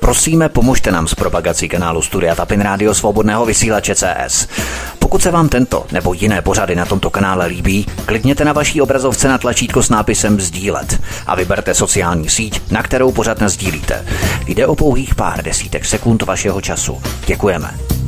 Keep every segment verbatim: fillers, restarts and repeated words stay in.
Prosíme, pomožte nám s propagací kanálu Studia Tapin Rádio Svobodného vysílače C S. Pokud se vám tento nebo jiné pořady na tomto kanále líbí, klikněte na vaší obrazovce na tlačítko s nápisem sdílet a vyberte sociální síť, na kterou pořad nasdílíte. Jde o pouhých pár desítek sekund vašeho času. Děkujeme.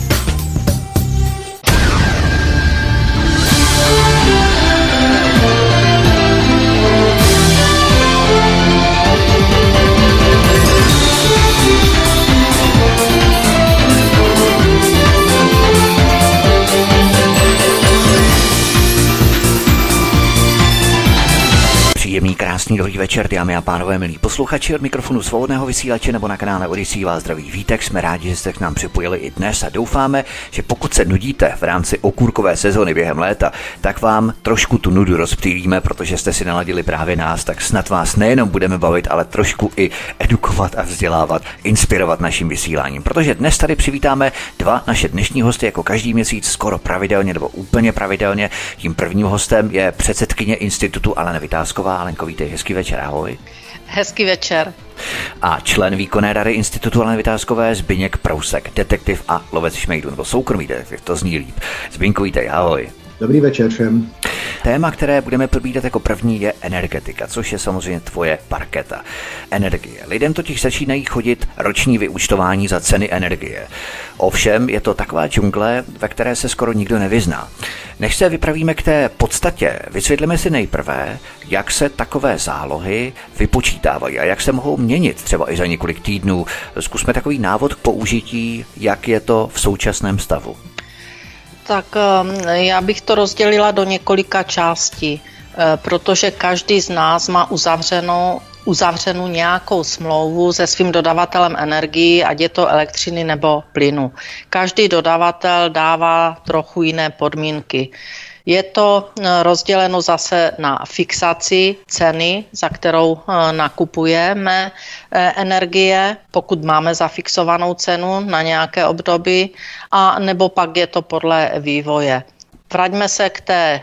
Příjemný, krásný, dobrý večer, dámy a pánové, milí posluchači, od mikrofonu Svobodného vysílače nebo na kanále Odyssey vás zdraví Vítek. Jsme rádi, že jste k nám připojili i dnes a doufáme, že pokud se nudíte v rámci okurkové sezony během léta, tak vám trošku tu nudu rozptýlíme, protože jste si naladili právě nás, tak snad vás nejenom budeme bavit, ale trošku i edukovat a vzdělávat, inspirovat naším vysíláním. Protože dnes tady přivítáme dva naše dnešní hosty, jako každý měsíc skoro pravidelně nebo úplně pravidelně. Tím prvním hostem je předsedkyně institutu Alena Vytázková. Alenko, vítej, hezký večer, ahoj. Hezký večer. A člen výkonné rady institutu Aleny Vytázkové Zbyněk Prousek, detektiv a lovec šmejdů, nebo soukromý detektiv, to zní líp. Zbyňku, vítej, ahoj. Dobrý večer všem. Téma, které budeme probírat jako první, je energetika, což je samozřejmě tvoje parketa. Energie. Lidem totiž začínají chodit roční vyúčtování za ceny energie. Ovšem je to taková džungle, ve které se skoro nikdo nevyzná. Než se vypravíme k té podstatě, vysvětlíme si nejprve, jak se takové zálohy vypočítávají a jak se mohou měnit třeba i za několik týdnů. Zkusme takový návod k použití, jak je to v současném stavu. Tak já bych to rozdělila do několika částí, protože každý z nás má uzavřenou, uzavřenou nějakou smlouvu se svým dodavatelem energií, ať je to elektřiny nebo plynu. Každý dodavatel dává trochu jiné podmínky. Je to rozděleno zase na fixaci ceny, za kterou nakupujeme energie, pokud máme zafixovanou cenu na nějaké období, a nebo pak je to podle vývoje. Vraťme se k té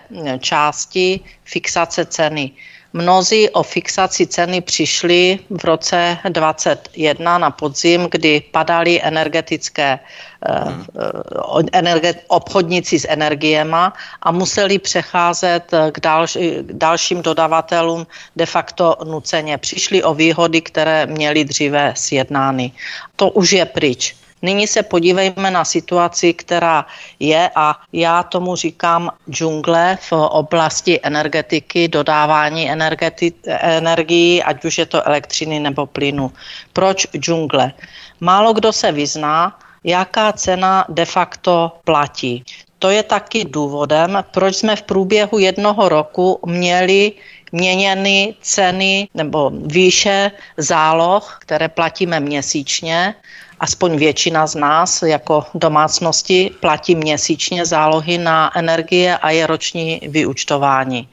části fixace ceny. Mnozí o fixaci ceny přišli v roce dvacet jedna na podzim, kdy padaly energetické hmm. energe, obchodníci s energiema a museli přecházet k, další, k dalším dodavatelům de facto nuceně. Přišli o výhody, které měli dříve sjednány. To už je pryč. Nyní se podívejme na situaci, která je, a já tomu říkám džungle v oblasti energetiky, dodávání energeti- energií, ať už je to elektřiny nebo plynu. Proč džungle? Málo kdo se vyzná, jaká cena de facto platí. To je taky důvodem, proč jsme v průběhu jednoho roku měli měněny ceny nebo výše záloh, které platíme měsíčně. Aspoň většina z nás jako domácnosti platí měsíčně zálohy na energie a je roční vyúčtování.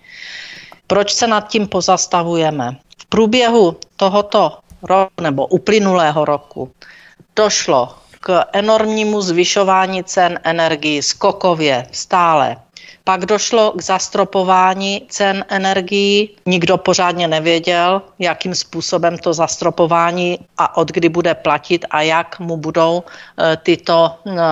Proč se nad tím pozastavujeme? V průběhu tohoto roku nebo uplynulého roku došlo k enormnímu zvyšování cen energií skokově stále. Pak došlo k zastropování cen energií. Nikdo pořádně nevěděl, jakým způsobem to zastropování a od kdy bude platit a jak mu budou tyto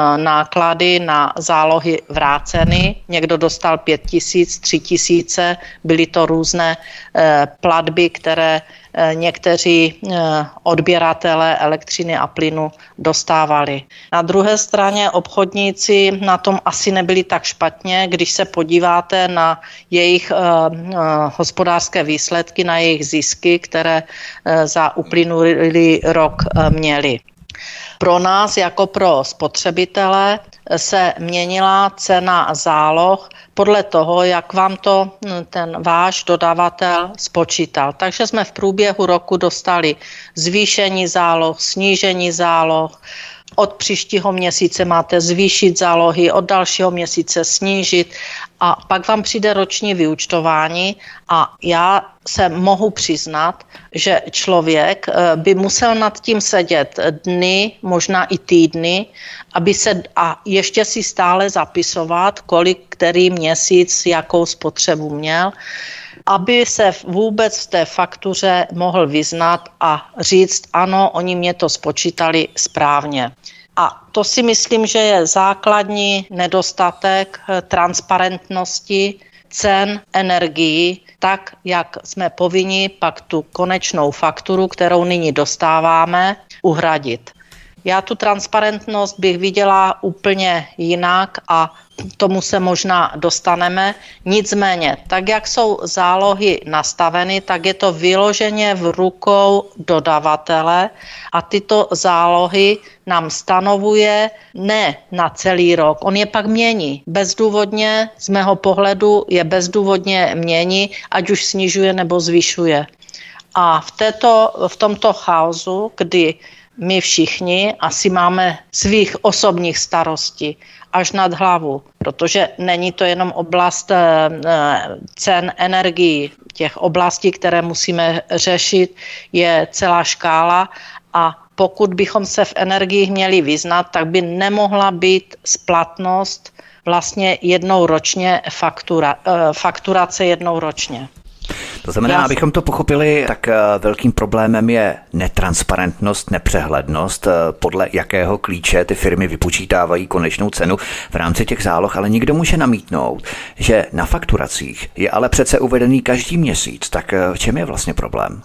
náklady na zálohy vráceny. Někdo dostal pět tisíc, tři tisíce, byly to různé platby, které někteří odběratelé elektřiny a plynu dostávali. Na druhé straně obchodníci na tom asi nebyli tak špatně, když se podíváte na jejich hospodářské výsledky, na jejich zisky, které za uplynulý rok měli. Pro nás jako pro spotřebitele se měnila cena záloh podle toho, jak vám to ten váš dodavatel spočítal. Takže jsme v průběhu roku dostali zvýšení záloh, snížení záloh. Od příštího měsíce máte zvýšit zálohy, od dalšího měsíce snížit a pak vám přijde roční vyúčtování a já se mohu přiznat, že člověk by musel nad tím sedět dny, možná i týdny, aby se a ještě si stále zapisovat, kolik který měsíc jakou spotřebu měl. aby se vůbec v té faktuře mohl vyznat a říct, ano, oni mě to spočítali správně. A to si myslím, že je základní nedostatek transparentnosti cen energií, tak, jak jsme povinni pak tu konečnou fakturu, kterou nyní dostáváme, uhradit. Já tu transparentnost bych viděla úplně jinak a tomu se možná dostaneme. Nicméně, tak jak jsou zálohy nastaveny, tak je to vyloženě v rukou dodavatele a tyto zálohy nám stanovuje ne na celý rok. On je pak mění. Bezdůvodně, z mého pohledu, je bezdůvodně mění, ať už snižuje nebo zvyšuje. A v, této, v tomto chaosu, kdy my všichni asi máme svých osobních starostí až nad hlavu, protože není to jenom oblast cen energií. Těch oblastí, které musíme řešit, je celá škála a pokud bychom se v energiích měli vyznat, tak by nemohla být splatnost vlastně jednou ročně, faktura, fakturace jednou ročně. To znamená, abychom to pochopili, tak velkým problémem je netransparentnost, nepřehlednost, podle jakého klíče ty firmy vypočítávají konečnou cenu v rámci těch záloh, ale nikdo může namítnout, že na fakturacích je ale přece uvedený každý měsíc, tak v čem je vlastně problém?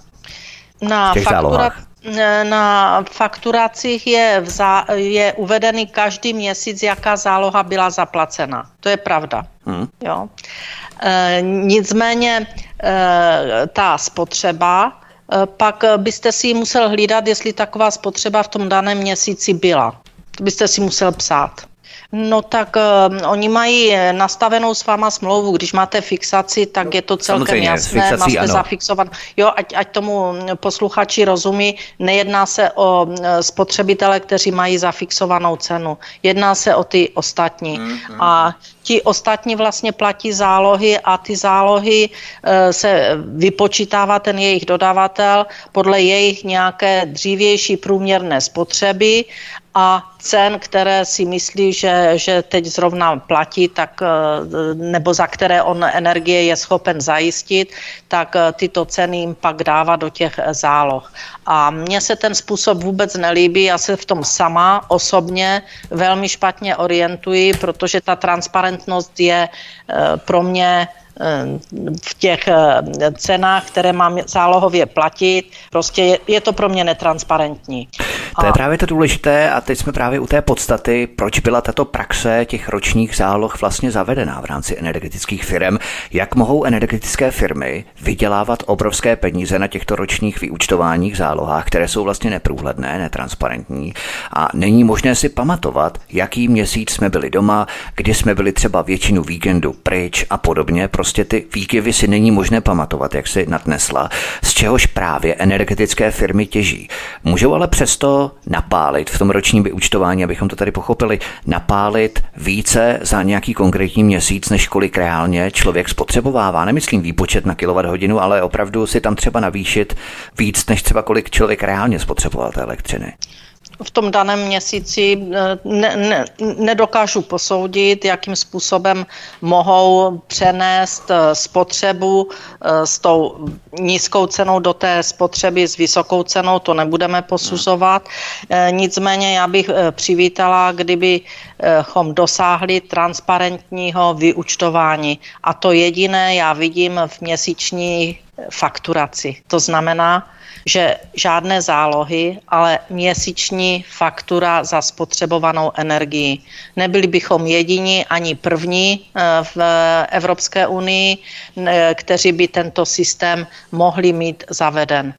Na fakturacích Na fakturacích je, vzá, je uvedený každý měsíc, jaká záloha byla zaplacena. To je pravda. Hmm. Jo. E, nicméně e, ta spotřeba, e, pak byste si musel hlídat, jestli taková spotřeba v tom daném měsíci byla. To byste si musel psát. No tak uh, oni mají nastavenou s váma smlouvu, když máte fixaci, tak je to celkem samozřejmě jasné, fixací, máte zafixovat. Jo, ať, ať tomu posluchači rozumí, nejedná se o uh, spotřebitele, kteří mají zafixovanou cenu, jedná se o ty ostatní. Mm-hmm. A ti ostatní vlastně platí zálohy a ty zálohy uh, se vypočítává ten jejich dodavatel podle jejich nějaké dřívější průměrné spotřeby a cen, které si myslí, že, že teď zrovna platí, tak, nebo za které on energie je schopen zajistit, tak tyto ceny jim pak dává do těch záloh. A mně se ten způsob vůbec nelíbí, já se v tom sama osobně velmi špatně orientuji, protože ta transparentnost je pro mě v těch cenách, které mám zálohově platit, prostě je, je to pro mě netransparentní. To je právě to důležité a teď jsme právě u té podstaty, proč byla tato praxe těch ročních záloh vlastně zavedená v rámci energetických firm. Jak mohou energetické firmy vydělávat obrovské peníze na těchto ročních vyúčtováních zálohách, které jsou vlastně neprůhledné, netransparentní a není možné si pamatovat, jaký měsíc jsme byli doma, kdy jsme byli třeba většinu víkendu pryč a podobně. Prostě ty výkyvy si není možné pamatovat, jak si nadnesla, z čehož právě energetické firmy těží. Můžou ale přesto napálit v tom ročním vyúčtování, abychom to tady pochopili, napálit více za nějaký konkrétní měsíc, než kolik reálně člověk spotřebovává. Nemyslím výpočet na kilowatthodinu, ale opravdu si tam třeba navýšit víc, než třeba kolik člověk reálně spotřeboval té elektřiny. V tom daném měsíci ne, ne, nedokážu posoudit, jakým způsobem mohou přenést spotřebu s tou nízkou cenou do té spotřeby s vysokou cenou, to nebudeme posuzovat. Nicméně já bych přivítala, kdybychom dosáhli transparentního vyúčtování. A to jediné já vidím v měsíční fakturaci. To znamená, že žádné zálohy, ale měsíční faktura za spotřebovanou energii. Nebyli bychom jediní ani první v Evropské unii, kteří by tento systém mohli mít zaveden.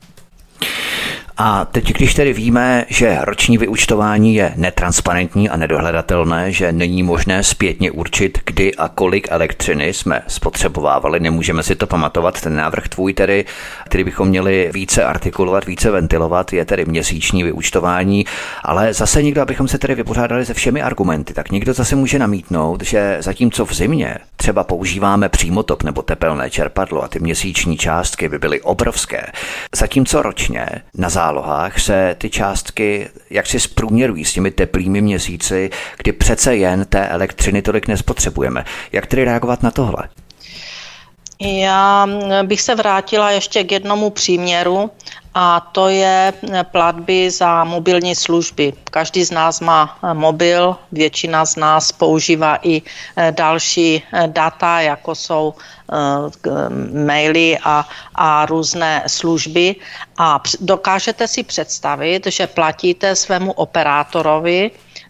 A teď, když tedy víme, že roční vyúčtování je netransparentní a nedohledatelné, že není možné zpětně určit, kdy a kolik elektřiny jsme spotřebovávali, nemůžeme si to pamatovat, ten návrh tvůj tedy, který bychom měli více artikulovat, více ventilovat, je tedy měsíční vyúčtování, ale zase někdo, abychom se tedy vypořádali se všemi argumenty, tak někdo zase může namítnout, že zatímco v zimě třeba používáme přímotop nebo tepelné čerpadlo a ty měsíční částky by byly obrovské, zatímco ročně na zálohách se ty částky jaksi zprůměrují s těmi teplými měsíci, kdy přece jen té elektřiny tolik nespotřebujeme. Jak tedy reagovat na tohle? Já bych se vrátila ještě k jednomu příměru, a to je platby za mobilní služby. Každý z nás má mobil, většina z nás používá i další data, jako jsou maily a, a různé služby. A dokážete si představit, že platíte svému operátorovi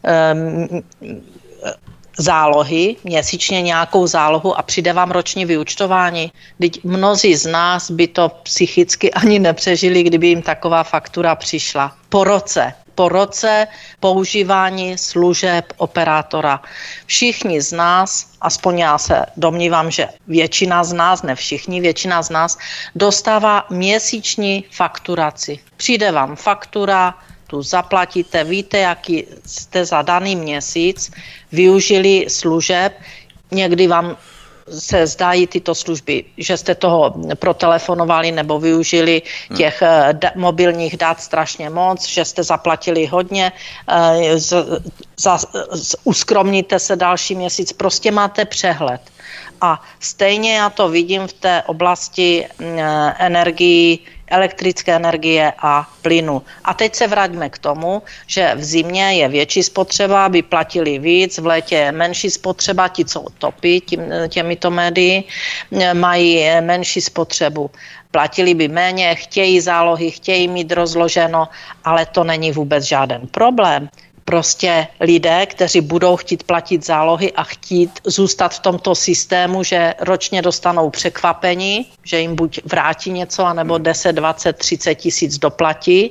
zálohy, měsíčně nějakou zálohu a přijde vám roční vyúčtování. Vždyť mnozí z nás by to psychicky ani nepřežili, kdyby jim taková faktura přišla. Po roce. Po roce používání služeb operátora. Všichni z nás, aspoň já se domnívám, že většina z nás, ne všichni, většina z nás dostává měsíční fakturaci. Přijde vám faktura, tu zaplatíte, víte, jaký jste za daný měsíc využili služeb, někdy vám se zdají tyto služby, že jste toho protelefonovali nebo využili těch d- mobilních dat strašně moc, že jste zaplatili hodně, e, z, za, z, uskromníte se další měsíc, prostě máte přehled. A stejně já to vidím v té oblasti e, energií, elektrické energie a plynu. A teď se vraťme k tomu, že v zimě je větší spotřeba, aby platili víc, v létě je menší spotřeba, ti, co topí tím, těmito médii, mají menší spotřebu. Platili by méně, chtějí zálohy, chtějí mít rozloženo, ale to není vůbec žádný problém. Prostě lidé, kteří budou chtít platit zálohy a chtít zůstat v tomto systému, že ročně dostanou překvapení, že jim buď vrátí něco, anebo deset, dvacet, třicet tisíc doplatí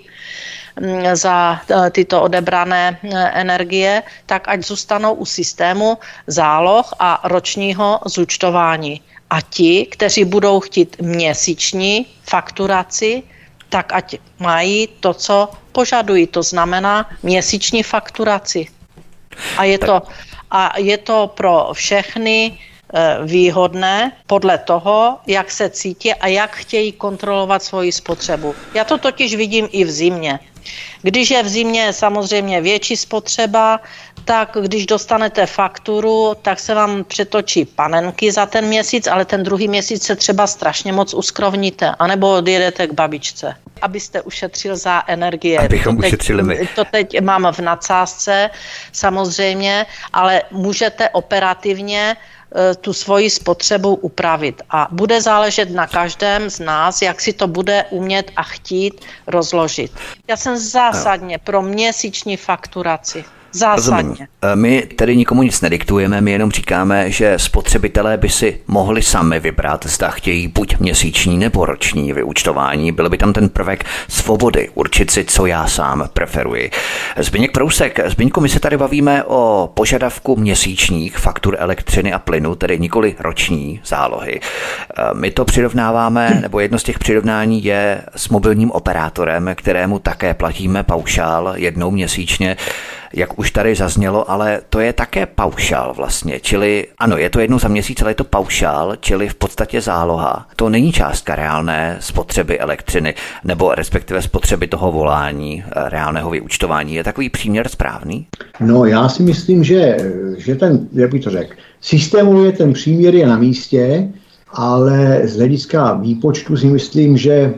za tyto odebrané energie, tak ať zůstanou u systému záloh a ročního zúčtování. A ti, kteří budou chtít měsíční fakturaci, tak ať mají to, co požadují, to znamená měsíční fakturaci. A je to, a je to pro všechny výhodné podle toho, jak se cítí a jak chtějí kontrolovat svoji spotřebu. Já to totiž vidím i v zimě. Když je v zimě samozřejmě větší spotřeba, tak když dostanete fakturu, tak se vám přetočí panenky za ten měsíc, ale ten druhý měsíc se třeba strašně moc uskrovníte, anebo odjedete k babičce, abyste ušetřil za energie. Abychom to teď, ušetřili my. To teď mám v nadsázce samozřejmě, ale můžete operativně tu svoji spotřebu upravit. A bude záležet na každém z nás, jak si to bude umět a chtít rozložit. Já jsem zásadně pro měsíční fakturaci. Zásadně. Rozumím. My tedy nikomu nic nediktujeme, my jenom říkáme, že spotřebitelé by si mohli sami vybrat, zda chtějí buď měsíční nebo roční vyúčtování. Byl by tam ten prvek svobody, určit si, co já sám preferuji. Zbyněk Prousek, Zbyňku, my se tady bavíme o požadavku měsíčních faktur elektřiny a plynu, tedy nikoli roční zálohy. My to přirovnáváme, nebo jedno z těch přirovnání je s mobilním operátorem, kterému také platíme paušál jednou měsíčně. Jak už tady zaznělo, ale to je také paušál vlastně, čili ano, je to jednou za měsíc, ale je to paušál, čili v podstatě záloha. To není částka reálné spotřeby elektřiny, nebo respektive spotřeby toho volání, reálného vyúčtování. Je takový příměr správný? No, já si myslím, že, že ten, jak bych to řekl, systémově ten příměr je na místě, ale z hlediska výpočtu si myslím, že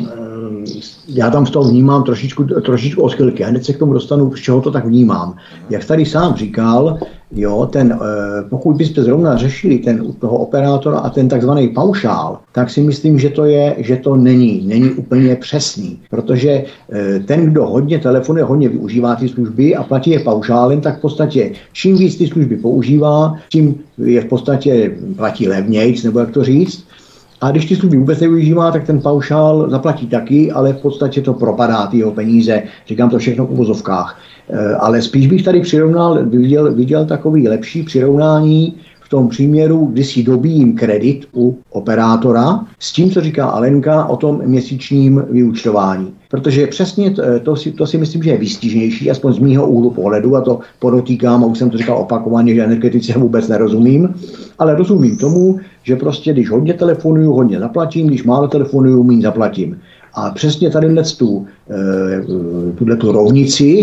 já tam z toho vnímám trošičku, trošičku odchylky. A hned se k tomu dostanu, z čeho to tak vnímám. Jak tady sám říkal, jo, ten, pokud byste zrovna řešili ten toho operátora a ten takzvaný paušál, tak si myslím, že to je, že to není, není úplně přesný. Protože ten, kdo hodně telefonuje, hodně využívá ty služby a platí je paušálem, tak v podstatě čím víc ty služby používá, tím je v podstatě platí levnějc, nebo jak to říct. A když ty služby vůbec nevyužívá, tak ten paušál zaplatí taky, ale v podstatě to propadá ty jeho peníze. Říkám to všechno v uvozovkách. Ale spíš bych tady přirovnal, viděl, viděl takový lepší přirovnání v tom příměru, kdy si dobijím kredit u operátora s tím, co říká Alenka o tom měsíčním vyúčtování. Protože přesně to, to, si, to si myslím, že je výstižnější, aspoň z mýho úhlu pohledu, a to podotýkám, a už jsem to říkal opakovaně, že energetice vůbec nerozumím, ale rozumím tomu, že prostě když hodně telefonuju, hodně zaplatím, když málo telefonuju, méně zaplatím. A přesně tady tu, tuhletu rovnici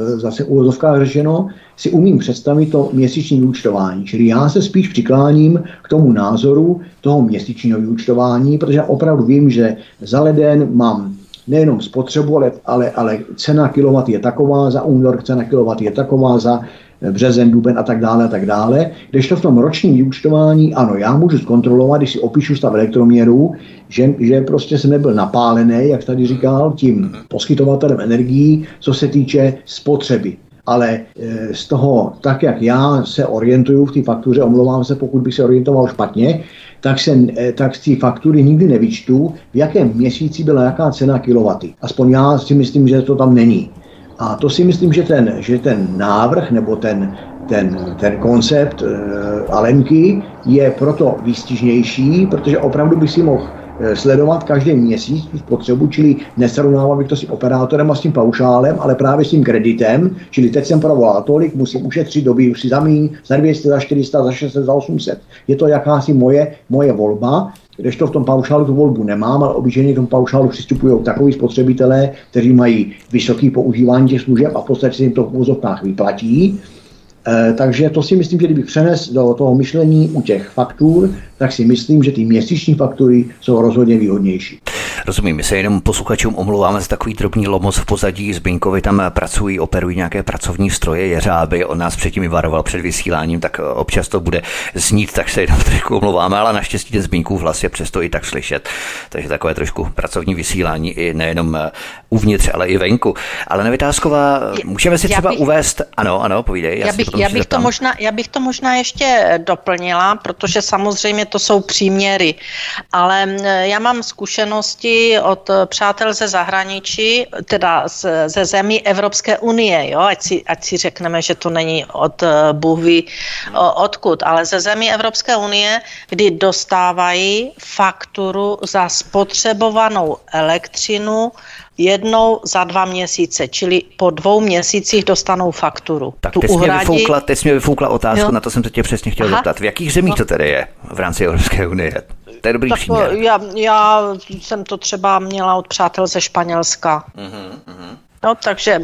zase uvozovkách řečeno, si umím představit to měsíční vyúčtování. Čili já se spíš přikláním k tomu názoru toho měsíčního vyúčtování, protože opravdu vím, že za leden mám nejenom spotřebu, ale, ale, ale cena kilowatt je taková, za únor cena kilowatt je taková, za březen, duben a tak dále a tak dále. Kdežto v tom ročním vyúčtování, ano, já můžu zkontrolovat, když si opíšu stav elektroměru, že, že prostě jsem nebyl napálený, jak tady říkal, tím poskytovatelem energií, co se týče spotřeby. Ale z toho, tak jak já se orientuju v té faktuře, omlouvám se, pokud bych se orientoval špatně, tak, se, tak z té faktury nikdy nevyčtu, v jakém měsíci byla jaká cena kilowaty. Aspoň já si myslím, že to tam není. A to si myslím, že ten, že ten návrh nebo ten, ten, ten koncept e, Alenky je proto výstižnější, protože opravdu by si mohl sledovat každý měsíc tu spotřebu, čili nesrovnávat bych to s tím operátorem a s tím paušálem, ale právě s tím kreditem, čili teď jsem provolal tolik, musím ušetřit doby, už si zamíň za dvě stě, za čtyři sta, za šest set, za osm set. Je to jakási moje, moje volba, kdežto v tom paušálu tu volbu nemám, ale obyčejně k tomu paušálu přistupují takový spotřebitelé, kteří mají vysoké používání těch služeb a v podstatě se jim to v uvozovkách vyplatí. E, takže to si myslím, že kdybych přenes do toho myšlení u těch faktur, tak si myslím, že ty měsíční faktury jsou rozhodně výhodnější. Rozumím, my se jenom posluchačům omlouváme za takový drobný lomos v pozadí. Zbyňkovi tam pracují, operují nějaké pracovní stroje, jeřáby, on nás předtím i varoval před vysíláním, tak občas to bude znít, tak se jenom trošku omlouváme, ale naštěstí ten Zbyňkův hlas je přesto i tak slyšet. Takže takové trošku pracovní vysílání i nejenom uvnitř, ale i venku. Ale Nevytázková, můžeme si třeba bych, uvést, ano, ano, povídej. Já, já, bych, já, bych to možná, já bych to možná ještě doplnila, protože samozřejmě to jsou příměry, ale já mám zkušenosti od přátel ze zahraničí, teda ze zemí Evropské unie, jo? Ať, si, ať si řekneme, že to není od Bůh ví odkud, ale ze zemí Evropské unie, kdy dostávají fakturu za spotřebovanou elektřinu jednou za dva měsíce, čili po dvou měsících dostanou fakturu. Tak teď, uhradí... mě vyfoukla, teď mě vyfoukla otázku, jo. Na to jsem se tě přesně chtěl zeptat. V jakých zemích to tedy je v rámci Evropské unie? To je dobrý tak příměr. Já, já jsem to třeba měla od přátel ze Španělska. Uh-huh, uh-huh. No, takže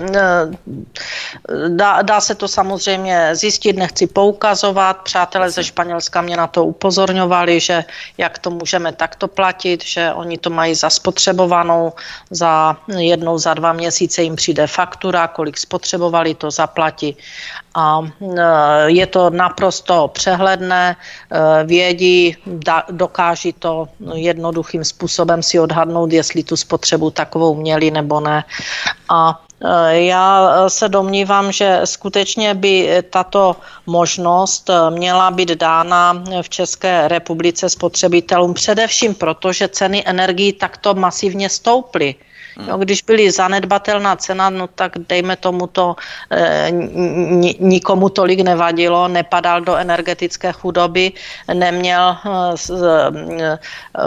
dá, dá se to samozřejmě zjistit, nechci poukazovat. Přátelé ze Španělska mě na to upozorňovali, že jak to můžeme takto platit, že oni to mají zaspotřebovanou, za jednou za dva měsíce jim přijde faktura, kolik spotřebovali, to zaplatí. A je to naprosto přehledné, vědí, dokáží to jednoduchým způsobem si odhadnout, jestli tu spotřebu takovou měli nebo ne. A já se domnívám, že skutečně by tato možnost měla být dána v České republice spotřebitelům, především proto, že ceny energií takto masivně stouply. No, když byly zanedbatelná cena, no tak dejme tomu to e, nikomu tolik nevadilo, nepadal do energetické chudoby, neměl e, e,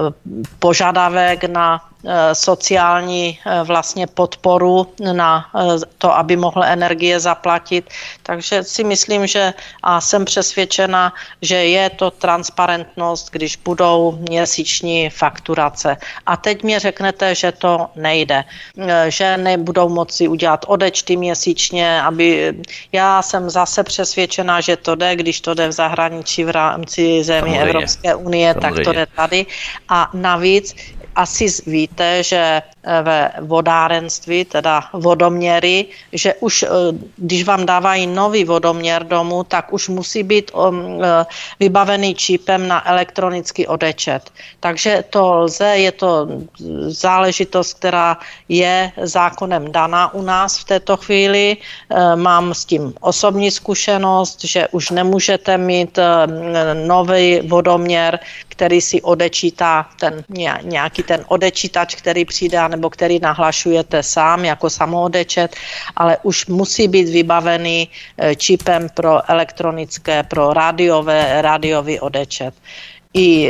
požadavek na sociální vlastně podporu na to, aby mohl energie zaplatit. Takže si myslím, že a jsem přesvědčena, že je to transparentnost, když budou měsíční fakturace. A teď mi řeknete, že to nejde, že nebudou moci udělat odečty měsíčně, aby já jsem zase přesvědčena, že to jde, když to jde v zahraničí v rámci zemí Evropské unie, Samozřejmě. Tak to jde tady. A navíc asi víte, že ve vodárenství, teda vodoměry, že už když vám dávají nový vodoměr domů, tak už musí být vybavený čipem na elektronický odečet. Takže to lze, je to záležitost, která je zákonem daná u nás v této chvíli. Mám s tím osobní zkušenost, že už nemůžete mít nový vodoměr, který si odečítá ten nějaký ten odečítač, který přijde, nebo který nahlašujete sám jako samoodečet, ale už musí být vybavený čipem pro elektronické, pro rádiové, rádiový odečet. I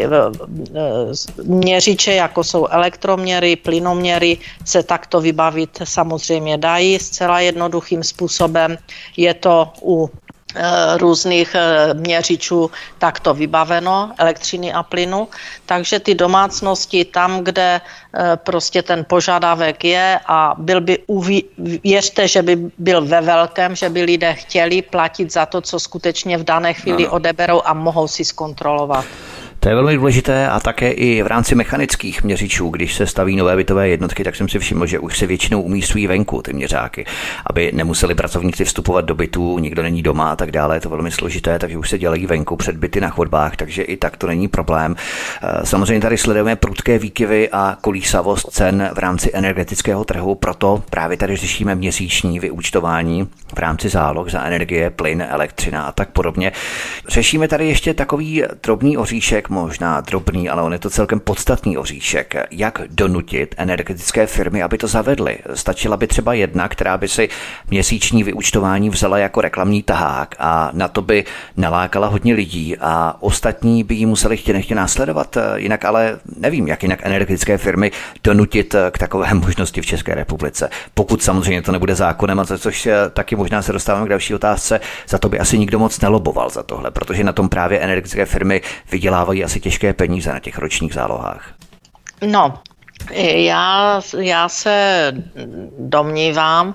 měřiče, jako jsou elektroměry, plynoměry, se takto vybavit samozřejmě dají zcela jednoduchým způsobem. Je to u různých měřičů takto vybaveno, elektřiny a plynu, takže ty domácnosti tam, kde prostě ten požadavek je a byl by, uví, věřte, že by byl ve velkém, že by lidé chtěli platit za to, co skutečně v dané chvíli no. odeberou a mohou si zkontrolovat. To je velmi důležité a také i v rámci mechanických měřičů, když se staví nové bytové jednotky, tak jsem si všiml, že už se většinou umístují venku ty měřáky, aby nemuseli pracovníci vstupovat do bytů, nikdo není doma a tak dále, je to velmi složité, takže už se dělají venku před byty na chodbách, takže i tak to není problém. Samozřejmě tady sledujeme prudké výkyvy a kolísavost cen v rámci energetického trhu, proto právě tady řešíme měsíční vyúčtování v rámci záloh za energie, plyn, elektřina a tak podobně. Řešíme tady ještě takový drobný oříšek, možná drobný, ale on je to celkem podstatný oříšek. Jak donutit energetické firmy, aby to zavedly? Stačila by třeba jedna, která by si měsíční vyúčtování vzala jako reklamní tahák a na to by nalákala hodně lidí a ostatní by jí museli chtě nechtě následovat. Jinak ale nevím, jak jinak energetické firmy donutit k takové možnosti v České republice. Pokud samozřejmě to nebude zákonem, a to, což taky možná se dostáváme k další otázce, za to by asi nikdo moc neloboval za tohle, protože na tom právě energetické firmy vydělávají asi těžké peníze na těch ročních zálohách. No, já, já se domnívám,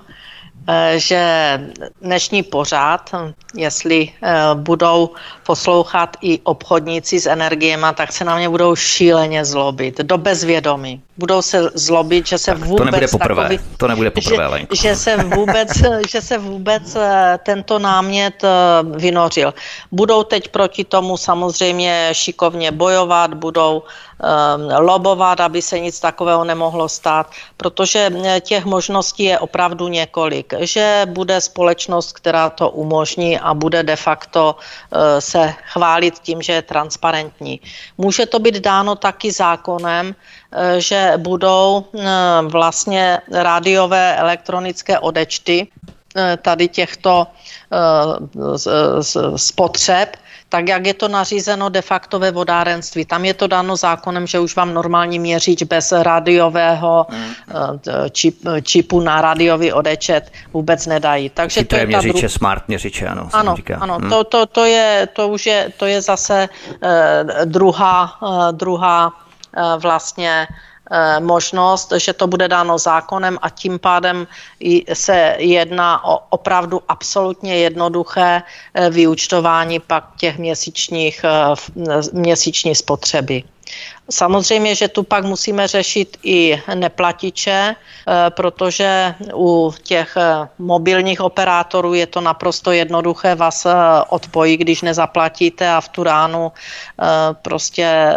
že dnešní pořad, jestli budou poslouchat i obchodníci s energiema, tak se na mě budou šíleně zlobit, do bezvědomí. Budou se zlobit, že se tak vůbec to nebude poprvé, takový, to nebude poprvé, že, že se vůbec, že se vůbec tento námět vynořil. Budou teď proti tomu samozřejmě šikovně bojovat, budou um, lobovat, aby se nic takového nemohlo stát, protože těch možností je opravdu několik. Že bude společnost, která to umožní a bude de facto uh, se chválit tím, že je transparentní. Může to být dáno taky zákonem, že budou vlastně rádiové elektronické odečty tady těchto spotřeb, tak jak je to nařízeno de facto ve vodárenství. Tam je to dáno zákonem, že už vám normální měřič bez rádiového čip, čipu na rádiový odečet vůbec nedají. Takže Chytré to je měřiče, dru... smart měřiče, ano. Ano, říká. ano hmm. to, to, to, je, to už je, to je zase eh, druhá, eh, druhá eh, vlastně možnost, že to bude dáno zákonem a tím pádem se jedná o opravdu absolutně jednoduché vyúčtování pak těch měsíčních, měsíční spotřeby. Samozřejmě, že tu pak musíme řešit i neplatiče, protože u těch mobilních operátorů je to naprosto jednoduché, vás odpojí, když nezaplatíte a v tu ránu prostě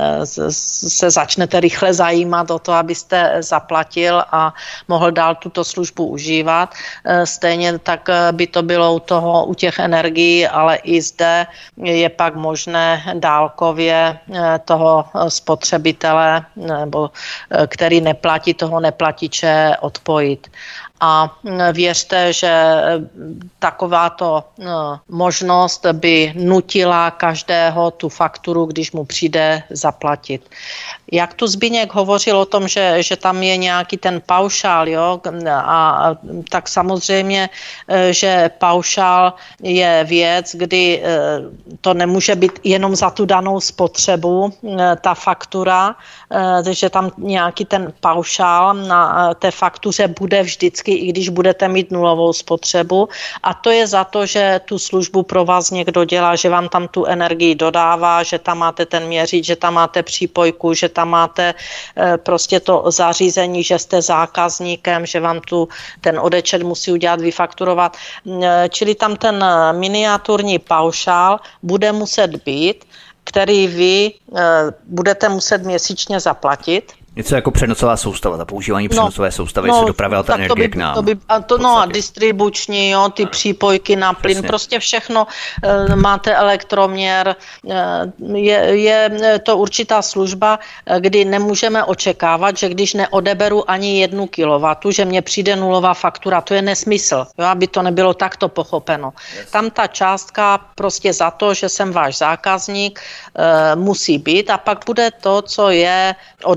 se začnete rychle zajímat o to, abyste zaplatil a mohl dál tuto službu užívat. Stejně tak by to bylo u toho, u těch energií, ale i zde je pak možné dálkově toho spotřebitele, nebo který neplatí, toho neplatiče odpojit. A věřte, že takováto možnost by nutila každého tu fakturu, když mu přijde, zaplatit. Jak tu Zbyněk hovořil o tom, že, že tam je nějaký ten paušál, jo? A tak samozřejmě, že paušál je věc, kdy to nemůže být jenom za tu danou spotřebu, ta faktura, že tam nějaký ten paušál na té faktuře bude vždycky, i když budete mít nulovou spotřebu. A to je za to, že tu službu pro vás někdo dělá, že vám tam tu energii dodává, že tam máte ten měřič, že tam máte přípojku, že tam máte prostě to zařízení, že jste zákazníkem, že vám tu ten odečet musí udělat, vyfakturovat. Čili tam ten miniaturní paušál bude muset být, který vy budete muset měsíčně zaplatit. Něco jako přenosová soustava, za používání přenosové no, soustavy no, se dopravila ta energie by, k nám. To by, a to, no a distribuční, jo, ty přípojky na plyn, Přesně. prostě všechno, e, máte elektroměr, e, je, je to určitá služba, kdy nemůžeme očekávat, že když neodeberu ani jednu kilowattu, že mně přijde nulová faktura, to je nesmysl, jo, aby to nebylo takto pochopeno. Yes. Tam ta částka prostě za to, že jsem váš zákazník, e, musí být a pak bude to, co je odebráno.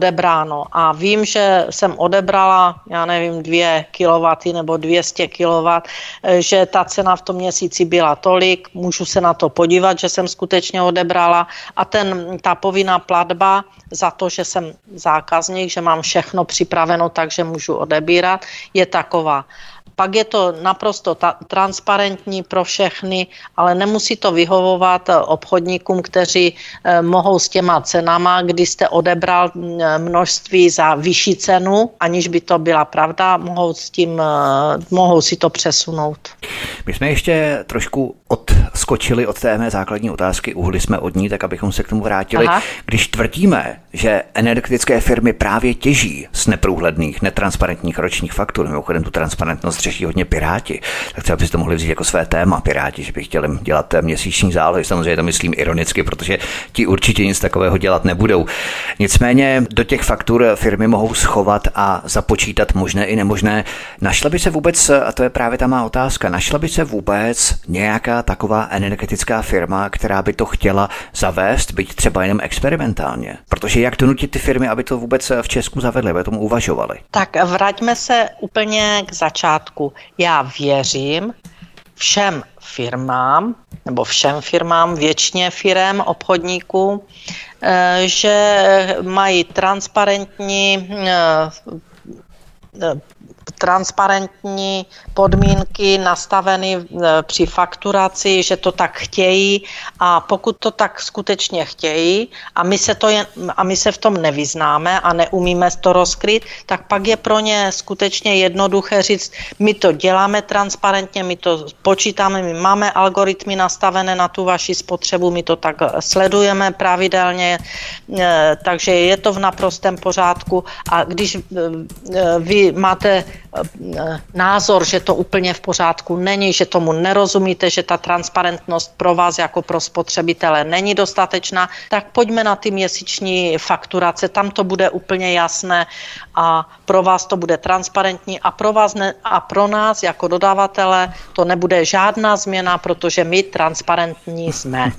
odebráno a vím, že jsem odebrala, já nevím, dvě kilowatty nebo dvě stě kilowattů, že ta cena v tom měsíci byla tolik, můžu se na to podívat, že jsem skutečně odebrala a ten, ta povinná platba za to, že jsem zákazník, že mám všechno připraveno, takže můžu odebírat, je taková. Pak je to naprosto ta- transparentní pro všechny, ale nemusí to vyhovovat obchodníkům, kteří eh, mohou s těma cenama, kdy jste odebral množství za vyšší cenu, aniž by to byla pravda, mohou, s tím, eh, mohou si to přesunout. My jsme ještě trošku odskočili od té mé základní otázky, uhli jsme od ní, tak abychom se k tomu vrátili. Aha. Když tvrdíme, že energetické firmy právě těží z neprůhledných, netransparentních ročních faktur, mimochodem tu transparentnost řeší hodně Piráti, tak třeba byste mohli vzít jako své téma Piráti, že by chtěli dělat měsíční zálohy. Samozřejmě to myslím ironicky, protože ti určitě nic takového dělat nebudou. Nicméně do těch faktur firmy mohou schovat a započítat možné i nemožné. Našla by se vůbec, a to je právě ta má otázka, našla by se vůbec nějaká taková energetická firma, která by to chtěla zavést, byť třeba jenom experimentálně? Protože jak donutit ty firmy, aby to vůbec v Česku zavedly, aby tomu uvažovali? Tak vraťme se úplně k začátku. Já věřím všem firmám, nebo všem firmám, většině firem, obchodníků, že mají transparentní transparentní podmínky nastaveny při fakturaci, že to tak chtějí a pokud to tak skutečně chtějí a my se, to jen, a my se v tom nevyznáme a neumíme to rozkryt, tak pak je pro ně skutečně jednoduché říct, my to děláme transparentně, my to počítáme, my máme algoritmy nastavené na tu vaši spotřebu, my to tak sledujeme pravidelně, takže je to v naprostém pořádku a když vy máte názor, že to úplně v pořádku není, že tomu nerozumíte, že ta transparentnost pro vás jako pro spotřebitele není dostatečná, tak pojďme na ty měsíční fakturace, tam to bude úplně jasné a pro vás to bude transparentní a pro vás ne, a pro nás jako dodavatele to nebude žádná změna, protože my transparentní jsme.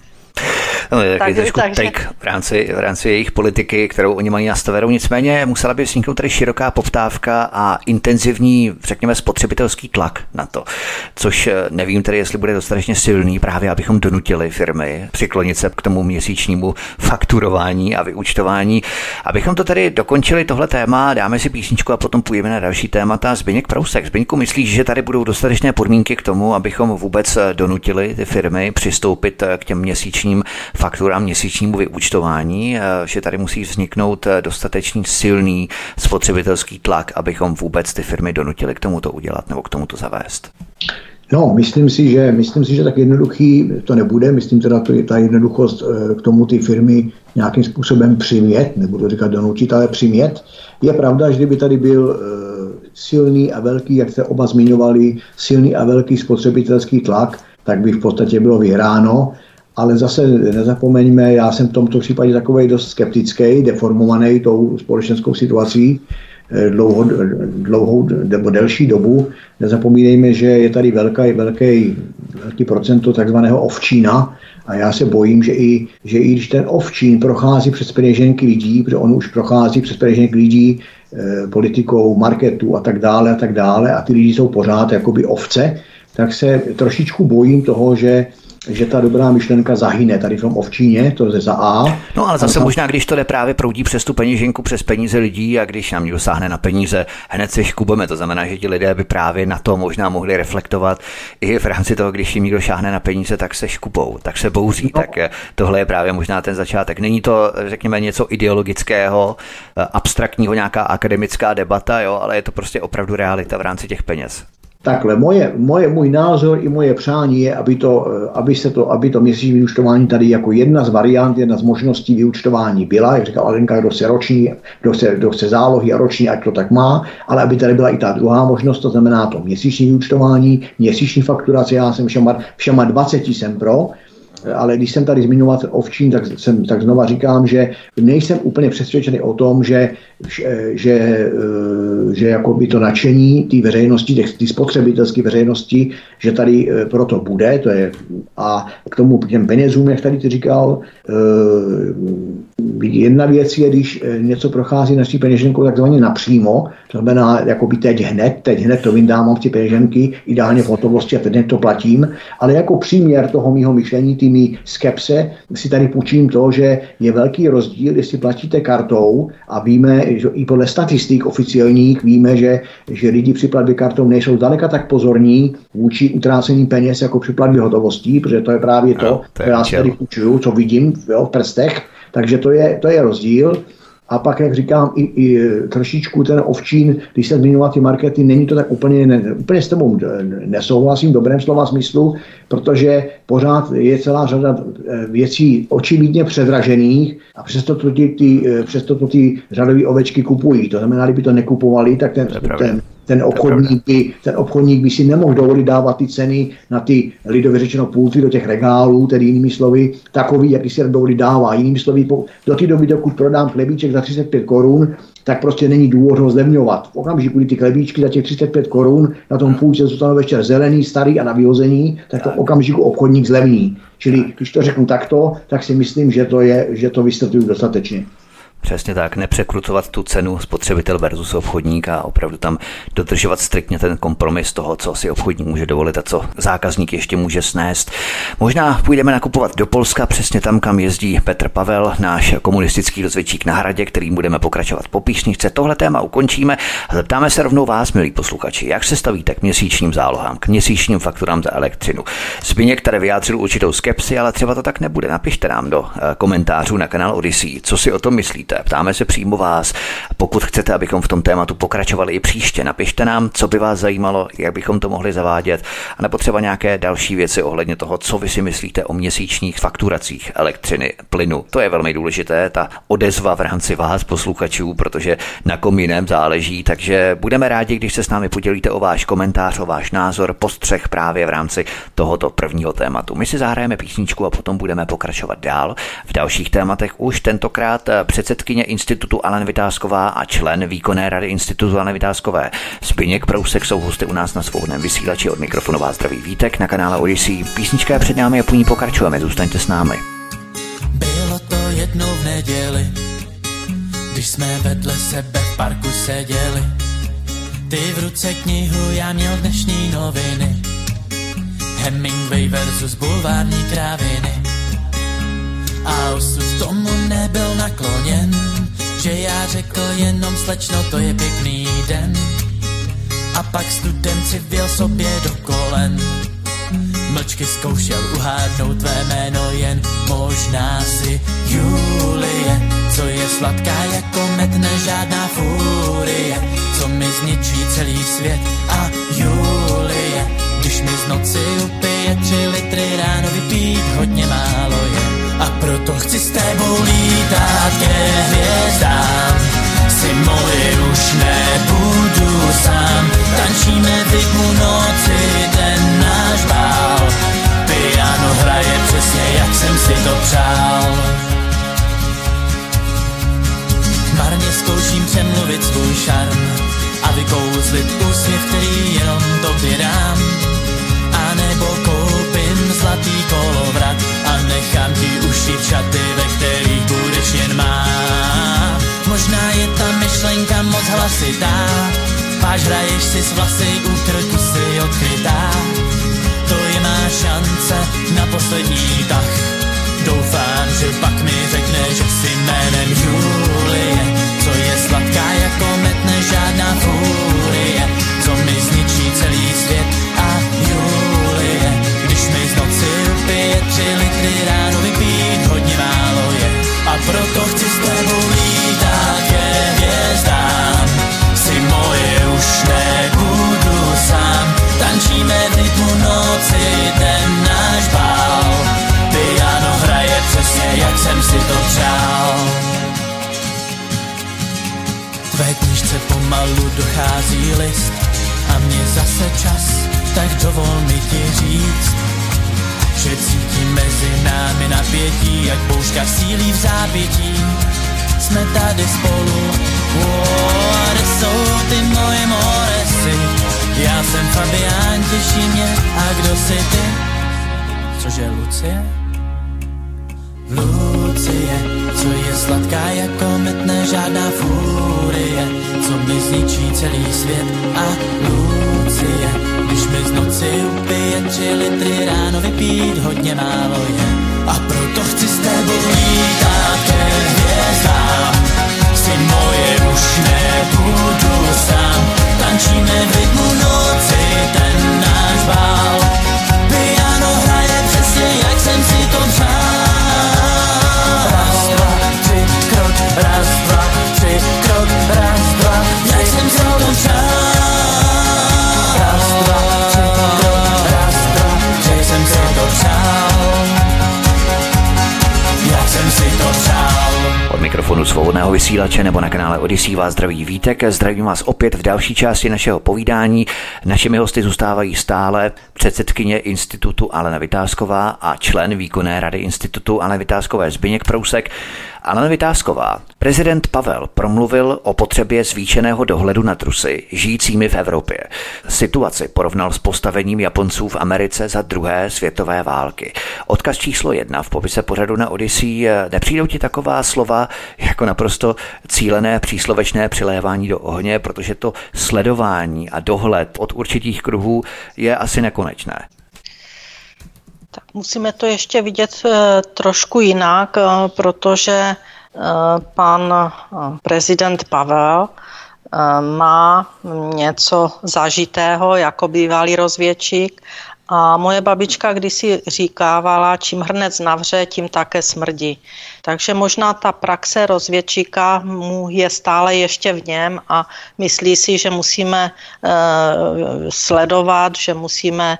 No, je takový trošku trik v rámci, v rámci jejich politiky, kterou oni mají nastavenou. Nicméně musela by vzniknout tady široká poptávka a intenzivní, řekněme, spotřebitelský tlak na to. Což nevím tedy, jestli bude dostatečně silný právě, abychom donutili firmy přiklonit se k tomu měsíčnímu fakturování a vyúčtování. Abychom to tedy dokončili tohle téma, dáme si písničku a potom půjdeme na další témata. Zbyněk Prousek. Zbyňku, myslíš, že tady budou dostatečné podmínky k tomu, abychom vůbec donutili ty firmy přistoupit k těm měsíčním fakturám, měsíčnímu vyúčtování, že tady musí vzniknout dostatečný silný spotřebitelský tlak, abychom vůbec ty firmy donutili k tomuto udělat nebo k tomuto zavést? No, myslím si, že, myslím si, že tak jednoduchý to nebude. Myslím teda, to je ta jednoduchost k tomu ty firmy nějakým způsobem přimět, nebudu říkat donutit, ale přimět. Je pravda, že kdyby tady byl silný a velký, jak jste oba zmiňovali, silný a velký spotřebitelský tlak, tak by v podstatě bylo vyhráno. Ale zase nezapomeňme, já jsem v tomto případě takovej dost skeptický, deformovaný tou společenskou situací dlouho, dlouhou nebo delší dobu. Nezapomínejme, že je tady velký, velký, velký procento takzvaného ovčína a já se bojím, že i, že i když ten ovčín prochází přes peněženky lidí, protože on už prochází přes peněženky lidí eh, politikou, marketu a tak dále a tak dále a ty lidi jsou pořád jakoby ovce, tak se trošičku bojím toho, že že ta dobrá myšlenka zahyne tady v tom ovčíně, to je za A. No ale zase možná, když to jde právě proudí přes tu peněženku, přes peníze lidí a když nám někdo sáhne na peníze, hned se škubeme. To znamená, že ti lidé by právě na to možná mohli reflektovat i v rámci toho, když jim někdo šáhne na peníze, tak se škubou, tak se bouří. No. Tak tohle je právě možná ten začátek. Není to, řekněme, něco ideologického, abstraktního, nějaká akademická debata, jo, ale je to prostě opravdu realita v rámci těch peněz. Takhle, moje, moje, můj názor i moje přání je, aby to, aby se to, aby to měsíční vyúčtování tady jako jedna z variant, jedna z možností vyúčtování byla, jak říkal Alenka, kdo chce roční, kdo chce, kdo chce zálohy a roční, ať to tak má, ale aby tady byla i ta druhá možnost, to znamená to měsíční vyúčtování, měsíční fakturace, já jsem všema, všema dvaceti jsem pro, ale když jsem tady zmiňoval ovčín, tak, jsem, tak znova říkám, že nejsem úplně přesvědčený o tom, že, že, že, že jako by to nadšení té veřejnosti, té spotřebitelské veřejnosti, že tady proto bude. To je, a k tomu k těm penězům, jak tady ty říkal, jedna věc je, když něco prochází naší peněženkou takzvaně napřímo, to znamená, jako by teď hned, teď hned to vyndám, mám ty peněženky, ideálně v hotovosti a teď hned to platím, ale jako příměr toho mýho myšlení, ty mý skepse, si tady půjčím to, že je velký rozdíl, jestli platíte kartou a víme, že i podle statistik oficiálních víme, že, že lidi při platbě kartou nejsou zdaleka tak pozorní vůči utrácení peněz jako při platbě hotovostí, protože to je právě to, no, co já si tady půjčuju, co vidím jo, v prstech. Takže to je, to je rozdíl. A pak, jak říkám, i, i trošičku ten ovčín, když se zmiňoval ty markety, není to tak úplně, ne, úplně s tebou nesouhlasím v dobrém slova smyslu, protože pořád je celá řada věcí očividně předražených a přesto to ty, ty, přesto to ty řadové ovečky kupují. To znamená, kdyby to nekupovali, tak ten, ten, ten, obchodník by, ten obchodník by si nemohl dovolit dávat ty ceny na ty lidově řečeno pulty do těch regálů, tedy jinými slovy, takový, jaký si dovolit dává. Jinými slovy, do té doby, dokud prodám chlebíček za třicet pět korun, tak prostě není důvod ho zlevňovat. V okamžiku, kdy ty chlebíčky za těch třicet pět korun na tom půlce zůstanou večer zelený, starý a na vyhození, tak to v okamžiku obchodník zlevní. Čili když to řeknu takto, tak si myslím, že to je, že to vysvětluju dostatečně. Přesně tak, nepřekrutovat tu cenu spotřebitel versus obchodník a opravdu tam dodržovat striktně ten kompromis toho, co si obchodník může dovolit a co zákazník ještě může snést. Možná půjdeme nakupovat do Polska, přesně tam, kam jezdí Petr Pavel, náš komunistický rozvědčík na Hradě, kterým budeme pokračovat po písničce. Tohle téma ukončíme a zeptáme se rovnou vás, milí posluchači, jak se stavíte k měsíčním zálohám, k měsíčním fakturám za elektřinu. Zbyněk tady vyjádřil určitou skepsi, ale třeba to tak nebude. Napište nám do komentářů na kanál Odyssey, co si o tom myslíte. Ptáme se přímo vás. Pokud chcete, abychom v tom tématu pokračovali i příště, napište nám, co by vás zajímalo, jak bychom to mohli zavádět, a nebo třeba nějaké další věci ohledně toho, co vy si myslíte o měsíčních fakturacích elektřiny, plynu. To je velmi důležité, ta odezva v rámci vás, posluchačů, protože na kom jiném záleží, takže budeme rádi, když se s námi podělíte o váš komentář, o váš názor, postřeh právě v rámci tohoto prvního tématu. My si zahrajeme písničku a potom budeme pokračovat dál. V dalších tématech už tentokrát předsedkyně institutu Alena Vitásková a člen výkonné rady institutu Aleny Vitáskové Zbyněk Prousek jsou hosty u nás na Svobodném vysílači. Od mikrofonu vás zdraví Vítek na kanále Odyssey. Písnička je před námi a po ní pokračujeme. Zůstaňte s námi. Bylo to jednou v neděli, když jsme vedle sebe v parku seděli. Ty v ruce knihu, já měl dnešní noviny. Hemingway versus bulvární kráviny. A osud tomu nebyl nakloněn, že já řekl jenom slečno, to je pěkný den. A pak student si vjel sobě do kolen, mlčky zkoušel uhádnout tvé jméno jen. Možná si Julie, co je sladká jako med, nežádná furie, co mi zničí celý svět. A Julie, když mi z noci upije tři litry, ráno vypít hodně málo je. A proto chci s tebou lítat ke hvězdám, si moje už nebudu sám. Tančíme v rytmu noci, den náš bál, piano hraje přesně jak jsem si to přál. Marně zkouším přemluvit svůj šarm a vykouzlit úsměv, který jenom tobě dám. A nebo koupím zlatý kolovrat a nechám ti ušít šaty, ve kterých budeš jen má. Možná je ta myšlenka moc hlasitá, páč hraješ si s vlasy, u krku si odkrytá. To je má šance na poslední tah. Doufám, že pak mi řekne, že si jménem Julie, co je sladká jako med, nežádná furie, co mi zničí celý svět. A Julie, když mi z noci upije tři litry, ráno vypít hodně málo je. A proto chci s tebou lítat ke hvězdám, si moje už nebudu sám. Tančíme v rytmu noci, ten náš bál, piano hraje přesně jak jsem si to přál. Tvé knížce pomalu dochází list a mně zase čas, tak dovol mi ti říct, že cítím mezi námi napětí, jak bouřka sílí v zápětí. Jsme tady spolu, oh, a kde jsou ty moje moresy? Já jsem Fabián, těší mě, a kdo jsi ty? Cože Lucie? Lucie. Lucie, co je sladká jako med, ne žádná fúrie, co mi zničí celý svět. A Lucie, když mi z noci upije tři litry, ráno vypít hodně málo je. A proto chci s tebou lítat ke hvězdám, si moje už nebudu sám. Tančíme v rytmu noci, ten náš bál, piano hraje přesně, jak jsem si to přál. Raz, dva, tři, krok, raz, dva, tři, krok, raz, dva, jak jsem si to přál. Raz, dva, tři, krok, raz, dva, jak jsem si to přál. Jak jsem si to přál. Od mikrofonu Svobodného vysílače nebo na kanále Odyssey vás zdraví Vítek. Zdravím vás opět v další části našeho povídání. Našimi hosty zůstávají stále předsedkyně institutu Alena Vitásková a člen výkonné rady institutu Aleny Vitáskové Zbyněk Prousek. Alena Vitásková, prezident Pavel promluvil o potřebě zvýšeného dohledu nad Rusy žijícími v Evropě. Situaci porovnal s postavením Japonců v Americe za druhé světové války. Odkaz číslo jedna v popise pořadu na Odyssey. Nepřijdou ti taková slova jako naprosto cílené příslovečné přilévání do ohně, protože to sledování a dohled od určitých kruhů je asi nekonečné. Tak musíme to ještě vidět trošku jinak, protože pan prezident Pavel má něco zažitého jako bývalý rozvědčík a moje babička kdysi říkávala, čím hrnec navře, tím také smrdí. Takže možná ta praxe rozvědčíka mu je stále ještě v něm a myslí si, že musíme e, sledovat, že musíme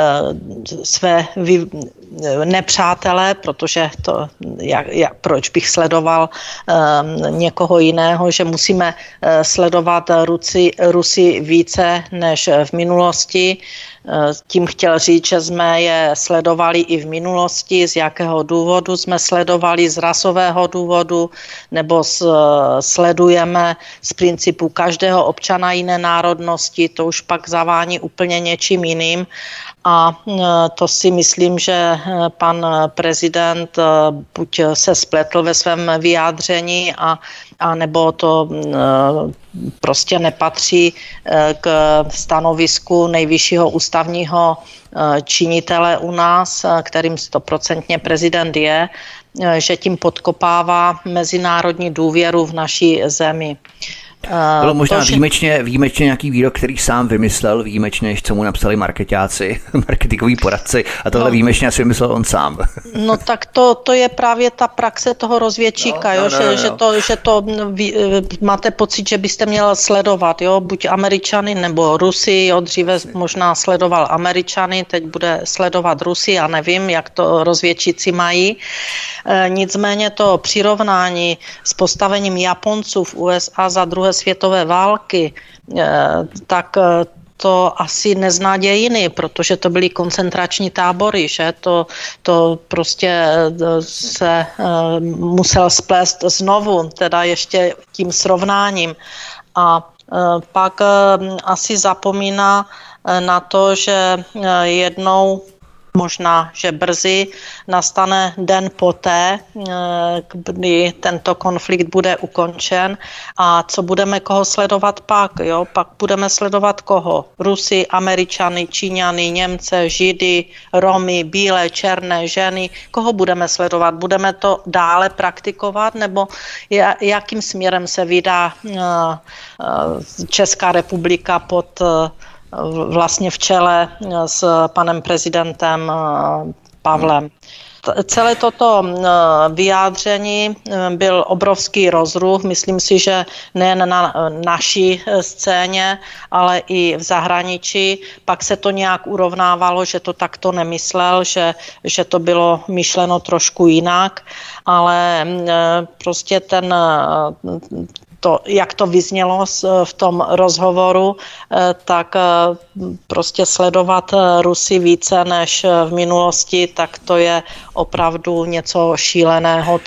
e, své vy, nepřátelé, protože to, jak, jak, proč bych sledoval e, někoho jiného, že musíme e, sledovat Rusy, Rusy více než v minulosti. Tím chtěl říct, že jsme je sledovali i v minulosti, z jakého důvodu jsme sledovali, z rasového důvodu, nebo s, sledujeme z principu každého občana jiné národnosti, to už pak zavání úplně něčím jiným. A to si myslím, že pan prezident buď se spletl ve svém vyjádření, a, a nebo to prostě nepatří k stanovisku nejvyššího ústavního činitele u nás, kterým stoprocentně prezident je, že tím podkopává mezinárodní důvěru v naší zemi. Bylo možná to, že... výjimečně, výjimečně nějaký výrok, který sám vymyslel, výjimečně, než co mu napsali marketáci, marketingoví poradci, a tohle no, výjimečně asi vymyslel on sám. No tak to, to je právě ta praxe toho rozvědčíka, no, jo, no, no, že, no. Že, to, že to vy, máte pocit, že byste měl sledovat, jo, buď Američany nebo Rusy, jo, dříve možná sledoval Američany, teď bude sledovat Rusy, já nevím, jak to rozvědčíci mají. E, nicméně to přirovnání s postavením Japonců v U S A za druhé světové války, tak to asi nezná dějiny, protože to byly koncentrační tábory, že to, to prostě se musel splést znovu, teda ještě tím srovnáním. A pak asi zapomíná na to, že jednou, možná, že brzy nastane den poté, kdy tento konflikt bude ukončen, a co budeme koho sledovat pak, jo? Pak budeme sledovat koho? Rusy, Američany, Číňany, Němce, Židy, Romy, bílé, černé, ženy. Koho budeme sledovat? Budeme to dále praktikovat, nebo jakým směrem se vydá Česká republika pod vlastně v čele s panem prezidentem Pavlem. Celé toto vyjádření byl obrovský rozruch. Myslím si, že nejen na naší scéně, ale i v zahraničí. Pak se to nějak urovnávalo, že to takto nemyslel, že, že to bylo myšleno trošku jinak, ale prostě ten to, jak to vyznělo v tom rozhovoru, tak prostě sledovat Rusy více než v minulosti, tak to je opravdu něco šíleného. To je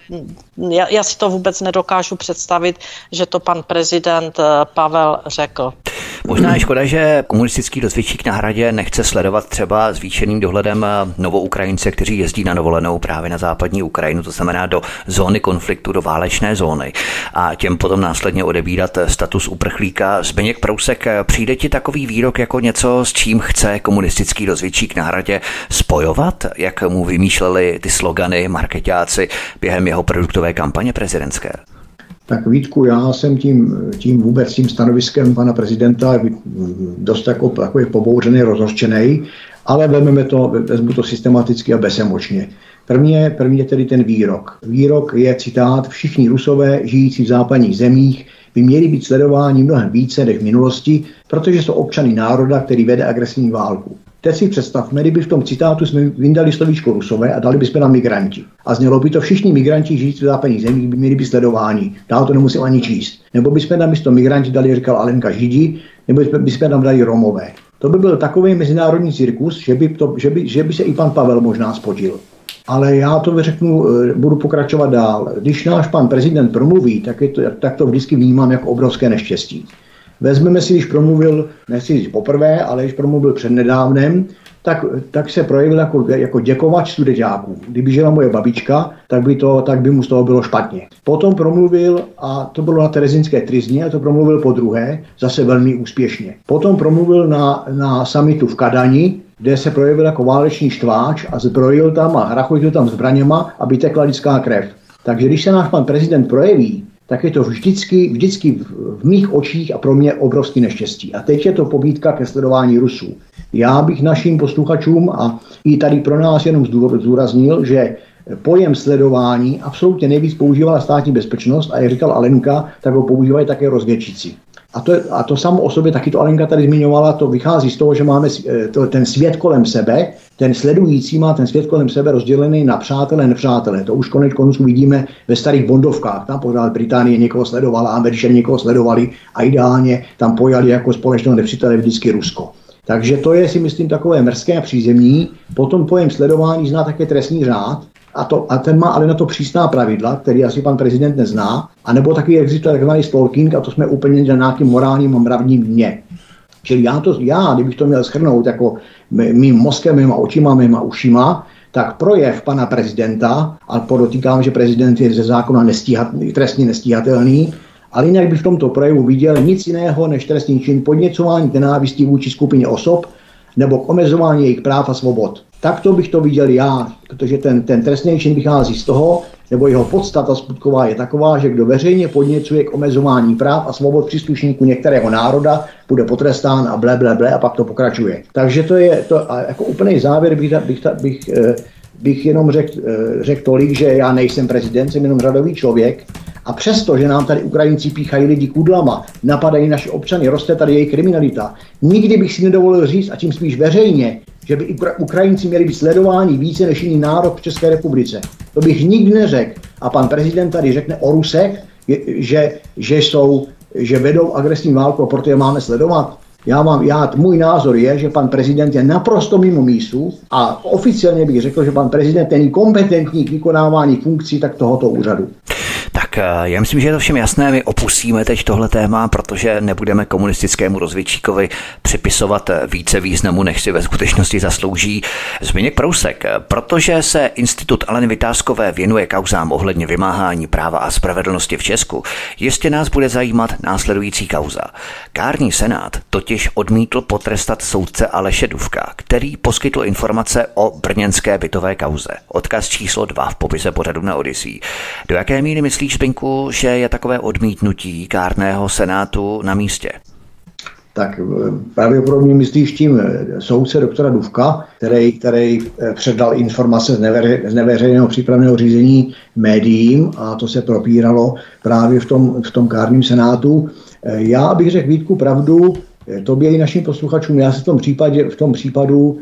já, já si to vůbec nedokážu představit, že to pan prezident Pavel řekl. Možná je škoda, že komunistický rozvědčík na Hradě nechce sledovat třeba zvýšeným dohledem Novoukrajince, kteří jezdí na dovolenou právě na západní Ukrajinu, to znamená do zóny konfliktu, do válečné zóny, a těm potom následně odebírat status uprchlíka. Zbyněk Prousek, přijde ti takový výrok jako něco, s čím chce komunistický rozvědčík na Hradě spojovat, jak mu vymýšleli ty slogany markeťáci během jeho produktové kampaně prezidentské? Tak Vítku, já jsem tím, tím vůbec tím stanoviskem pana prezidenta dost jako, takový pobouřený, rozhořčený, ale vezmeme to, vezmu to systematicky a bezemočně. První je, první je tedy ten výrok. Výrok je citát: všichni Rusové žijící v západních zemích by měli být sledováni mnohem více než v minulosti, protože jsou občany národa, který vede agresivní válku. Teď si představme, kdyby v tom citátu jsme vyndali slovíčko Rusové a dali bychom na migranti. A znělo by to: všichni migranti žijící v západních zemích by měli být sledováni. Dál to nemusím ani číst. Nebo bychom tam místo migranti dali, říkal Alenka, Židi, nebo bychom tam dali Romové. To by byl takový mezinárodní cirkus, že by, to, že by, že by se i pan Pavel možná spodil. Ale já to řeknu, budu pokračovat dál. Když náš pan prezident promluví, tak, je to, tak to vždycky vnímám jako obrovské neštěstí. Vezmeme si, když promluvil, nechci říct poprvé, ale když promluvil přednedávnem, tak, tak se projevil jako, jako děkovač studentáků. Kdyby žila moje babička, tak by, to, tak by mu z toho bylo špatně. Potom promluvil, a to bylo na Terezínské tryzně, a to promluvil po druhé, zase velmi úspěšně. Potom promluvil na, na summitu v Kadani, kde se projevil jako válečný štváč a zbrojil tam a hrachotil tam zbraněma, aby tekla lidská krev. Takže když se náš pan prezident projeví, tak je to vždycky, vždycky v mých očích a pro mě obrovský neštěstí. A teď je to pobídka ke sledování Rusů. Já bych našim posluchačům a i tady pro nás jenom zdůraznil, že pojem sledování absolutně nejvíc používala státní bezpečnost a jak říkal Alenka, tak ho používají také rozvědčíci. A to, a to samo o sobě, taky to Alenka tady zmiňovala, to vychází z toho, že máme to, ten svět kolem sebe, ten sledující má ten svět kolem sebe rozdělený na přátelé a nepřátelé. To už konec konců vidíme ve starých bondovkách. Tam pořád Británie někoho sledovala, Američané někoho sledovali a ideálně tam pojali jako společného nepřítele vždycky Rusko. Takže to je, si myslím, takové mrzké a přízemní. Potom pojem sledování zná také trestní řád. A, to, a ten má ale na to přísná pravidla, který asi pan prezident nezná, anebo taky existuje takzvaný stalking, a to jsme úplně na nějakým morálním a mravním dně. Čili já, to, já, kdybych to měl shrnout jako mým mozkem, mýma očima, mýma ušima, tak projev pana prezidenta, a podotýkám, že prezident je ze zákona nestíhat, trestně nestíhatelný, ale jinak bych v tomto projevu viděl nic jiného než trestný čin podněcování nenávistí vůči skupině osob nebo k omezování jejich práv a svobod. Takto bych to viděl já, protože ten, ten trestný čin vychází z toho, nebo jeho podstata skutková je taková, že kdo veřejně podněcuje k omezování práv a svobod příslušníků některého národa, bude potrestán a ble, ble, ble a pak to pokračuje. Takže to je to, a jako úplný závěr bych, bych, bych, bych jenom řekl řek tolik, že já nejsem prezident, jsem jenom řadový člověk. A přesto, že nám tady Ukrajinci píchají lidi kudlama, napadají naši občany, roste tady jejich kriminalita, nikdy bych si nedovolil říct, a tím spíš veřejně, že by Ukrajinci měli být sledováni více než jiný národ v České republice. To bych nikdy neřekl. A pan prezident tady řekne o Rusech, že, že, jsou, že vedou agresivní válku a proto je máme sledovat. Já mám, já, můj názor je, že pan prezident je naprosto mimo mísu a oficiálně bych řekl, že pan prezident není kompetentní k vykonávání funkcí tak tohoto úřadu. Tak já myslím, že je to všem jasné, my opustíme teď tohle téma, protože nebudeme komunistickému rozvědčíkovi připisovat více významu, než si ve skutečnosti zaslouží. Zbyněk Prousek, protože se Institut Aleny Vitáskové věnuje kauzám ohledně vymáhání práva a spravedlnosti v Česku, jistě nás bude zajímat následující kauza. Kárný senát totiž odmítl potrestat soudce Aleše Dufka, který poskytl informace o brněnské bytové kauze. Odkaz číslo dva v popise pořadu na Odyssey. Do jaké míry myslíš, Zbyňku, že je takové odmítnutí kárného senátu na místě? Tak pravděpodobně myslíš tím soudce doktora Dufka, který, který předal informace z, neveře, z neveřejného přípravného řízení médiím a to se propíralo právě v tom, v tom kárném senátu. Já bych řekl, Vítku, pravdu, tobě i našim posluchačům, já se v tom, případě, v tom případu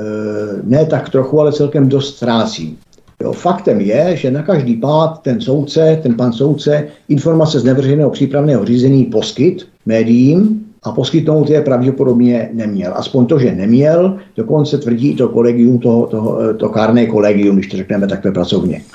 ne tak trochu, ale celkem dost ztrácím. Jo, faktem je, že na každý pád ten soudce, ten pan soudce informace z neveřejného přípravného řízení poskyt médiím a poskytnout je pravděpodobně neměl. Aspoň to, že neměl, dokonce tvrdí to kolegium, to, to, to kárné kolegium, když to řekneme takhle pracovně.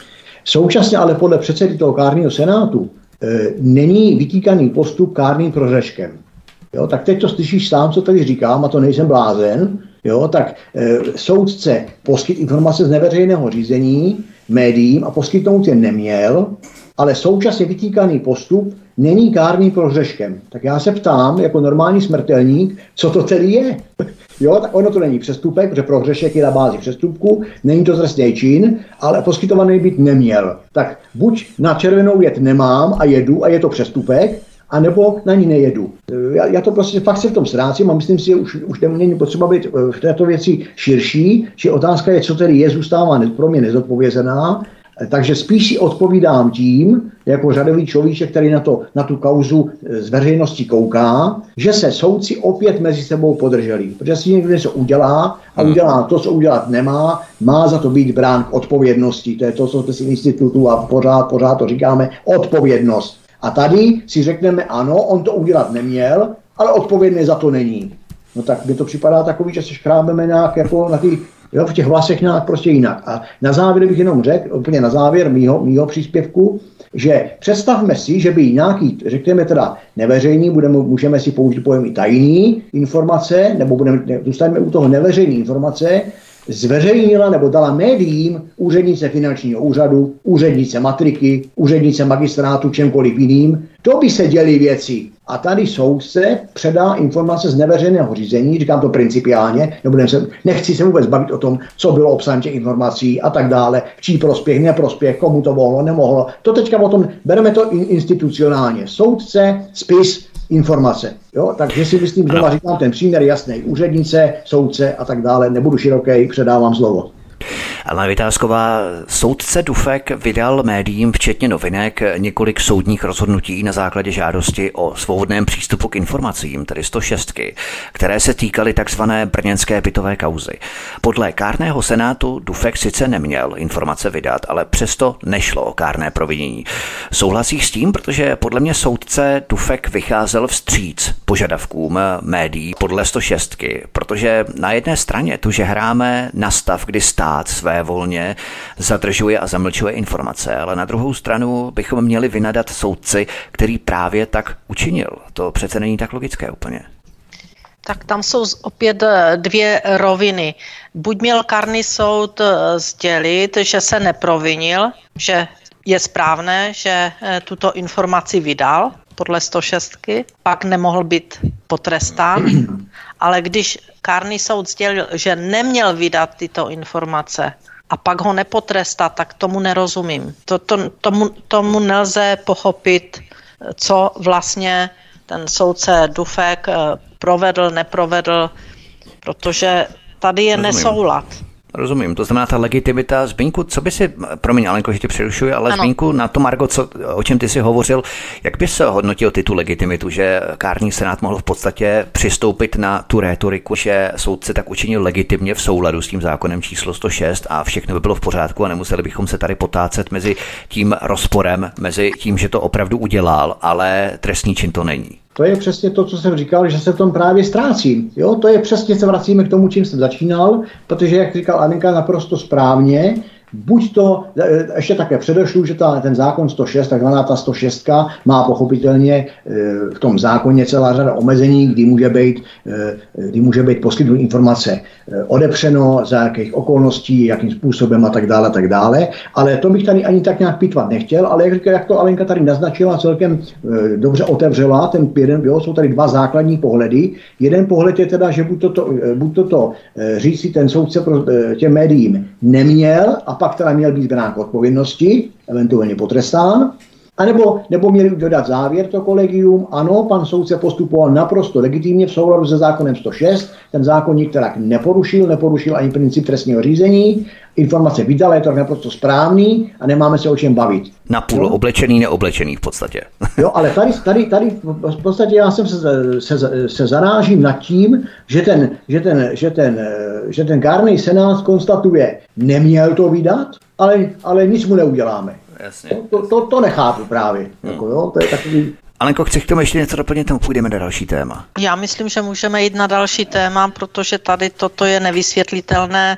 Současně ale podle předsedy toho kárného senátu e, není vytýkaný postup kárným prohřeškem. Jo, tak teď to slyšíš sám, co tady říkám, a to nejsem blázen. Jo, tak e, soudce poskyt informace z neveřejného řízení médiím a poskytnout je neměl, ale současně vytýkaný postup není kárným prohřeškem. Tak já se ptám, jako normální smrtelník, co to tedy je? Jo, tak ono to není přestupek, protože prohřešek je na bázi přestupku, není to trestný čin, ale poskytovaný být neměl. Tak buď na červenou jet nemám a jedu a je to přestupek, anebo na ní nejedu. Já, já to prostě fakt se v tom ztrácím a myslím si, že už, už není potřeba být v této věci širší, že otázka je, co tedy je, zůstává pro mě nezodpovězená. Takže spíš si odpovídám tím, jako řadový človíček, který na, to, na tu kauzu z veřejnosti kouká, že se soudci opět mezi sebou podrželi. Protože si někdo něco udělá a udělá to, co udělat nemá, má za to být brán k odpovědnosti. To je to, co jsme si institutu a pořád, pořád to říkáme, odpovědnost. A tady si řekneme, ano, on to udělat neměl, ale odpovědný za to není. No tak mi to připadá takový, že se škrábeme nějak jako na ty, jo, v těch vlasech nějak prostě jinak. A na závěr bych jenom řekl, úplně na závěr mýho, mýho příspěvku, že představme si, že by nějaký, řekněme teda neveřejný, budeme, můžeme si použít pojem i tajný informace, nebo budeme, zůstaneme u toho neveřejný informace, zveřejnila nebo dala médiím úřednice finančního úřadu, úřednice matriky, úřednice magistrátu, čemkoliv jiným, to by se děly věci. A tady soudce předá informace z neveřejného řízení, říkám to principiálně, se, nechci se vůbec bavit o tom, co bylo obsahem těch informací a tak dále, v čí prospěch, neprospěch, komu to mohlo, nemohlo. To teďka o tom, bereme to institucionálně. Soudce, spis, informace. Jo? Takže si myslím, že říkám ten příměr jasný. Úřednice, soudce a tak dále. Nebudu široký, předávám slovo. Alena Vytázková, soudce Dufek vydal médiím, včetně novinek, několik soudních rozhodnutí na základě žádosti o svobodném přístupu k informacím, tedy sto šest, které se týkaly takzvané brněnské bytové kauzy. Podle kárného senátu Dufek sice neměl informace vydat, ale přesto nešlo o kárné provinění. Souhlasíš s tím, protože podle mě soudce Dufek vycházel vstříc požadavkům médií podle sto šest, protože na jedné straně tu, že hráme na stav, kdy stát své volně zadržuje a zamlčuje informace, ale na druhou stranu bychom měli vynadat soudci, který právě tak učinil. To přece není tak logické úplně. Tak tam jsou opět dvě roviny. Buď měl kárný soud sdělit, že se neprovinil, že je správné, že tuto informaci vydal podle sto šest, pak nemohl být potrestán, ale když kárný soud sdělil, že neměl vydat tyto informace a pak ho nepotrestá, tak tomu nerozumím. To, to, tomu, tomu nelze pochopit, co vlastně ten soudce Dufek provedl, neprovedl, protože tady je rozumím. Nesoulad. Rozumím, to znamená ta legitimita. Zbyňku, co by si, promiň Alenko, že tě přerušuji, ale ano. Zbyňku, na to Margo, co, o čem ty jsi hovořil, jak bys se hodnotil ty tu legitimitu, že kárný senát mohl v podstatě přistoupit na tu rétoriku, že soudce tak učinil legitimně v souladu s tím zákonem číslo sto šest a všechno by bylo v pořádku a nemuseli bychom se tady potácet mezi tím rozporem, mezi tím, že to opravdu udělal, ale trestný čin to není. To je přesně to, co jsem říkal, že se v tom právě ztrácím. Jo, to je přesně, se vracíme k tomu, čím jsem začínal, protože, jak říkal Alenka naprosto správně, buď to, ještě také předešlu, že ta, ten zákon sto šest, takzvaná ta sto šest, má pochopitelně v tom zákoně celá řada omezení, kdy může být, kdy může být poskytnuta informace odepřeno, za jakých okolností, jakým způsobem a tak dále, tak dále. Ale to bych tady ani tak nějak pitvat nechtěl, ale jak, říká, jak to Alenka tady naznačila, celkem dobře otevřela, ten jeden, jo, jsou tady dva základní pohledy. Jeden pohled je teda, že buď toto, buď toto říct si ten soudce pro těm médiím neměl a pak teda měl být brán k odpovědnosti, eventuálně potrestán, anebo, nebo měli dodat závěr to kolegium, ano, pan soudce postupoval naprosto legitimně v souladu se zákonem sto šest, ten zákonník teda neporušil, neporušil ani princip trestního řízení, informace vydala, je to naprosto správný a nemáme se o čem bavit. Napůl no? Oblečený, neoblečený v podstatě. Jo, ale tady, tady, tady v podstatě já jsem se, se, se zarážím nad tím, že ten, že ten, že ten, že ten kárný senát konstatuje, neměl to vydat, ale, ale nic mu neuděláme. Jasně. To, to, to nechápu právě. Hmm. Jako, jo, to je takový... Alenko, chci k tomu ještě něco doplnit, tam půjdeme na další téma. Já myslím, že můžeme jít na další téma, protože tady toto je nevysvětlitelné. Tak.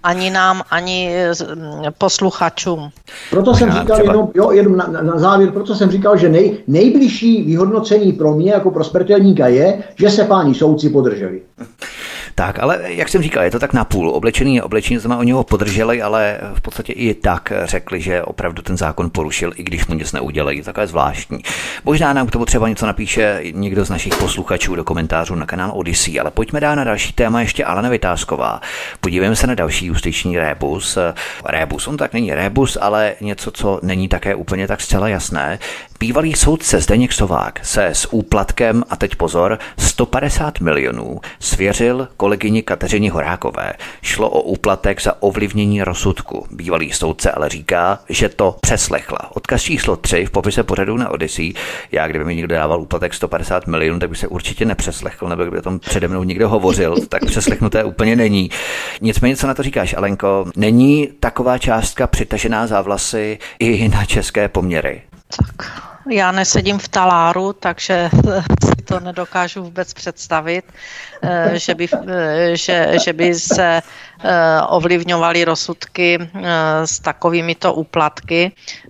ani nám, ani posluchačům. Proto jsem říkal, třeba... jenom, jo, jenom na, na závěr, proto jsem říkal, že nej, nejbližší vyhodnocení pro mě jako pro smrtelníka je, že se páni soudci podrželi. Tak, ale jak jsem říkal, je to tak napůl. Oblečený je oblečený, znamená, oni ho podrželi, ale v podstatě i tak řekli, že opravdu ten zákon porušil, i když mu nic neudělají. Takové zvláštní. Možná nám k tomu třeba něco napíše někdo z našich posluchačů do komentářů na kanál Odyssey, ale pojďme dát na další téma ještě Alena Vytázková. Podívejme se na další justiční rébus. Rébus, on tak není rébus, ale něco, co není také úplně tak zcela jasné. Bývalý soudce Zdeněk Sovák se s úplatkem, a teď pozor, sto padesát milionů svěřil kolegyni Kateřině Horákové. Šlo o úplatek za ovlivnění rozsudku. Bývalý soudce ale říká, že to přeslechla. Odkaz číslo tři v popise pořadu na Odyssey. Já, kdyby mi někdo dával úplatek sto padesát milionů, tak by se určitě nepřeslechl, nebo kdyby o tom přede mnou někdo hovořil, tak přeslechnuté úplně není. Nicméně, co na to říkáš, Alenko? Není taková částka přitažená za vlasy i na české poměry? Tak, já nesedím v taláru, takže si to nedokážu vůbec představit, že by, že, že by se ovlivňovaly rozsudky s takovýmito úplatky.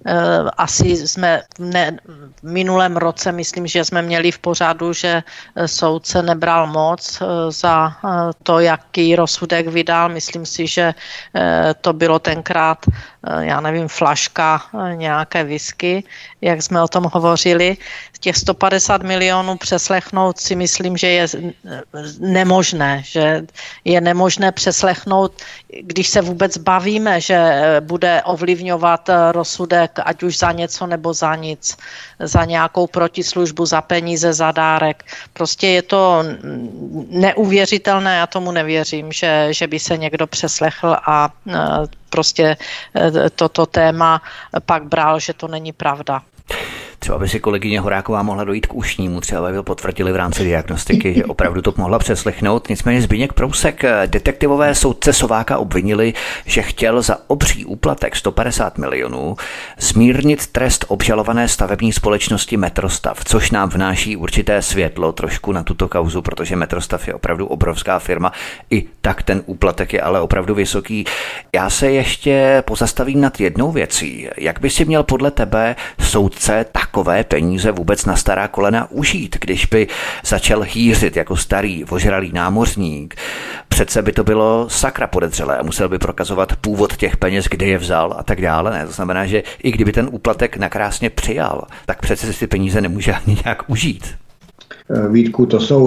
Asi jsme ne, v minulém roce, myslím, že jsme měli v pořadu, že soudce nebral moc za to, jaký rozsudek vydal. Myslím si, že to bylo tenkrát, já nevím, flaška nějaké whisky, jak jsme o tom hovořili. Těch sto padesát milionů přeslechnout si myslím, že je nemožné, že je nemožné přeslechnout, když se vůbec bavíme, že bude ovlivňovat rozsudek, ať už za něco nebo za nic, za nějakou protislužbu, za peníze, za dárek. Prostě je to neuvěřitelné, já tomu nevěřím, že, že by se někdo přeslechl a prostě toto téma pak bral, že to není pravda. Třeba by si kolegyně Horáková mohla dojít k ušnímu, třeba by to potvrdili v rámci diagnostiky, že opravdu to mohla přeslechnout. Nicméně Zbyněk Prousek, detektivové soudce Sováka obvinili, že chtěl za obří úplatek sto padesát milionů zmírnit trest obžalované stavební společnosti Metrostav, což nám vnáší určité světlo trošku na tuto kauzu, protože Metrostav je opravdu obrovská firma, i tak ten úplatek je ale opravdu vysoký. Já se ještě pozastavím nad jednou věcí. Jak by si měl podle tebe soudce takové peníze vůbec na stará kolena užít, když by začal hýřit jako starý ožralý námořník? Přece by to bylo sakra podezřelé a musel by prokazovat původ těch peněz, kde je vzal a tak dále. Ne? To znamená, že i kdyby ten úplatek nakrásně přijal, tak přece si ty peníze nemůže ani nějak užít. Vítku, to jsou,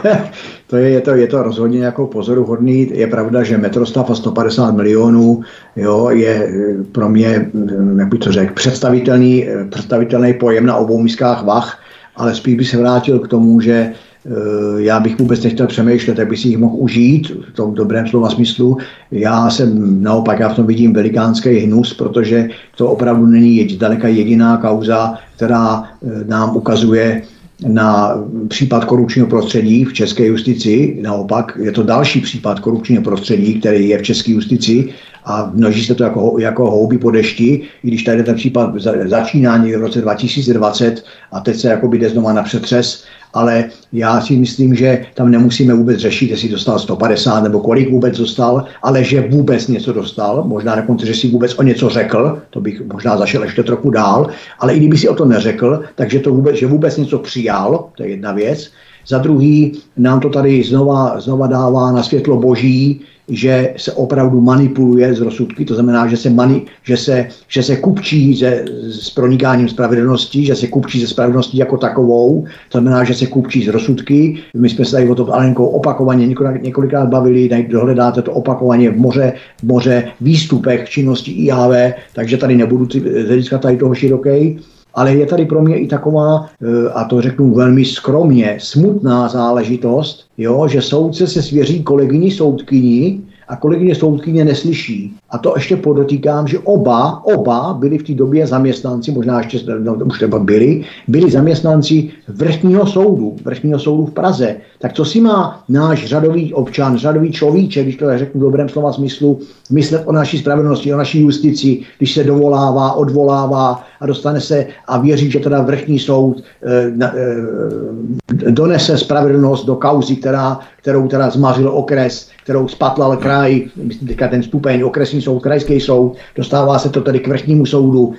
to je, je, to, je to rozhodně jako pozoruhodný. Je pravda, že Metrostav a sto padesát milionů jo, je pro mě, jak bych to řekl, představitelný, představitelný pojem na obou miskách vah, ale spíš by se vrátil k tomu, že já bych vůbec nechtěl přemýšlet, jak by si jich mohl užít v tom dobrém slova smyslu. Já jsem naopak, já v tom vidím velikánský hnus, protože to opravdu není zdaleka jediná kauza, která nám ukazuje na případ korupčního prostředí v české justici. Naopak je to další případ korupčního prostředí, který je v české justici a množí se to jako, jako houby po dešti, i když tady ten případ začíná někdy v roce dva tisíce dvacet a teď se jakoby jde znova na přetřes, ale já si myslím, že tam nemusíme vůbec řešit, jestli dostal sto padesát nebo kolik vůbec dostal, ale že vůbec něco dostal, možná dokonce, že si vůbec o něco řekl, to bych možná zašel ještě trochu dál, ale i kdyby si o to neřekl, takže to vůbec, že vůbec něco přijal, to je jedna věc. Za druhý nám to tady znova, znova dává na světlo boží, že se opravdu manipuluje z rozsudky, to znamená, že se, mani, že se, že se kupčí se, s pronikáním spravedlnosti, že se kupčí se spravedlností jako takovou, to znamená, že se kupčí z rozsudky. My jsme se tady o tom Alenkou opakovaně několik, několikrát bavili, dohledáte to opakovaně v moře, v moře výstupech činnosti I A V, takže tady nebudu z hlediska tady toho široký. Ale je tady pro mě i taková, a to řeknu velmi skromně, smutná záležitost, jo, že soudce se svěří kolegyni soudkyni a kolegyně soudkyně neslyší. A to ještě podotýkám, že oba, oba byli v té době zaměstnanci, možná ještě no, už třeba byli, byli zaměstnanci vrchního soudu, vrchního soudu v Praze. Tak co si má náš řadový občan, řadový človíček, když to řeknu v dobrém slova smyslu, myslet o naší spravedlnosti, o naší justici, když se dovolává, odvolává a dostane se a věří, že teda vrchní soud eh, eh, donese spravedlnost do kauzy, která, kterou teda zmařil okres, kterou spatlal kraj, myslím teďka ten stupeň, okresní soud, krajský soud, dostává se to tedy k vrchnímu soudu.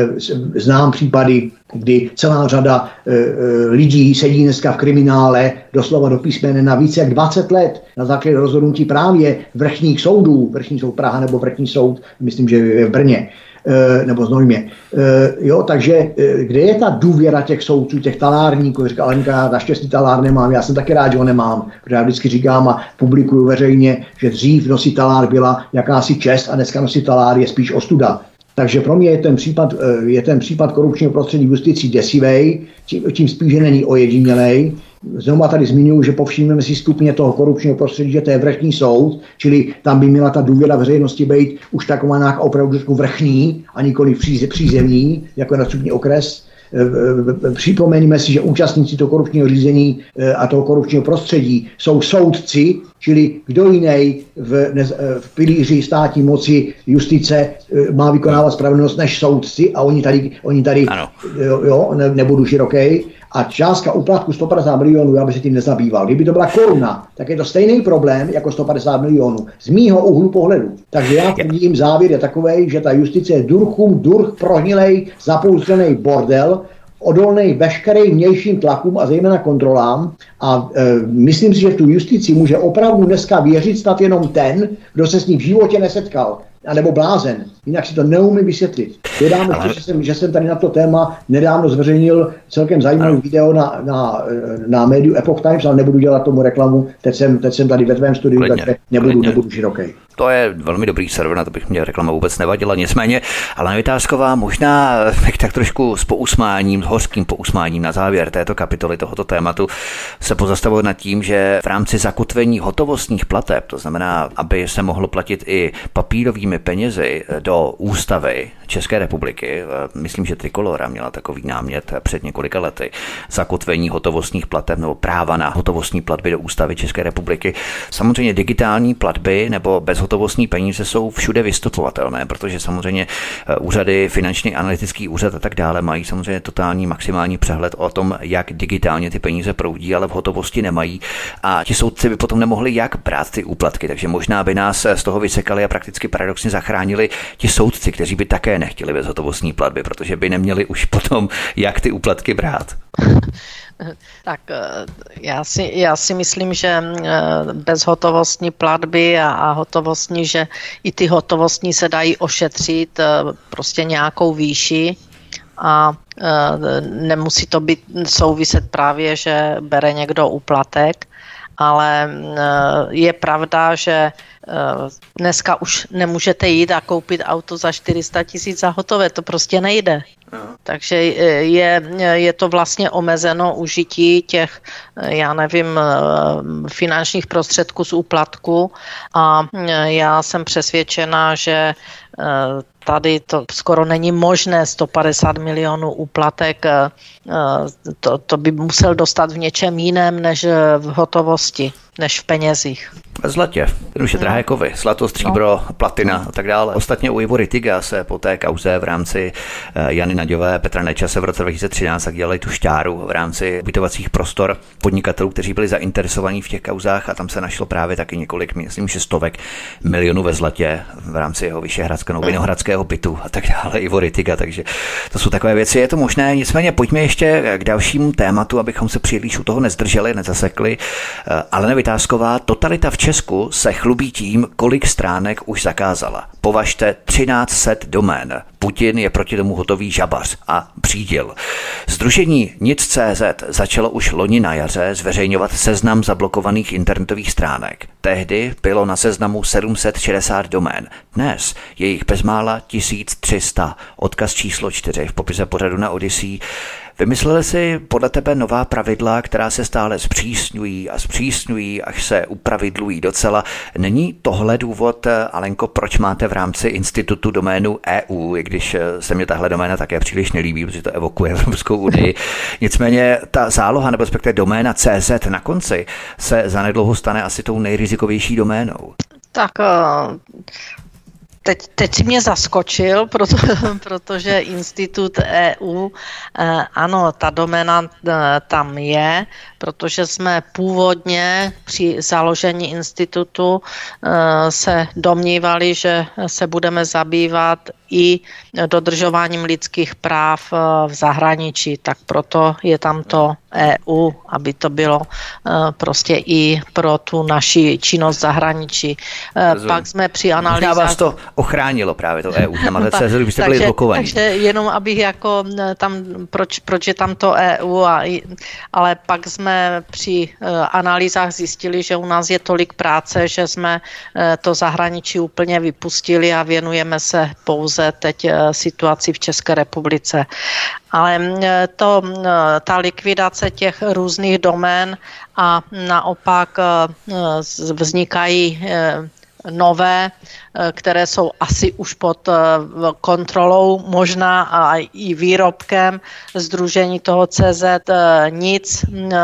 Znám případy, kdy celá řada e, e, lidí sedí dneska v kriminále doslova do písmene na více jak dvacet let na základě rozhodnutí právě vrchních soudů, vrchní soud Praha nebo vrchní soud, myslím, že je v Brně. E, nebo Znojmě. E, jo, takže e, kde je ta důvěra těch soudců, těch talárníků? Říká Alenka, já naštěstí talár nemám, já jsem taky rád, že ho nemám, protože já vždycky říkám a publikuju veřejně, že dřív nosit talár byla jakási čest a dneska nosit talár je spíš ostuda. Takže pro mě je ten případ, je ten případ korupčního prostředí v justici děsivej, tím, tím spíš, že není ojedinělej. Znovu tady zmiňuji, že povšimneme si stupně toho korupčního prostředí, že to je vrchní soud, čili tam by měla ta důvěra veřejnosti být už taková nějaká opravdu vrchní a nikoli přízemní, jako je na stupni okres. Připomeňme si, že účastníci toho korupčního řízení a toho korupčního prostředí jsou soudci, čili kdo jiný v, v pilíři státní moci justice má vykonávat spravedlnost než soudci a oni tady, oni tady jo, jo, ne, nebudu široký. A částka úplatku sto padesát milionů, já bych se tím nezabýval. Kdyby to byla koruna, tak je to stejný problém jako sto padesát milionů. Z mýho úhlu pohledu. Takže já tvrdím, závěr je takovej, že ta justice je durchum, durch, prohnilej, zapouzřený bordel, odolný veškerým vnějším tlakům a zejména kontrolám. A e, myslím si, že tu justici může opravdu dneska věřit snad jenom ten, kdo se s ní v životě nesetkal. A nebo blázen. Jinak si to neumím vysvětlit. Dodám ještě, že jsem, že jsem tady na to téma nedávno zveřejnil celkem zajímavý ano. video na, na, na médiu Epoch Times, ale nebudu dělat tomu reklamu. Teď jsem, teď jsem tady ve tvém studiu, Klidně. takže nebudu, nebudu široký. To je velmi dobrý server, na to bych mě reklama vůbec nevadila. Nicméně, Alena Vytázková, možná tak trošku s pousmáním, s hořkým pousmáním na závěr této kapitoly, tohoto tématu, se pozastavuje nad tím, že v rámci zakotvení hotovostních plateb, to znamená, aby se mohlo platit i papírovými penězi do ústavy České republiky, myslím, že Trikolora měla takový námět před několika lety, zakotvení hotovostních plateb nebo práva na hotovostní platby do ústavy České republiky. Samozřejmě digitální platby nebo bezhotovostní peníze jsou všude vystupovatelné, protože samozřejmě úřady, finanční analytický úřad a tak dále mají samozřejmě totální maximální přehled o tom, jak digitálně ty peníze proudí, ale v hotovosti nemají a ti soudci by potom nemohli jak brát ty úplatky, takže možná by nás z toho vysekali a prakticky paradoxně zachránili ti soudci, kteří by také nechtěli bezhotovostní platby, protože by neměli už potom jak ty úplatky brát. Tak já si, já si myslím, že bezhotovostní platby a, a hotovostní, že i ty hotovostní se dají ošetřit prostě nějakou výši a nemusí to být souviset právě, že bere někdo úplatek, ale je pravda, že dneska už nemůžete jít a koupit auto za čtyři sta tisíc za hotové, to prostě nejde. No. Takže je, je to vlastně omezeno užití těch, já nevím, finančních prostředků z úplatku a já jsem přesvědčena, že tady to skoro není možné sto padesát milionů úplatek, to, to by musel dostat v něčem jiném než v hotovosti, než v penězích. Ve zlatě, ten už je drahé kovy, zlato, stříbro, no. platina a tak dále. Ostatně u Ivory Tiga se po té kauze v rámci Jany Naďové, Petra Nečase v roce dva tisíce třináct tak dělali tu šťáru v rámci ubytovacích prostor podnikatelů, kteří byli zainteresovaní v těch kauzách a tam se našlo právě taky několik, myslím, že stovek milionů ve zlatě v rámci jeho vyšehradského, vinohradského bytu a tak dále, Ivory Tiga, takže to jsou takové věci, je to možné, nicméně pojďme ještě k dalšímu tématu, abychom se příliš u toho nezdrželi, nezasekli. Alena Vytázková, totalita v Česku se chlubí tím, kolik stránek už zakázala. Považte třináct set domén. Putin je proti tomu hotový žabař a příděl. Sdružení nic tečka cé zet začalo už loni na jaře zveřejňovat seznam zablokovaných internetových stránek. Tehdy bylo na seznamu sedm set šedesát domén. Dnes je jich bezmála tisíc tři sta. Odkaz číslo čtyři v popise pořadu na Odyssey. Vymysleli si podle tebe nová pravidla, která se stále zpřísňují a zpřísňují, až se upravidlují docela. Není tohle důvod, Alenko, proč máte v rámci institutu doménu E U, i když se mě tahle doména také příliš nelíbí, protože to evokuje Evropskou unii. Nicméně ta záloha, nebo respektive doména C Z na konci se zanedlouho stane asi tou nejrizikovější doménou. Tak Teď, teď si mě zaskočil, proto, protože Institut E U, eh, ano, ta doména eh, tam je, protože jsme původně při založení institutu eh, se domnívali, že se budeme zabývat i dodržováním lidských práv eh, v zahraničí, tak proto je tam to E U, aby to bylo eh, prostě i pro tu naši činnost v zahraničí. Eh, pak jsme při analýzách... vás to ochránilo právě to E U, tam máte cé zet, byste byli blokovaní. Takže jenom abych jako tam, proč, proč je tam to E U, a, ale pak jsme při uh, analýzách zjistili, že u nás je tolik práce, že jsme uh, to zahraničí úplně vypustili a věnujeme se pouze teď uh, situaci v České republice. Ale uh, to, uh, ta likvidace těch různých domén a naopak uh, vznikají uh, nové, které jsou asi už pod kontrolou, možná a i výrobkem Sdružení toho cé zet Nic,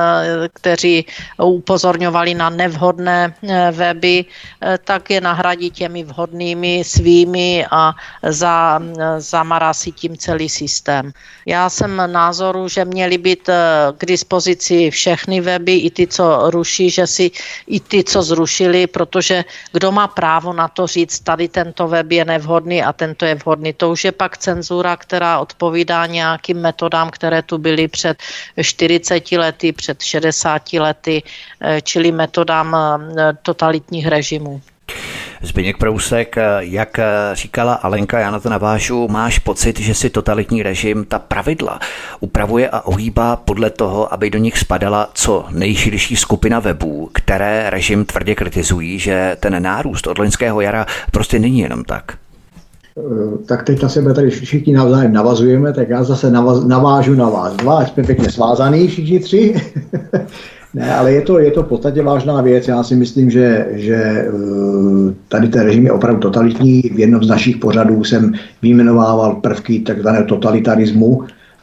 kteří upozorňovali na nevhodné weby, tak je nahradí těmi vhodnými svými a za, zamarasí tím celý systém. Já jsem názoru, že měly být k dispozici všechny weby, i ty, co ruší, že si i ty, co zrušili, protože kdo má právo na to říct, tady tento web je nevhodný a tento je vhodný. To už je pak cenzura, která odpovídá nějakým metodám, které tu byly před čtyřiceti lety, před šedesáti lety, čili metodám totalitních režimů. Zbyněk Prousek, jak říkala Alenka, já na to navážu, máš pocit, že si totalitní režim ta pravidla upravuje a ohýbá podle toho, aby do nich spadala co nejširší skupina webů, které režim tvrdě kritizují, že ten nárůst od loňského jara prostě není jenom tak? Tak teď na sebe tady všichni navzájem navazujeme, tak já zase navaz, navážu na vás dva, ať jsme pěkně svázaný všichni tři. Ne, ale je to, je to v podstatě vážná věc. Já si myslím, že, že tady ten režim je opravdu totalitní. V jednom z našich pořadů jsem vyjmenovával prvky takzvaného totalitarismu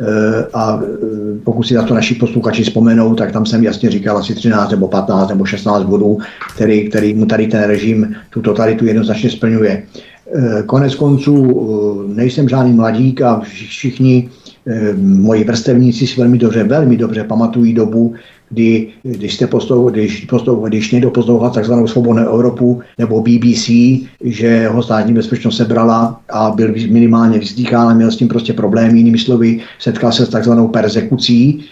a pokud si na to naši posluchači vzpomenou, tak tam jsem jasně říkal asi třináct nebo patnáct nebo šestnáct bodů, který, který mu tady ten režim tu totalitu jednoznačně splňuje. Konec konců nejsem žádný mladík a všichni moji vrstevníci si velmi dobře, velmi dobře pamatují dobu, kdy, když, jste poslouch, když, poslouch, když někdo poslouchal takzvanou Svobodnou Evropu nebo B B C, že ho státní bezpečnost sebrala a byl minimálně vyslýchán a měl s tím prostě problém, jinými slovy, setkal se s takzvanou persekucí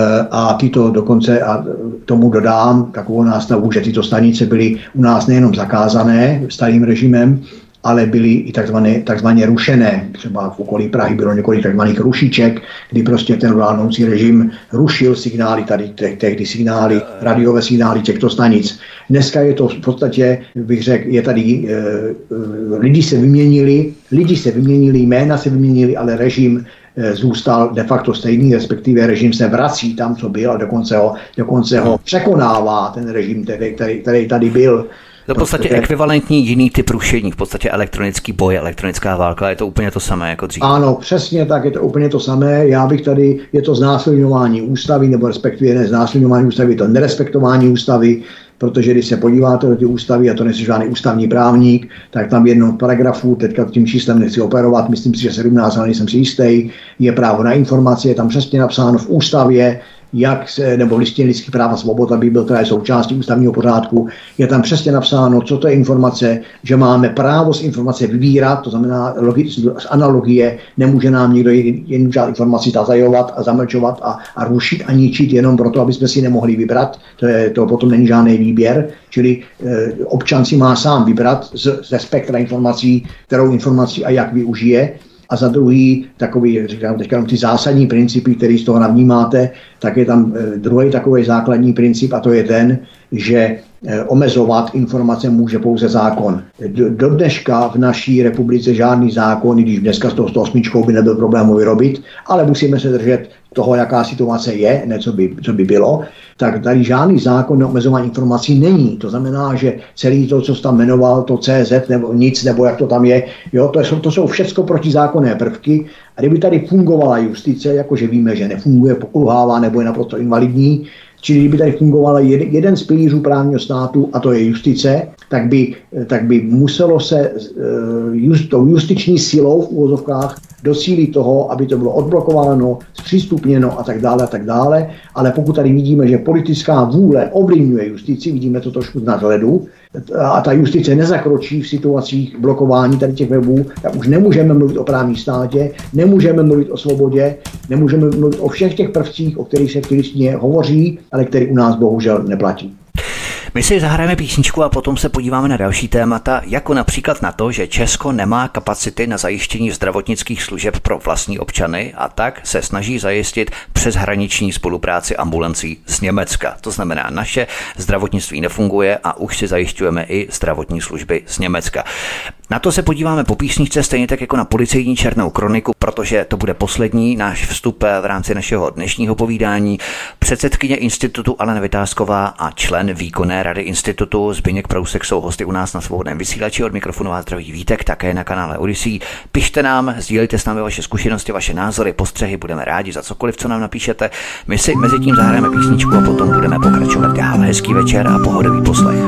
a tyto dokonce, a tomu dodám takovou nástavu, že tyto stanice byly u nás nejenom zakázané starým režimem, ale byly i takzvané, takzvaně rušené. Třeba v okolí Prahy bylo několik takzvaných rušiček, kdy prostě ten vládnoucí režim rušil signály, tady tehdy signály, radiové signály těchto stanic. Dneska je to v podstatě, bych řekl, je tady, e, e, lidi se vyměnili, lidi se vyměnili, jména se vyměnili, ale režim e, zůstal de facto stejný, respektive režim se vrací tam, co byl, a dokonce ho, dokonce ho překonává ten režim, který, který, který tady byl. To v podstatě ekvivalentní jiný typ rušení, v podstatě elektronický boj, elektronická válka, je to úplně to samé jako dřív. Ano, přesně tak, je to úplně to samé. Já bych tady, je to znásilňování ústavy, nebo respektive ne znásilňování ústavy, je to nerespektování ústavy, protože když se podíváte do ty ústavy, a to nejsi žádný ústavní právník, tak tam v jednom paragrafu, teďka tím číslem nechci operovat, myslím si, že sedmnáct, ale nejsem si jistý, je právo na informaci, je tam přesně napsáno v ústavě, jak se, nebo v listině lidských práv a svobod, aby byl teda součástí ústavního pořádku, je tam přesně napsáno, co to je informace, že máme právo z informace vybírat, to znamená z analogie, nemůže nám někdo jen žádnou informaci zatajovat a zamlčovat a, a rušit a ničit jenom proto, aby jsme si nemohli vybrat, to, je, to potom není žádný výběr, čili e, občan si má sám vybrat z, ze spektra informací, kterou informací a jak využije. A za druhý, takový, říkám teďka ty zásadní principy, které z toho navnímáte, tak je tam druhý takový základní princip, a to je ten, že omezovat informace může pouze zákon. Do dneška v naší republice žádný zákon, i když dneska s tou sto osm by nebyl problém vyrobit, ale musíme se držet toho, jaká situace je, ne co by, co by bylo, tak tady žádný zákon na omezování informací není. To znamená, že celý to, co jsi tam jmenoval, to C Z nebo nic, nebo jak to tam je, jo, to jsou, to jsou všechno protizákonné prvky. A kdyby tady fungovala justice, jakože víme, že nefunguje, pokulhává nebo je naprosto invalidní, Čili kdyby tady fungoval jeden z pilířů právního státu, a to je justice, tak by, tak by muselo se just, tou justiční silou v úvozovkách docílit toho, aby to bylo odblokováno, zpřístupněno a tak dále a tak dále. Ale pokud tady vidíme, že politická vůle ovlivňuje justici, vidíme to trošku z nadhledu, a ta justice nezakročí v situacích blokování tady těch webů, tak už nemůžeme mluvit o právním státě, nemůžeme mluvit o svobodě, nemůžeme mluvit o všech těch prvcích, o kterých se v listině hovoří, ale který u nás bohužel neplatí. My si zahrajeme písničku a potom se podíváme na další témata, jako například na to, že Česko nemá kapacity na zajištění zdravotnických služeb pro vlastní občany a tak se snaží zajistit přeshraniční spolupráci ambulancí z Německa. To znamená, naše zdravotnictví nefunguje a už si zajišťujeme i zdravotní služby z Německa. Na to se podíváme po písničce, stejně tak jako na policejní černou kroniku, protože to bude poslední náš vstup v rámci našeho dnešního povídání. Předsedkyně institutu Alena Vytázková a člen výkonné rady institutu Zbyněk Prousek jsou hosty u nás na Svobodném vysílači. Od mikrofonu vás zdraví Vítek, také na kanále Odyssey. Pište nám, sdílejte s námi vaše zkušenosti, vaše názory, postřehy, budeme rádi za cokoliv, co nám napíšete. My si mezi tím zahrajeme písničku a potom budeme pokračovat dál. Hezký večer a pohodový poslech.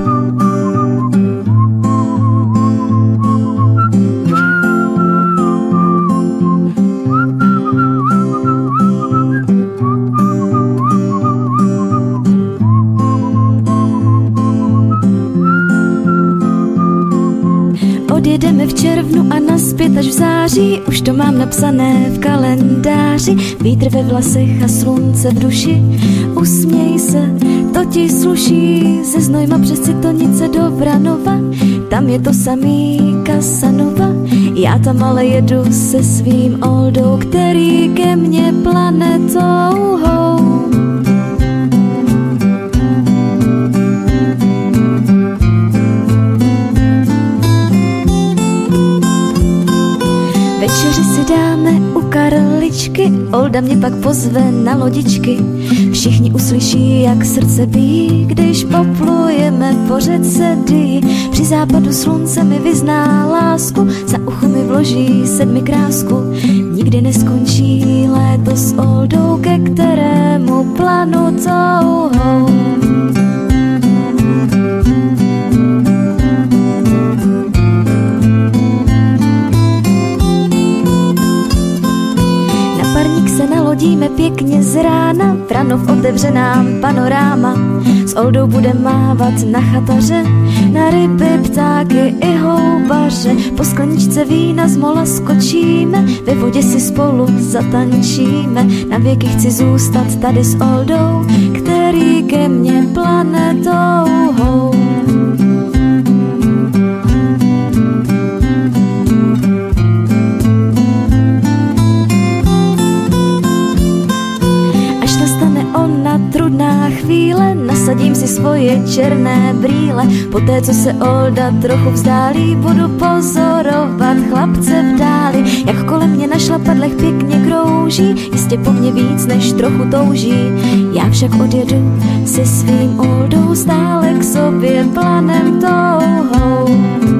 Odjedeme v červnu a nazpět až v září, už to mám napsané v kalendáři. Vítr ve vlasech a slunce v duši, usměj se, to ti sluší. Ze Znojma přes Citonice do Vranova, tam je to samý Casanova. Já tam ale jedu se svým Oldou, který ke mně plane touhou. Večeři si dáme u Karličky, Olda mě pak pozve na lodičky. Všichni uslyší, jak srdce bíjí, když poplujeme po řece Dyji. Při západu slunce mi vyzná lásku, za ucho mi vloží sedmi krásku. Nikdy neskončí léto s Oldou, ke kterému planu touhou. Lodíme pěkně z rána, Vranov otevře nám panoráma. S Oldou bude mávat na chataře, na ryby, ptáky i houbaře. Po skleničce vína z mola skočíme, ve vodě si spolu zatančíme. Na věky chci zůstat tady s Oldou, který ke mně plane touhou. Trudná chvíle, nasadím si svoje černé brýle. Poté, co se Olda trochu vzdálí, budu pozorovat chlapce v dáli, jak kolem mě na šlapadlech pěkně krouží, jistě po mně víc než trochu touží. Já však odjedu se svým Oldou stále k sobě planem touhou.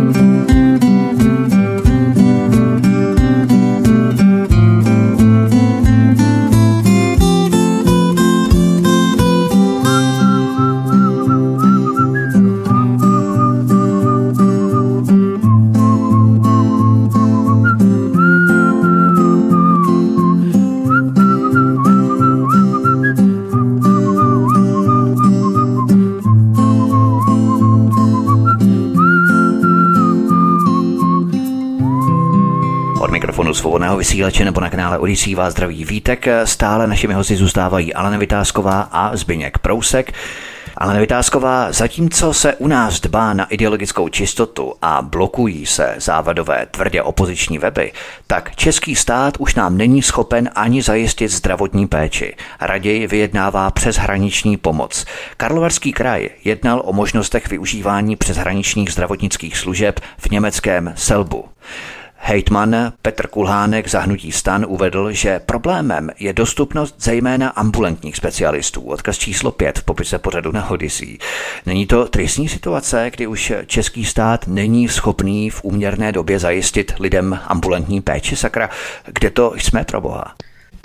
Svobodného vysílače nebo na kanále Odyssey vás zdraví Vítek. Stále našimi hosty zůstávají Alena Vytázková a Zbyněk Prousek. Alena Vytázková, zatímco se u nás dbá na ideologickou čistotu a blokují se závadové tvrdě opoziční weby, tak český stát už nám není schopen ani zajistit zdravotní péči. Raději vyjednává přeshraniční pomoc. Karlovarský kraj jednal o možnostech využívání přeshraničních zdravotnických služeb v německém Selbu. Hejtman Petr Kulhánek za hnutí STAN uvedl, že problémem je dostupnost zejména ambulantních specialistů. Odkaz číslo pět v popise pořadu na Odyssey. Není to tristní situace, kdy už český stát není schopný v úměrné době zajistit lidem ambulantní péči, sakra? Kde to jsme, pro boha?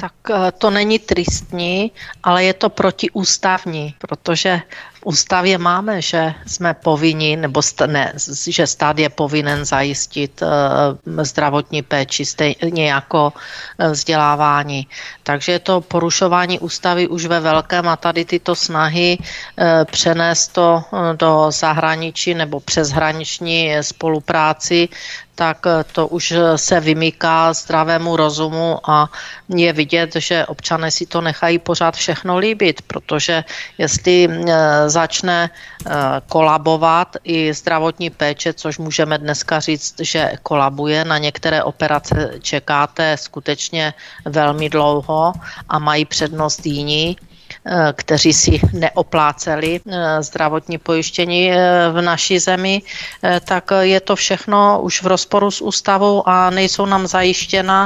Tak to není tristní, ale je to protiústavní, protože v ústavě máme, že jsme povinni, nebo st- ne, že stát je povinen zajistit uh, zdravotní péči stejně jako uh, vzdělávání. Takže je to porušování ústavy už ve velkém a tady tyto snahy uh, přenést to uh, do zahraničí nebo přeshraniční spolupráci, tak to už se vymyká zdravému rozumu a je vidět, že občané si to nechají pořád všechno líbit, protože jestli začne kolabovat i zdravotní péče, což můžeme dneska říct, že kolabuje, na některé operace čekáte skutečně velmi dlouho a mají přednost jiní, kteří si neopláceli zdravotní pojištění v naší zemi, tak je to všechno už v rozporu s ústavou a nejsou nám zajištěna,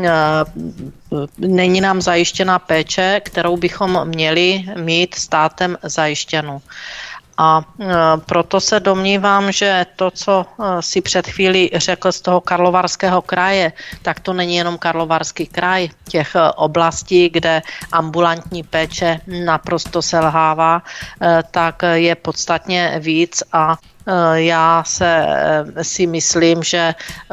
není nám zajištěna péče, kterou bychom měli mít státem zajištěnou. A proto se domnívám, že to, co si před chvílí řekl z toho Karlovarského kraje, tak to není jenom Karlovarský kraj. Těch oblastí, kde ambulantní péče naprosto selhává, tak je podstatně víc a já se, si myslím, že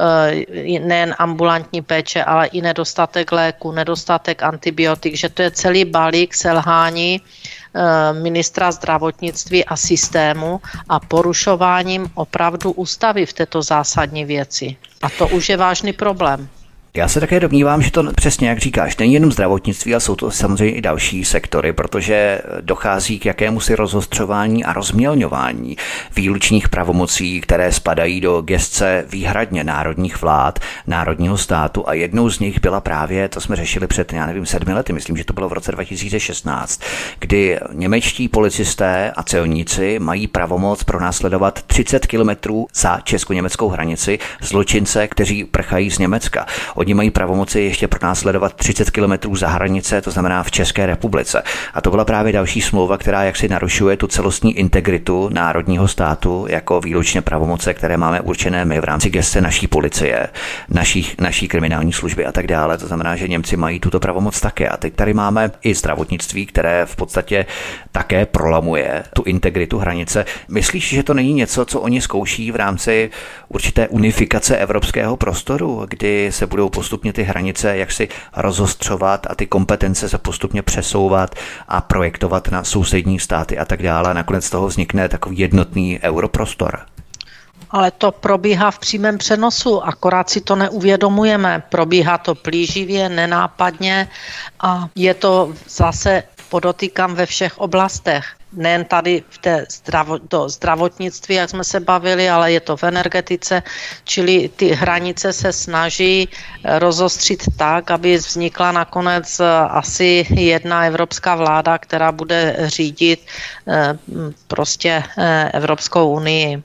nejen ambulantní péče, ale i nedostatek léku, nedostatek antibiotik, že to je celý balík selhání ministra zdravotnictví a systému a porušováním opravdu ústavy v této zásadní věci. A to už je vážný problém. Já se také domnívám, že to přesně, jak říkáš, není jenom zdravotnictví, ale jsou to samozřejmě i další sektory, protože dochází k jakémusi rozostřování a rozmělňování výlučných pravomocí, které spadají do gesce výhradně národních vlád, národního státu a jednou z nich byla právě, to jsme řešili před, já nevím, sedmi lety, myslím, že to bylo v roce dva tisíce šestnáct, kdy němečtí policisté a celníci mají pravomoc pronásledovat třicet kilometrů za česko-německou hranici zločince, kteří prchají z Německa. Oni mají pravomoci ještě pronásledovat třicet kilometrů za hranice, to znamená v České republice. A to byla právě další smlouva, která jaksi narušuje tu celostní integritu národního státu jako výlučně pravomoce, které máme určené my v rámci gesce naší policie, naší, naší kriminální služby a tak dále. To znamená, že Němci mají tuto pravomoc také. A teď tady máme i zdravotnictví, které v podstatě také prolamuje tu integritu hranice. Myslíš, že to není něco, co oni zkouší v rámci určité unifikace evropského prostoru, kdy se budou postupně ty hranice jaksi rozostřovat a ty kompetence se postupně přesouvat a projektovat na sousední státy a tak dále. A nakonec z toho vznikne takový jednotný europrostor. Ale to probíhá v přímém přenosu, akorát si to neuvědomujeme. Probíhá to plíživě, nenápadně a je to zase, podotýkám, ve všech oblastech. Nejen tady v té zdravo, to zdravotnictví, jak jsme se bavili, ale je to v energetice, čili ty hranice se snaží rozostřit tak, aby vznikla nakonec asi jedna evropská vláda, která bude řídit prostě Evropskou unii.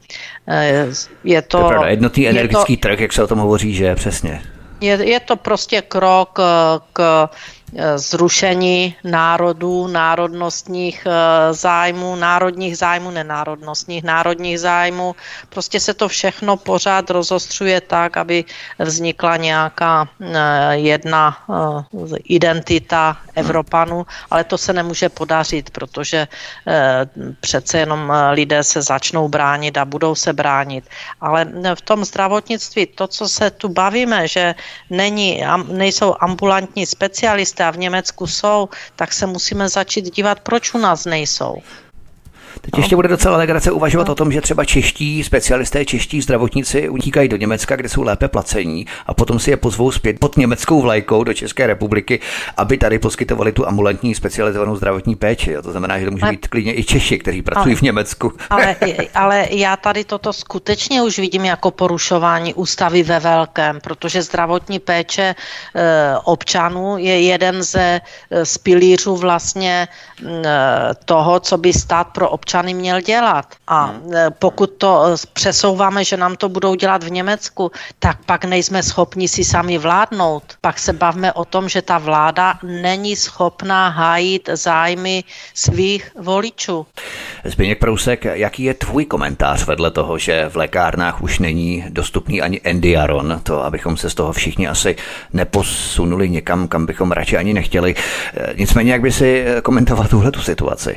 Je to, to je pravda, jednotný energetický to, trh, jak se o tom hovoří, že přesně. Je, je to prostě krok k zrušení národů, národnostních zájmů, národních zájmů, nenárodnostních, národních zájmů. Prostě se to všechno pořád rozostřuje tak, aby vznikla nějaká jedna identita Evropanů, ale to se nemůže podařit, protože přece jenom lidé se začnou bránit a budou se bránit. Ale v tom zdravotnictví, to, co se tu bavíme, že není, nejsou ambulantní specialisté, a v Německu jsou, tak se musíme začít dívat, proč u nás nejsou. Teď ještě bude docela legrace uvažovat no. o tom, že třeba čeští specialisté, čeští zdravotníci utíkají do Německa, kde jsou lépe placení a potom si je pozvou zpět pod německou vlajkou do České republiky, aby tady poskytovali tu ambulantní specializovanou zdravotní péči. To znamená, že to může být klidně i Češi, kteří pracují ale, v Německu. Ale, ale já tady toto skutečně už vidím jako porušování ústavy ve velkém, protože zdravotní péče e, občanů je jeden ze z pilířů vlastně e, toho, co by stát pro občany měl dělat. A pokud to přesouváme, že nám to budou dělat v Německu, tak pak nejsme schopni si sami vládnout. Pak se bavme o tom, že ta vláda není schopná hájit zájmy svých voličů. Zbyněk Prousek, jaký je tvůj komentář vedle toho, že v lékárnách už není dostupný ani Endiaron, to abychom se z toho všichni asi neposunuli někam, kam bychom radši ani nechtěli. Nicméně, jak by si komentoval tuhletu situaci?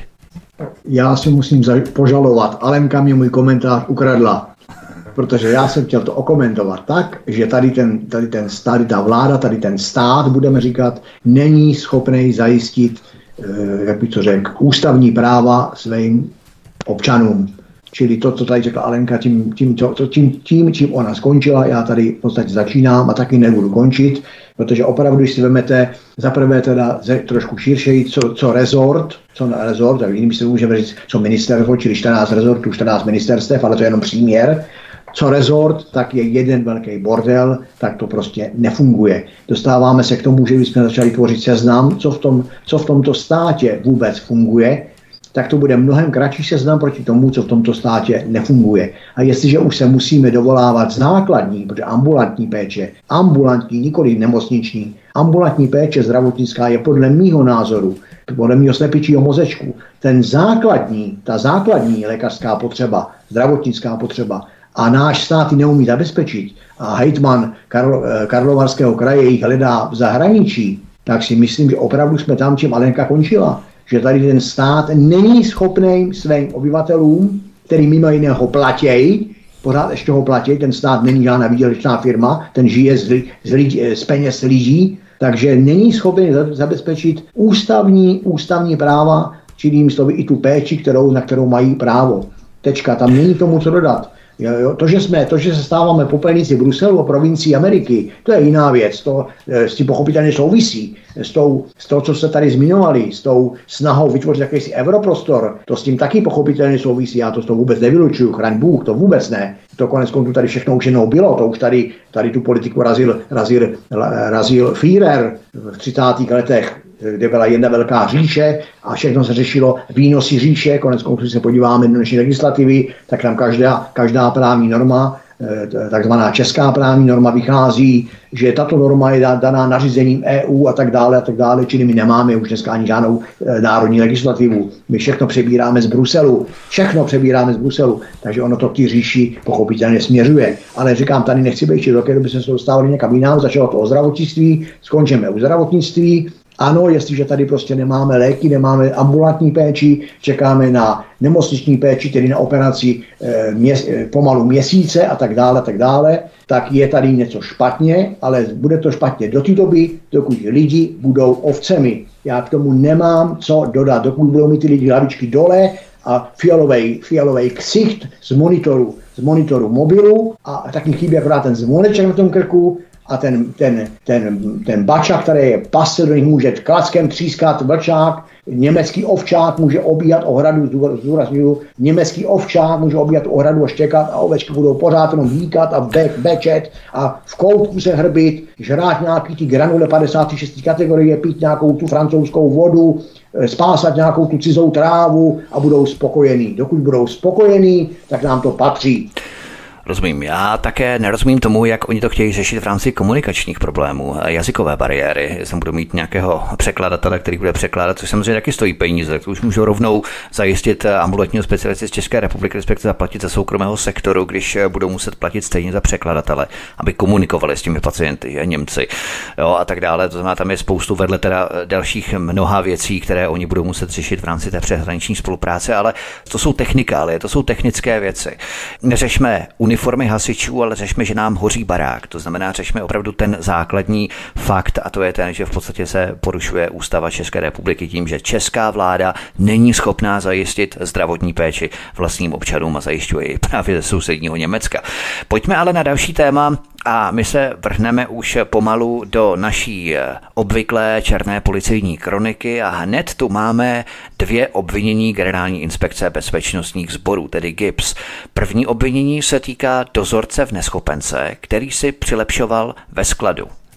Já si musím požalovat. Alenka mi můj komentář ukradla. Protože já jsem chtěl to okomentovat tak, že tady ten, tady ten tady ta vláda, tady ten stát, budeme říkat, není schopný zajistit, jak bych to řekl, ústavní práva svým občanům. Čili to, co tady řekla Alenka, tím, tím, to, tím, tím, čím ona skončila, já tady v podstatě začínám a taky nebudu končit, protože opravdu, když si vezmete zaprvé teda trošku širšej, co, co rezort, co na rezort, tak jinými se můžeme říct, co ministerstvo, čili čtrnáct rezortů, čtrnáct ministerstev, ale to je jenom příměr. Co rezort, tak je jeden velký bordel, tak to prostě nefunguje. Dostáváme se k tomu, že bychom začali tvořit seznam, co v, tom, co v tomto státě vůbec funguje, tak to bude mnohem kratší seznam proti tomu, co v tomto státě nefunguje. A jestliže už se musíme dovolávat základní, protože ambulantní péče, ambulantní, nikoli nemocniční, ambulantní péče zdravotnická je podle mýho názoru, podle mýho slepičího mozečku, ten základní, ta základní lékařská potřeba, zdravotnická potřeba, a náš stát ji neumí zabezpečit a hejtman Karlo, Karlovarského kraje jich hledá v zahraničí, tak si myslím, že opravdu jsme tam, čím Alenka končila. Že tady ten stát není schopný svým obyvatelům, který mimo jiného platějí, pořád ještě ho platí, ten stát není žádná výdělečná firma, ten žije z, z, z peněz lidí, takže není schopný zabezpečit ústavní, ústavní práva, čili slovy i tu péči, kterou, na kterou mají právo. Tečka, tam není tomu co dodat. Jo, jo. To, že jsme, to, že se stáváme popelnici Bruselu a provincií Ameriky, to je jiná věc. To e, s tím pochopitelně souvisí. S tou, s tou, co se tady zmiňovali, s tou snahou vytvořit jakýsi europrostor, to s tím taky pochopitelně souvisí. Já to s toho vůbec nevylučuju, chraň Bůh, to vůbec ne. To konec konců tady všechno už jednou bylo, to už tady, tady tu politiku razil, razil, razil Führer v třicátých letech, kde byla jedna velká říše a všechno se řešilo výnosy říše. Konec konců, když se podíváme do dnešní legislativy, tak tam každá, každá právní norma, takzvaná česká právní norma vychází, že tato norma je daná nařízením E U a tak dále a tak dále, čili my nemáme už dneska ani žádnou národní legislativu. My všechno přebíráme z Bruselu. Všechno přebíráme z Bruselu, takže ono to k té říši pochopitelně směřuje. Ale říkám, tady nechci být do doby jsme se dostávali někam jinam, začalo to o zdravotnictví, skončíme u zdravotnictví. Ano, jestliže tady prostě nemáme léky, nemáme ambulantní péči, čekáme na nemocniční péči, tedy na operaci e, měs, e, pomalu měsíce a tak dále, tak dále, tak je tady něco špatně, ale bude to špatně do té doby, dokud lidi budou ovcemi. Já k tomu nemám co dodat, dokud budou mít ty lidi hlavičky dole a fialovej, fialovej ksicht z monitoru, z monitoru mobilu a tak mi chybí akorát ten zvoneček na tom krku, a ten, ten, ten, ten bačák, který je pasce, do nich může klackem třískat vlčák, německý ovčák může obíhat ohradu, zdůrazňuju, německý ovčák může obíhat ohradu a štěkat a ovečky budou pořád jenom výkat a be, bečet a v koutku se hrbit, žrát nějaký ty granule padesát šest kategorie, pít nějakou tu francouzskou vodu, spásat nějakou tu cizou trávu a budou spokojení. Dokud budou spokojení, tak nám to patří. Rozumím. Já také nerozumím tomu, jak oni to chtějí řešit v rámci komunikačních problémů, jazykové bariéry. Jestli budou mít nějakého překladatele, který bude překládat, což samozřejmě taky stojí peníze, to už můžou rovnou zajistit ambulantního specialisty z České republiky, respektive zaplatit ze soukromého sektoru, když budou muset platit stejně za překladatele, aby komunikovali s těmi pacienty, že Němci, jo, a tak dále. To znamená, tam je spoustu vedle teda dalších mnoha věcí, které oni budou muset řešit v rámci té přeshraniční spolupráce, ale to jsou technikálie, to jsou technické věci. Neřešme uniformy hasičů, ale řešme, že nám hoří barák. To znamená, řešme opravdu ten základní fakt a to je ten, že v podstatě se porušuje ústava České republiky tím, že česká vláda není schopná zajistit zdravotní péči vlastním občanům a zajišťuje ji právě ze sousedního Německa. Pojďme ale na další téma a my se vrhneme už pomalu do naší obvyklé černé policejní kroniky a hned tu máme dvě obvinění Generální inspekce bezpečnostních sborů, tedy G I B S. První obvinění se týká dozorce v neschopence, který si přilepšoval ve skladu.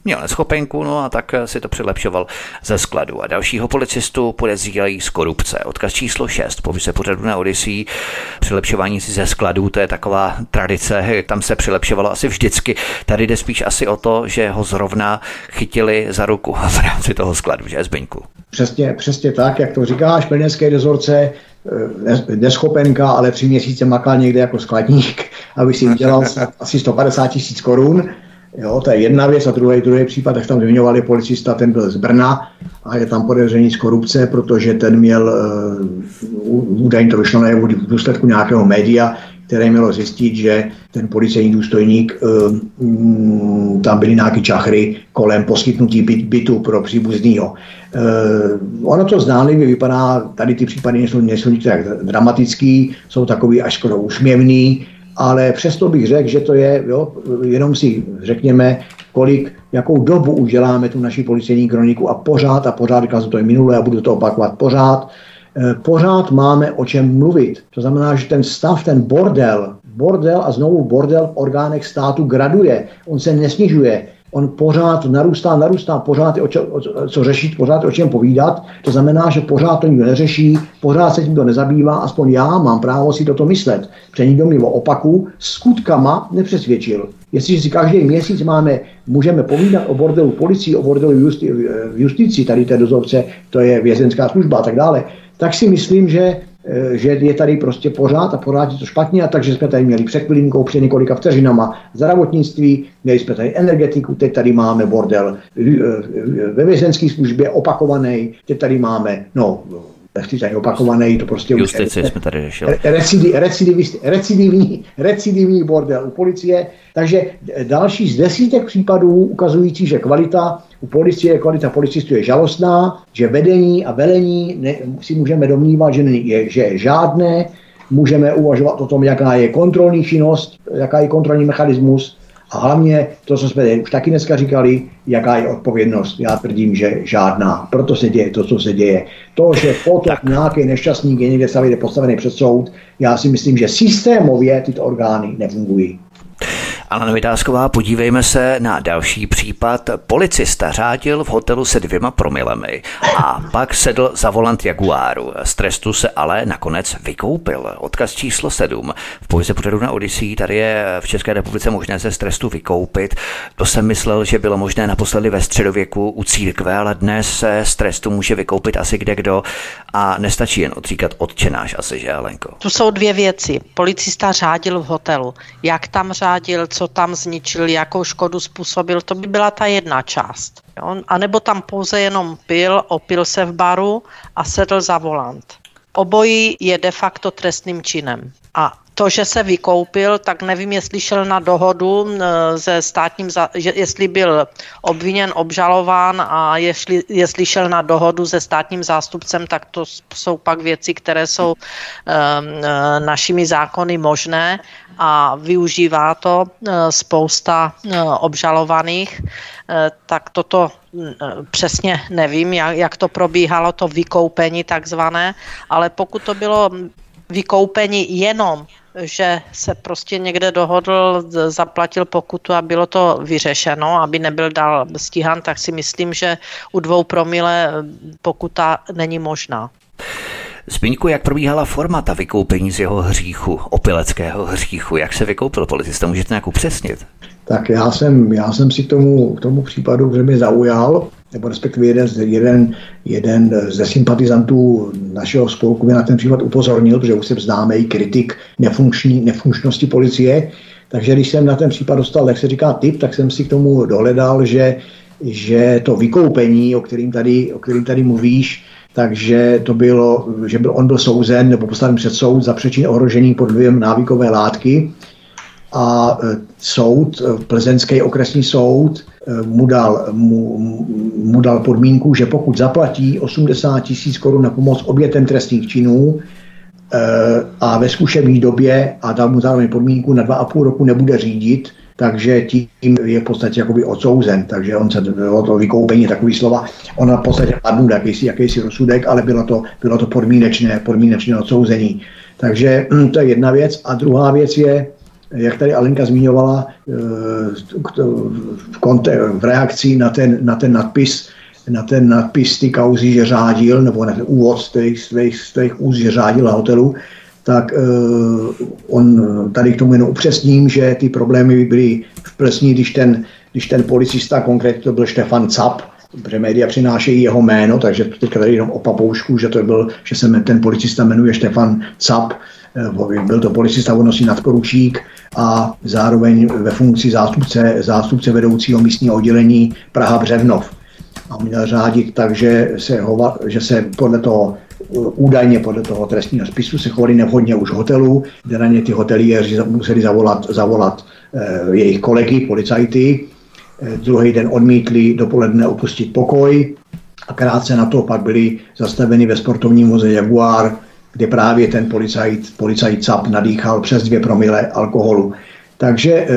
Měl neschopenku, no a tak si to přilepšoval ze skladu. A dalšího policistu podezřívají z korupce. Odkaz číslo šest, povise pořadu na Odyssey. Přilepšování si ze skladů, to je taková tradice, tam se přilepšovalo asi vždycky. Tady jde spíš asi o to, že ho zrovna chytili za ruku v rámci toho skladu, že, Zbyňku? Přesně, přesně tak, jak to říkáš, plněnské dozorce, neschopenka, ale tři měsíce makal někde jako skladník, aby si vydělal asi sto padesát tisíc korun. Jo, to je jedna věc a druhý, druhý případ, jak tam zmiňovali policista, ten byl z Brna a je tam podezření z korupce, protože ten měl, uh, údajně to vyšlo najevo v důsledku nějakého média, které mělo zjistit, že ten policejní důstojník, uh, um, tam byly nějaké čachry kolem poskytnutí byt, bytu pro příbuznýho. Uh, ono to zdánlivě vypadá, tady ty případy nejsou, nejsou nikterak dramatický, jsou takový až skoro úsměvný, ale přesto bych řekl, že to je, jo, jenom si řekněme, kolik, jakou dobu už děláme tu naši policejní kroniku a pořád a pořád, říkal jsem to i minule a budu to opakovat pořád, eh, pořád máme o čem mluvit. To znamená, že ten stav, ten bordel, bordel a znovu bordel v orgánech státu graduje, on se nesnižuje. On pořád narůstá, narůstá, pořád je o, čo, o co řešit, pořád je o čem povídat. To znamená, že pořád to nikdo neřeší, pořád se tím to nezabývá, aspoň já mám právo si toto myslet. Protože nikdo mě o opaku skutkama nepřesvědčil. Jestliže si každý měsíc máme, můžeme povídat o bordelu policii, o bordelu justi, v justici, tady té dozorce, to je vězenská služba a tak dále, tak si myslím, že že je tady prostě pořád a pořád je to špatně, a takže jsme tady měli před chvilinkou, před několika vteřinama zdravotnictví, měli jsme tady energetiku, teď tady máme bordel ve vězenské službě opakovaný, teď tady máme, no, nechci tady opakovaný, to prostě justici jsme tady řešili. Recidivní, recidivní, recidivní bordel u policie, takže další z desítek případů ukazující, že kvalita u policie, kvalita policistů je žalostná, že vedení a velení ne, si můžeme domnívat, že, je, že je žádné, můžeme uvažovat o tom, jaká je kontrolní činnost, jaká je kontrolní mechanismus a hlavně to, co jsme už taky dneska říkali, jaká je odpovědnost. Já tvrdím, že žádná. Proto se děje to, co se děje. To, že potom nějaký nešťastník je někde stavě postavený před soud, já si myslím, že systémově tyto orgány nefungují. Alena Vitásková, podívejme se na další případ. Policista řádil v hotelu se dvěma promilemi a pak sedl za volant Jaguáru. Z trestu se ale nakonec vykoupil. Odkaz číslo sedm. V pověze pořadu na Odyssey, tady je v České republice možné se z trestu vykoupit. To jsem myslel, že bylo možné naposledy ve středověku u církve, ale dnes se z trestu může vykoupit asi kde kdo a nestačí jen odříkat Otčenáš asi, že, Alenko? Tu jsou dvě věci. Policista řádil v hotelu. Jak tam řádil, co tam zničil, jakou škodu způsobil, to by byla ta jedna část. Jo? A nebo tam pouze jenom pil, opil se v baru a sedl za volant. Obojí je de facto trestným činem. A to, že se vykoupil, tak nevím, jestli šel na dohodu se státním, jestli byl obviněn, obžalován a jestli, jestli šel na dohodu se státním zástupcem, tak to jsou pak věci, které jsou um, našimi zákony možné a využívá to uh, spousta uh, obžalovaných. Uh, tak toto uh, přesně nevím, jak, jak to probíhalo, to vykoupení takzvané, ale pokud to bylo vykoupení jenom, že se prostě někde dohodl, zaplatil pokutu a bylo to vyřešeno, aby nebyl dál stíhan, tak si myslím, že u dvou promile pokuta není možná. Zbyňku, jak probíhala forma ta vykoupení z jeho hříchu, opileckého hříchu? Jak se vykoupil policista? Můžete nějak upřesnit? Tak já jsem, já jsem si k tomu, k tomu případu, který mě zaujal, nebo respektive jeden, jeden, jeden ze sympatizantů našeho spolku mě na ten případ upozornil, protože už jsem známý kritik nefunkční, nefunkčnosti policie. Takže když jsem na ten případ dostal, jak se říká, tip, tak jsem si k tomu dohledal, že, že to vykoupení, o kterým tady, o kterým tady mluvíš, takže to bylo, že byl, on byl souzen nebo postaven před soud za přečin ohrožení pod vlivem návykové látky. A soud, plzeňský okresní soud, mu dal, mu, mu dal podmínku, že pokud zaplatí osmdesát tisíc korun na pomoc obětem trestných činů a ve zkušební době a dal mu zároveň podmínku na dva a půl roku nebude řídit, takže tím je v podstatě jakoby odsouzen. Takže on se o to vykoupení, takový slova, on v podstatě padnul jakýsi, jakýsi rozsudek, ale bylo to, bylo to podmínečné, podmínečné odsouzení. Takže to je jedna věc. A druhá věc je, jak tady Alenka zmiňovala, v reakci na ten, na ten nadpis, na ten nadpis ty kauzy, že řádil, nebo na ten úvod z těch svých, svých úst, že řádil na hotelu, tak on tady k tomu jenom upřesním, že ty problémy byly v Plzni, když ten, když ten policista, konkrétně to byl Štefan Cap, protože média přinášejí jeho jméno, takže teďka tady jenom o papoušku, že to byl, že se ten policista jmenuje Štefan Cap, byl to policista hodností nadporučík a zároveň ve funkci zástupce, zástupce vedoucího místního oddělení Praha Břevnov. A měl řádit tak, že se, hova, že se podle toho, údajně podle toho trestního spisu se chovali nevhodně už hotelu, kde na ně ty hoteliéři museli zavolat, zavolat eh, jejich kolegy, policajty. Eh, druhý den odmítli dopoledne opustit pokoj a krátce na to pak byli zastaveni ve sportovním voze Jaguar, kde právě ten policajt, policajt Cap nadýchal přes dvě promile alkoholu. Takže eh,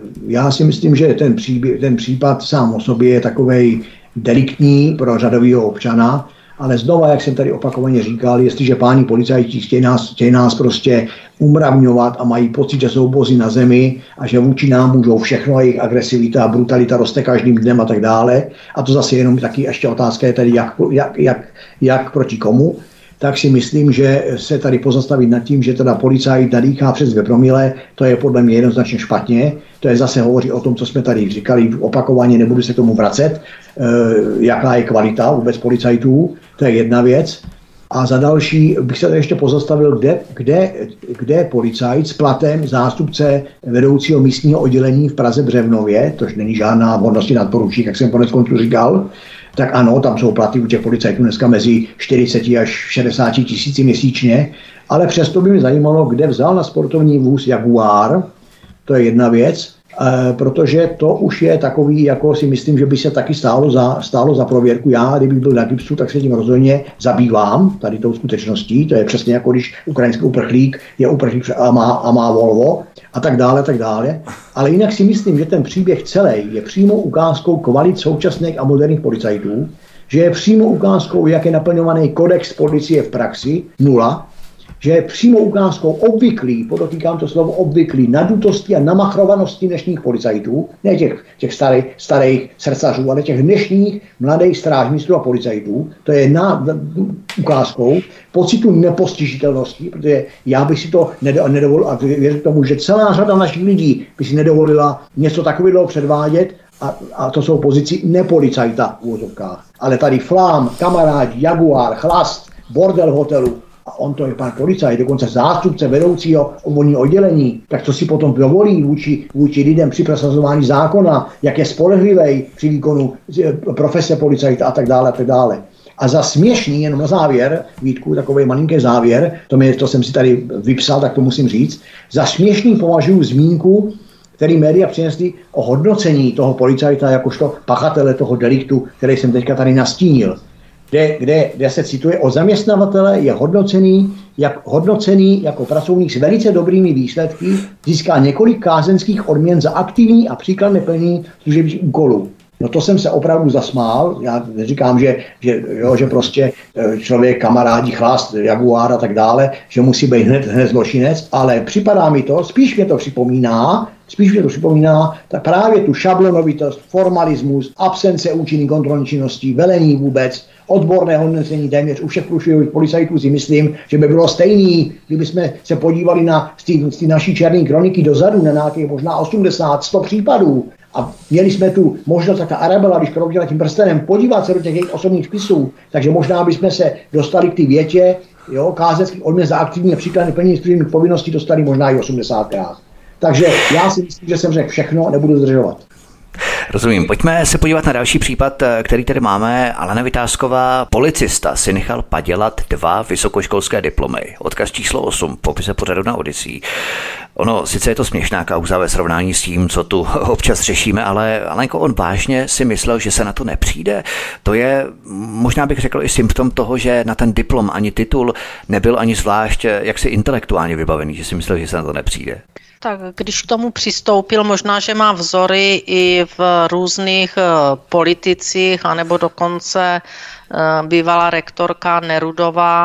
já si myslím, že ten, příběh, ten případ sám o sobě je takovej deliktní pro řadového občana, ale znova, jak jsem tady opakovaně říkal, jestliže páni policajti chtějí nás, chtějí nás prostě umravňovat a mají pocit, že jsou bozi na zemi a že vůči nám můžou všechno a jejich agresivita a brutalita roste každým dnem a tak dále, a to zase jenom taky ještě otázka je tady, jak, jak, jak, jak proti komu, tak si myslím, že se tady pozastavit nad tím, že teda policajt nadýchá přes dvě promile, to je podle mě jednoznačně špatně. To je zase hovoří o tom, co jsme tady říkali opakovaně, nebudu se k tomu vracet, e, jaká je kvalita vůbec policajtů, to je jedna věc. A za další bych se ještě pozastavil, kde, kde, kde policajt s platem zástupce vedoucího místního oddělení v Praze Břevnově, tož není žádná hodností nadporučík, jak jsem konec konců říkal, tak ano, tam jsou platy u těch policajtů dneska mezi čtyřicet až šedesát tisíci měsíčně, ale přesto by mě zajímalo, kde vzal na sportovní vůz Jaguar, to je jedna věc, e, protože to už je takový, jako si myslím, že by se taky stálo za, stálo za prověrku. Já, kdybych byl na gipsu, tak se tím rozhodně zabývám, tady tou skutečností, to je přesně jako když ukrajinský uprchlík je uprchlík a má, a má Volvo a tak dále, tak dále. Ale jinak si myslím, že ten příběh celý je přímou ukázkou kvalit současných a moderních policajtů, že je přímou ukázkou, jak je naplňovaný kodex policie v praxi, nula, že je přímou ukázkou obvyklý, podotýkám to slovo obvyklý, nadutosti a namachrovanosti dnešních policajtů, ne těch, těch starých, starých srdcařů, ale těch dnešních mladých strážmistrů a policajtů, to je na, na, ukázkou pocitu nepostižitelnosti, protože já bych si to nedovolil, a věřím tomu, že celá řada našich lidí by si nedovolila něco takového předvádět, a, a to jsou pozici nepolicajta v úvozovkách. Ale tady flám, kamarád, Jaguar, chlast, bordel v hotelu, a on to je pan policajt, dokonce zástupce vedoucího obvodního oddělení, tak to si potom dovolí vůči, vůči lidem při prosazování zákona, jak je spolehlivý při výkonu profese policajta a tak dále a tak dále. A za směšný, jenom na závěr, Vítku, takový malinký závěr, to, mě, to jsem si tady vypsal, tak to musím říct, za směšný považuji zmínku, který média přinesli o hodnocení toho policajta jakožto pachatele toho deliktu, který jsem teďka tady nastínil. Kde, kde, kde se cituje, o zaměstnavatele je hodnocený, jak, hodnocený jako pracovník s velice dobrými výsledky, získá několik kázeňských odměn za aktivní a příkladné plnění služebních úkolů. No to jsem se opravdu zasmál, já neříkám, že, že, jo, že prostě člověk kamarádi, chlast, Jaguár a tak dále, že musí být hned, hned zločinec, ale připadá mi to, spíš mě to připomíná, spíš mě to připomíná tak právě tu šablonovitost, formalismus, absence účinný kontrolní činnosti, velení vůbec, odborné hodnocení téměř u všech průšvihových policajtů si myslím, že by bylo stejný, kdyby jsme se podívali na z té naší černé kroniky dozadu, na nějakých možná osmdesát sto případů a měli jsme tu možnost, tak ta Arabela, když kroutila tím prstenem, podívat se do těch jejich osobních spisů, takže možná bychom se dostali k té větě, jo, kázeňských odměn za aktivní a příkladné plnění služebních povinností dostali možná i osmdesátkrát. Takže já si myslím, že jsem řekl všechno, nebudu zdržovat. Rozumím. Pojďme se podívat na další případ, který tady máme. Alena Vytázková, policista, si nechal padělat dva vysokoškolské diplomy. Odkaz číslo osm, v popise pořadu na Odysee. Ono, sice je to směšná kauza ve srovnání s tím, co tu občas řešíme, ale Alenko, on vážně si myslel, že se na to nepřijde. To je, možná bych řekl, i symptom toho, že na ten diplom ani titul nebyl ani zvlášť jaksi intelektuálně vybavený, že si myslel, že se na to nepřijde. Tak když k tomu přistoupil, možná, že má vzory i v různých politicích, anebo dokonce bývalá rektorka Nerudová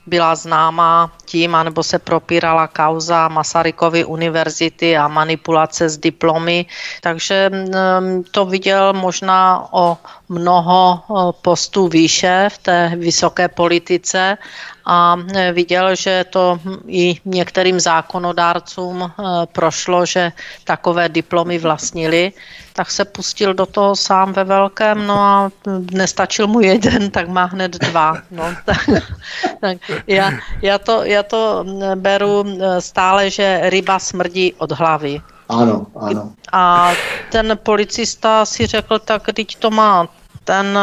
byla známá tím, anebo se propírala kauza Masarykovy univerzity a manipulace s diplomy, takže to viděl možná o mnoho postů výše v té vysoké politice a viděl, že to i některým zákonodárcům prošlo, že takové diplomy vlastnili, tak se pustil do toho sám ve velkém, no a nestačil mu jeden, tak má hned dva. No, tak, tak já, já, to, já to beru stále, že ryba smrdí od hlavy. Ano, ano. A ten policista si řekl, tak teď to má ten,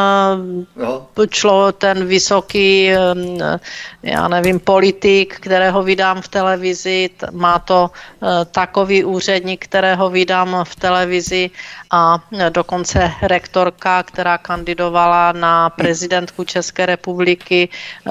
člo, ten vysoký, já nevím, politik, kterého vydám v televizi, má to takový úředník, kterého vydám v televizi a dokonce rektorka, která kandidovala na prezidentku České republiky,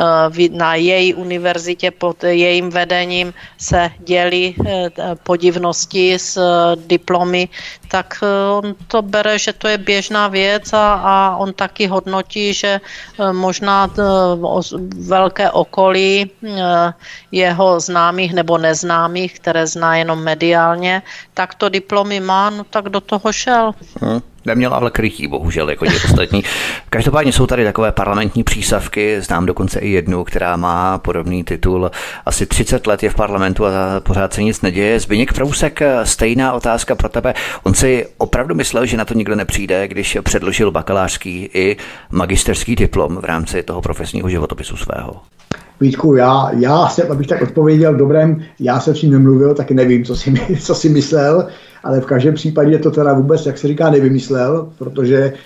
na její univerzitě pod jejím vedením se dělí podivnosti s diplomy, tak on to bere, že to je běžná věc a, a on taky hodnotí, že možná velké okolí jeho známých nebo neznámých, které zná jenom mediálně, tak to diplomy má, no tak do toho šel. Hmm. Neměl ale krytí, bohužel, jako ti ostatní. Každopádně jsou tady takové parlamentní přísavky, znám dokonce i jednu, která má podobný titul. Asi třicet let je v parlamentu a pořád se nic neděje. Zbyněk Prousek, stejná otázka pro tebe. On si opravdu myslel, že na to nikdo nepřijde, když předložil bakalářský i magisterský diplom v rámci toho profesního životopisu svého. Vítku, já, já jsem, abych tak odpověděl dobrém, já jsem s ním nemluvil, tak nevím, co si, co si myslel, ale v každém případě to teda vůbec, jak se říká, nevymyslel, protože e,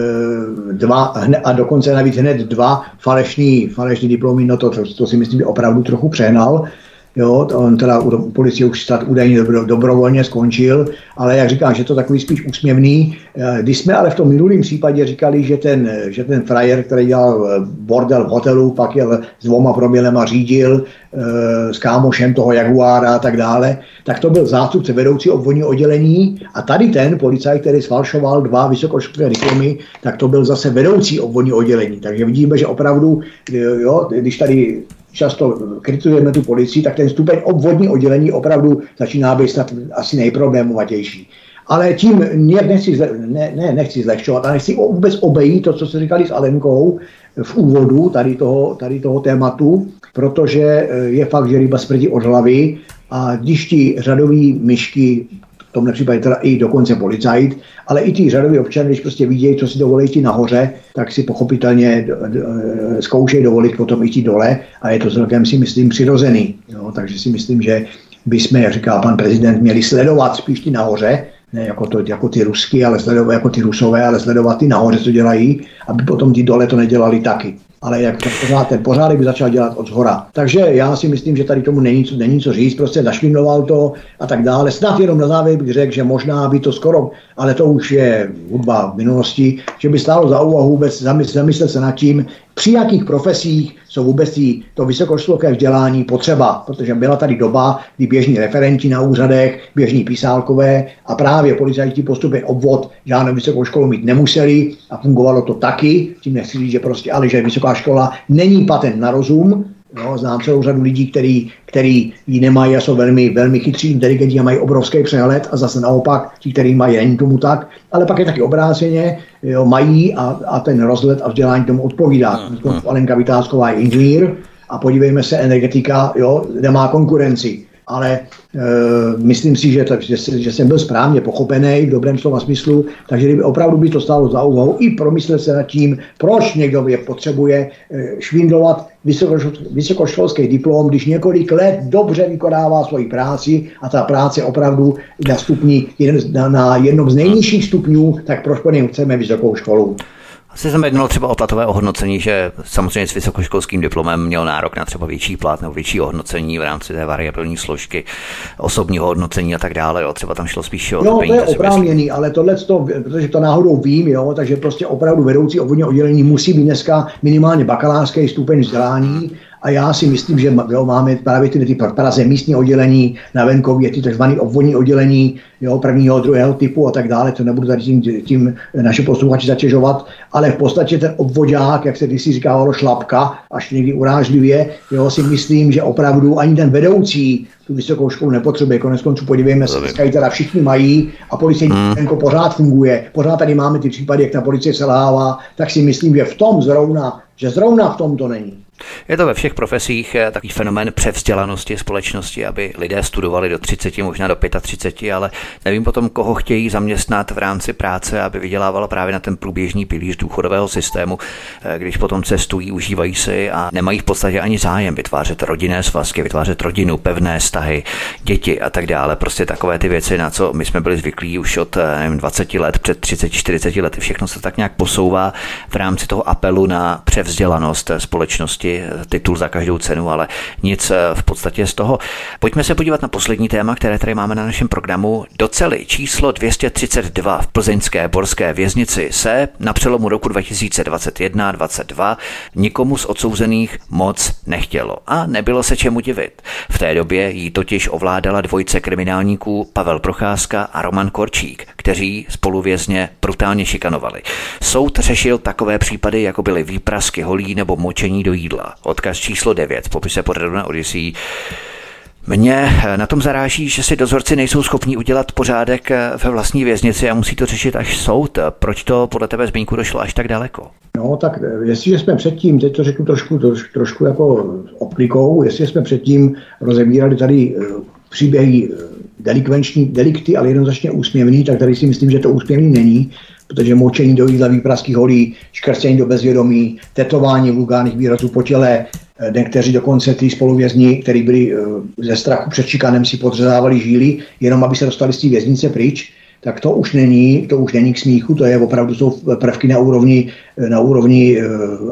dva, a dokonce navíc hned dva falešní, falešní diplomy, no to, to, to si myslím, že opravdu trochu přehnal. Jo, on teda u policie už snad údajně dobro, dobrovolně skončil, ale jak říkám, že to takový spíš úsměvný. Když jsme ale v tom minulém případě říkali, že ten, že ten frajer, který dělal bordel v hotelu, pak jel s dvoma promilema řídil e, s kámošem toho Jaguára a tak dále, tak to byl zástupce vedoucí obvodního oddělení a tady ten policajt, který sfalšoval dva vysokoškolské diplomy, tak to byl zase vedoucí obvodního oddělení. Takže vidíme, že opravdu, jo, když tady často kritizujeme tu policii, tak ten stupeň obvodní oddělení opravdu začíná být snad asi nejproblémovatější. Ale tím nějak nechci, zle, ne, ne, nechci zlehčovat, ale nechci vůbec obejít to, co se říkali s Alenkou v úvodu tady toho, tady toho tématu, protože je fakt, že ryba smrdí od hlavy a když ti řadoví myšky, v tomhle případě teda i dokonce policajt, ale i ty řadoví občané, když prostě vidějí, co si dovolí ti nahoře, tak si pochopitelně zkoušejí dovolit potom i ti dole a je to celkem, si myslím, přirozený. Jo, takže si myslím, že bychom, jak říká pan prezident, měli sledovat spíš ty nahoře, ne jako, to, jako ty Rusky, ale sledovat jako ty Rusové, ale sledovat ty nahoře, co dělají, aby potom ty dole to nedělali taky. Ale jak ten, pořád, ten pořádek by začal dělat od zhora. Takže já si myslím, že tady tomu není co, není co říct, prostě zašvindloval to a tak dále. Snad jenom na závěr bych řekl, že možná by to skoro, ale to už je hudba v minulosti, že by stálo za úvahu vůbec zamyslet se nad tím, při jakých profesích jsou vůbec to vysokoškolské vzdělání potřeba, protože byla tady doba, kdy běžní referenti na úřadech, běžní písálkové a právě policajti postupně obvod žádnou vysokou školu mít nemuseli a fungovalo to taky, tím nechci říct, že prostě, ale že vysoká škola není patent na rozum. No, znám celou řadu lidí, který, který ji nemají a jsou velmi, velmi chytří, inteligentní a mají obrovský přehled a zase naopak ti, kteří mají, není tomu tak, ale pak je taky obráceně, jo, mají a, a ten rozhled a vzdělání tomu odpovídá. Alenka Vitásková je inženýr a podívejme se, energetika, jo, nemá konkurenci. Ale e, myslím si, že, to, že, že jsem byl správně pochopený v dobrém slova smyslu, takže kdyby opravdu by to stálo za úvahu i promyslet se nad tím, proč někdo je potřebuje e, švindlovat vysokoškolský diplom, když několik let dobře vykonává svoji práci a ta práce opravdu na, stupni, na, na jednom z nejnižších stupňů, tak proč po něm chceme vysokou školu. Asi jsem jednalo třeba o platové ohodnocení, že samozřejmě s vysokoškolským diplomem měl nárok na třeba větší plat nebo větší ohodnocení v rámci té variabilní složky, osobního hodnocení a tak dále. Jo. Třeba tam šlo spíš o no, peníze. No, to je oprávněný, ale tohle, protože to náhodou vím, jo, takže prostě opravdu vedoucí obvodního oddělení musí být dneska minimálně bakalářský stupeň vzdělání A já si myslím, že jo, máme právě ty, ty Praze místní oddělení, na venkově ty tzv. Obvodní oddělení, jo, prvního, druhého typu a tak dále, to nebudu tady tím, tím naše posluchači zatěžovat, ale v podstatě ten obvodák, jak se kdysi říkávalo šlapka, až někdy urážlivě, jo, si myslím, že opravdu ani ten vedoucí tu vysokou školu nepotřebuje. Konec konců podívejme se, dneska ji teda všichni mají a policejní hmm. pořád funguje. Pořád tady máme ty případy, jak ta policie selhává, tak si myslím, že v tom zrovna, že zrovna v tom to není. Je to ve všech profesích takový fenomén převzdělanosti společnosti, aby lidé studovali do třiceti, možná do třiceti pěti, ale nevím potom, koho chtějí zaměstnat v rámci práce, aby vydělávalo právě na ten průběžný pilíř důchodového systému, když potom cestují, užívají si a nemají v podstatě ani zájem vytvářet rodinné svazky, vytvářet rodinu, pevné vztahy, děti a tak dále. Prostě takové ty věci, na co my jsme byli zvyklí už od nevím, dvaceti let, před třiceti, čtyřiceti lety. Všechno se tak nějak posouvá v rámci toho apelu na převzdělanost společnosti, titul za každou cenu, ale nic v podstatě z toho. Pojďme se podívat na poslední téma, které tady máme na našem programu. Do cely číslo dvě stě třicet dva v plzeňské Borské věznici se na přelomu roku dva tisíce dvacet jedna a dvacet dva nikomu z odsouzených moc nechtělo a nebylo se čemu divit. V té době jí totiž ovládala dvojice kriminálníků Pavel Procházka a Roman Korčík, kteří spoluvězně brutálně šikanovali. Soud řešil takové případy, jako byly výprasky holí nebo močení do jídla. Odkaz číslo devět v popise pořadu na Odyssey. Mě na tom zaráží, že si dozorci nejsou schopni udělat pořádek ve vlastní věznici a musí to řešit až soud. Proč to podle tebe, Zbyňku, došlo až tak daleko? No tak jestliže jsme předtím, teď to řeknu trošku, trošku, trošku jako optikou, jestliže jsme předtím rozebírali tady příběhy delikvenční delikty, ale jednoznačně úsměvný, tak tady si myslím, že to úsměvný není, protože močení do jídla, výprasky holí, škrcení do bezvědomí, tetování vulgárních výrazů po těle, někteří dokonce ty spoluvězni, kteří byli ze strachu před šikanem, si podřezávali žíly, jenom aby se dostali z té věznice pryč, tak to už není, to už není k smíchu, to je opravdu jsou prvky na úrovni, na úrovni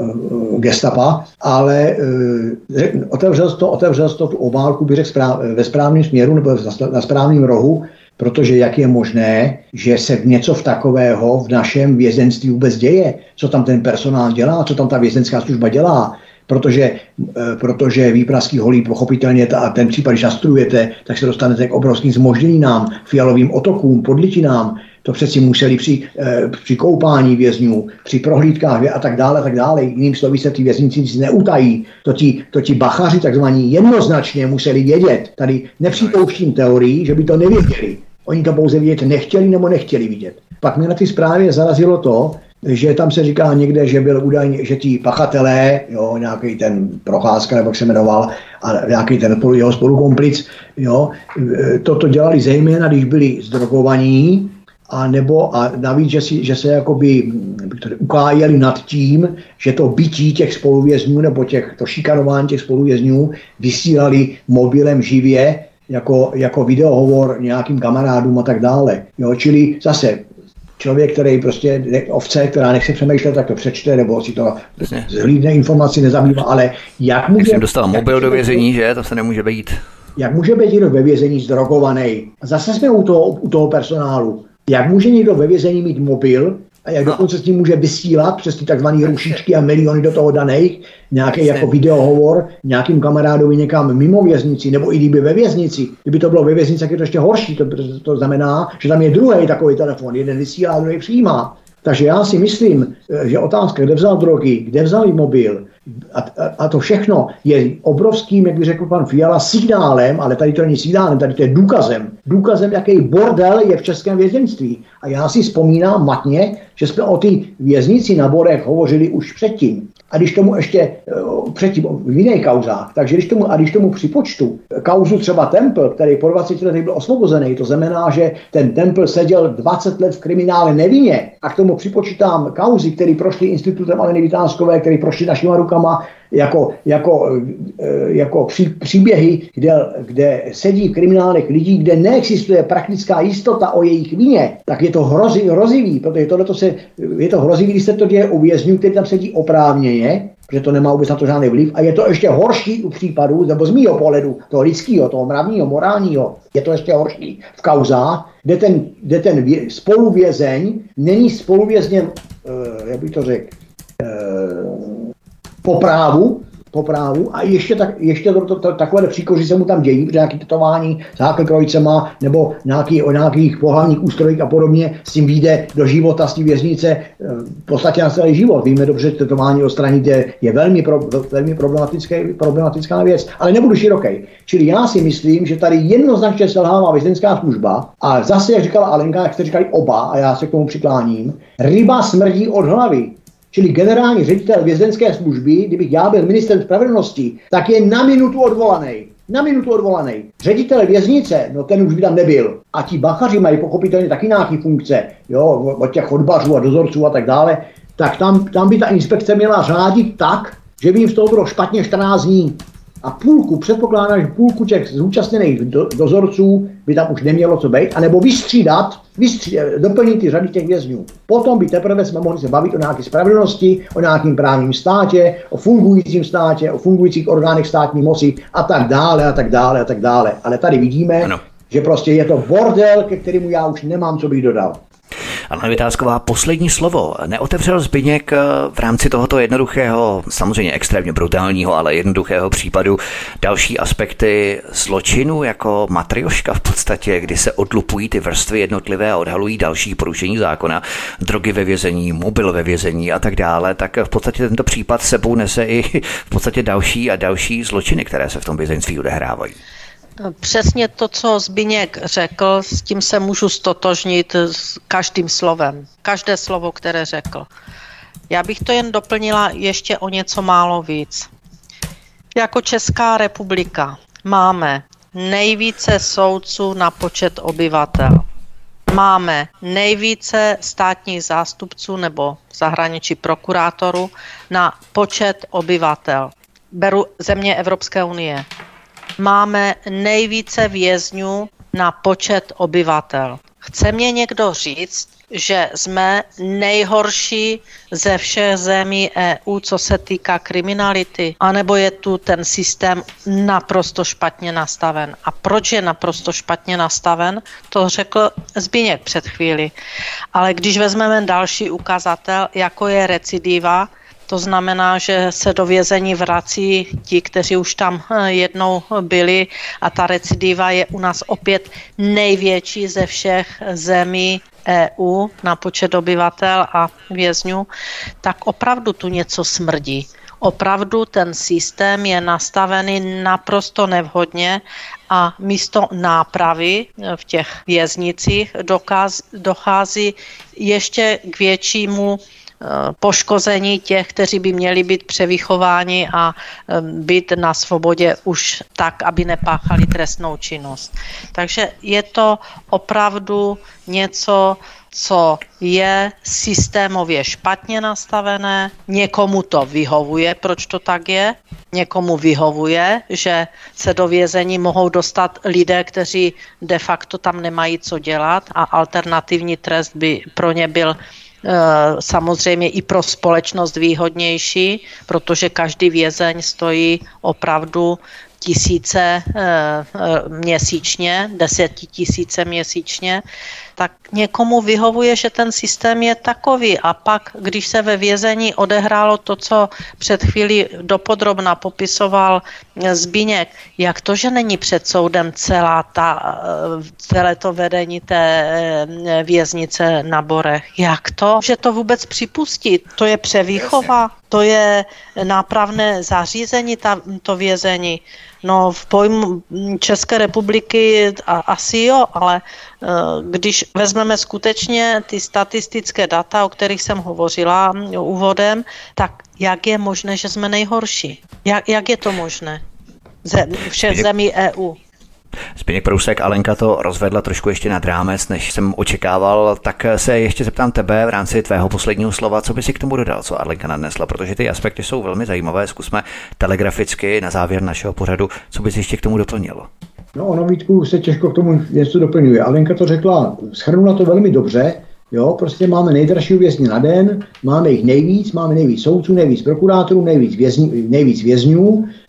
uh, gestapa, ale uh, otevřel to, otevřel to tu obálku, bych řekl správ, ve správném směru nebo na správném rohu, protože jak je možné, že se něco v takového v našem vězenství vůbec děje, co tam ten personál dělá, co tam ta vězenská služba dělá, protože, protože výprasky holí pochopitelně a ten případ, když nastudujete, tak se dostanete k obrovským zmožděninám, fialovým otokům, podlitinám. To přeci museli při, při koupání vězňů, při prohlídkách a tak dále, a tak dále. Jiným slovy se ty vězníci nic neutají. To ti, to ti bachaři takzvaní jednoznačně museli vědět. Tady nepřipouštím teorii, že by to nevěděli. Oni to pouze vidět nechtěli nebo nechtěli vidět. Pak mě na té zprávě zarazilo to, že tam se říká někde, že byl údajně, že ti pachatelé, jo, nějaký ten Procházka, nebo jak se jmenoval, a nějaký ten jeho spolukomplic, jo, toto dělali zejména, když byli zdrogovaní, a nebo a navíc, že, si, že se jakoby ukájeli nad tím, že to bytí těch spoluvězňů nebo těch, to šikanování těch spoluvězňů vysílali mobilem živě jako, jako videohovor nějakým kamarádům a tak dále. Jo, čili zase člověk, který prostě ovce, která nechce přemýšlet, tak to přečte, nebo si to zhlídne informaci, nezabývá, ale jak může... Když jsem dostal mobil do vězení, že? To se nemůže být. Jak může být někdo ve vězení zdrogovaný? A zase jsme u toho, u toho personálu. Jak může někdo ve vězení mít mobil a jak no. dokonce s tím může vysílat přes ty takzvané rušičky a miliony do toho daných, nějaký jako videohovor nějakým kamarádovi někam mimo věznici, nebo i kdyby ve věznici. Kdyby to bylo ve věznici, tak je to ještě horší. To, to znamená, že tam je druhý takový telefon, jeden vysílá, druhý přijímá. Takže já si myslím, že otázka, kde vzal drogy, kde vzal mobil, a, a, a to všechno je obrovským, jak by řekl pan Fiala, signálem, ale tady to není signálem, tady to je důkazem. Důkazem, jaký bordel je v českém vězeňství. A já si vzpomínám matně, že jsme o ty věznici na Borech hovořili už předtím. A když tomu ještě předtím v jiných kauzách, takže když tomu, a když tomu připočtu kauzu třeba Templ, který po dvaceti letech byl osvobozený, to znamená, že ten Templ seděl dvacet let v kriminále nevinně, a k tomu připočítám kauzy, které prošly institutem Aleny Vytázkové, které prošly našima rukama, jako, jako, jako pří, příběhy, kde, kde sedí v kriminálech lidí, kde neexistuje praktická jistota o jejich vině, tak je to hrozivý, hrozivý, protože tohleto se, je to hrozivý, když se to děje u vězňů, kteří tam sedí oprávněně, že to nemá vůbec na to žádný vliv, a je to ještě horší u případů, nebo z mýho pohledu, toho lidského, toho mravního, morálního, je to ještě horší v kauzách, kde ten, kde ten vě, spoluvězeň není spoluvězněm, uh, jak bych to řekl, uh, po právu, po právu a ještě, tak, ještě to, to, to, takové příkoři se mu tam dějí, protože nějaké tetování s háklkrojcema nebo nějaký, o nějakých pohlavních ústrojích a podobně s tím vyjde do života, z té věznice v podstatě na celý život. Víme dobře, že tetování odstranit je, je velmi, pro, velmi problematická věc, ale nebudu široký. Čili já si myslím, že tady jednoznačně selhává vězenská služba a zase, jak říkala Alenka, jak jste říkali oba, a já se k tomu přikláním, ryba smrdí od hlavy. Čili generální ředitel vězenské služby, kdybych já byl ministrem spravedlnosti, tak je na minutu odvolaný. Na minutu odvolaný. Ředitel věznice, no ten už by tam nebyl. A ti bachaři mají pochopitelně taky nějaký funkce, jo, od těch chodbařů a dozorců a tak dále. Tak tam, tam by ta inspekce měla řádit tak, že by jim z toho bylo špatně čtrnáct dní. A půlku, předpokládám, že půlku těch zúčastněných do, dozorců by tam už nemělo co být, anebo vystřídat, vystřídat, doplnit ty řady těch vězňů. Potom by teprve jsme mohli se bavit o nějaké spravedlnosti, o nějakém právním státě, o fungujícím státě, o fungujících orgánech státní moci a tak dále a tak dále a tak dále. Ale tady vidíme, ano, že prostě je to bordel, ke kterému já už nemám, co bych dodal. Alena Vitásková, poslední slovo. Neotevřel Zbyněk v rámci tohoto jednoduchého, samozřejmě extrémně brutálního, ale jednoduchého případu další aspekty zločinu jako matrioška v podstatě, kdy se odlupují ty vrstvy jednotlivé a odhalují další porušení zákona, drogy ve vězení, mobil ve vězení a tak dále, tak v podstatě tento případ sebou nese i v podstatě další a další zločiny, které se v tom vězeňství odehrávají. Přesně to, co Zbyněk řekl, s tím se můžu stotožnit s každým slovem. Každé slovo, které řekl. Já bych to jen doplnila ještě o něco málo víc. Jako Česká republika máme nejvíce soudců na počet obyvatel. Máme nejvíce státních zástupců nebo v zahraničí prokurátorů na počet obyvatel. Beru země Evropské unie. Máme nejvíce vězňů na počet obyvatel. Chce mě někdo říct, že jsme nejhorší ze všech zemí E U, co se týká kriminality? A nebo je tu ten systém naprosto špatně nastaven? A proč je naprosto špatně nastaven? To řekl Zbyněk před chvíli. Ale když vezmeme další ukazatel, jako je recidiva, to znamená, že se do vězení vrací ti, kteří už tam jednou byli a ta recidiva je u nás opět největší ze všech zemí E U na počet obyvatel a vězňů, tak opravdu tu něco smrdí. Opravdu ten systém je nastavený naprosto nevhodně a místo nápravy v těch věznicích dochází ještě k většímu poškození těch, kteří by měli být převychováni a být na svobodě už tak, aby nepáchali trestnou činnost. Takže je to opravdu něco, co je systémově špatně nastavené, někomu to vyhovuje, proč to tak je, někomu vyhovuje, že se do vězení mohou dostat lidé, kteří de facto tam nemají co dělat a alternativní trest by pro ně byl samozřejmě i pro společnost výhodnější, protože každý vězeň stojí opravdu tisíce měsíčně, desetitisíce měsíčně, tak někomu vyhovuje, že ten systém je takový. A pak, když se ve vězení odehrálo to, co před chvílí dopodrobna popisoval Zbyněk, jak to, že není před soudem celá ta, celé to vedení té věznice na Borech? Jak to, že to vůbec připustí? To je převýchova, to je nápravné zařízení, ta, to vězení. No v pojmu České republiky a, asi jo, ale uh, když vezmeme skutečně ty statistické data, o kterých jsem hovořila úvodem, tak jak je možné, že jsme nejhorší? Jak, jak je to možné? Ze, všech zemí E U. Zbyněk Prousek, Alenka to rozvedla trošku ještě nad rámec, než jsem očekával, tak se ještě zeptám tebe v rámci tvého posledního slova, co by si k tomu dodal, co Alenka nadnesla, protože ty aspekty jsou velmi zajímavé, zkusme telegraficky na závěr našeho pořadu, co by si ještě k tomu doplnilo. No ono, Vítku, se těžko k tomu něco doplňuje. Alenka to řekla, shrnula to velmi dobře, jo, prostě máme nejdražší vězně na den, máme jich nejvíc, máme nejvíc soudců, nejvíc prokurátorů, nejvíc, vězni, nejvíc vězňů, e,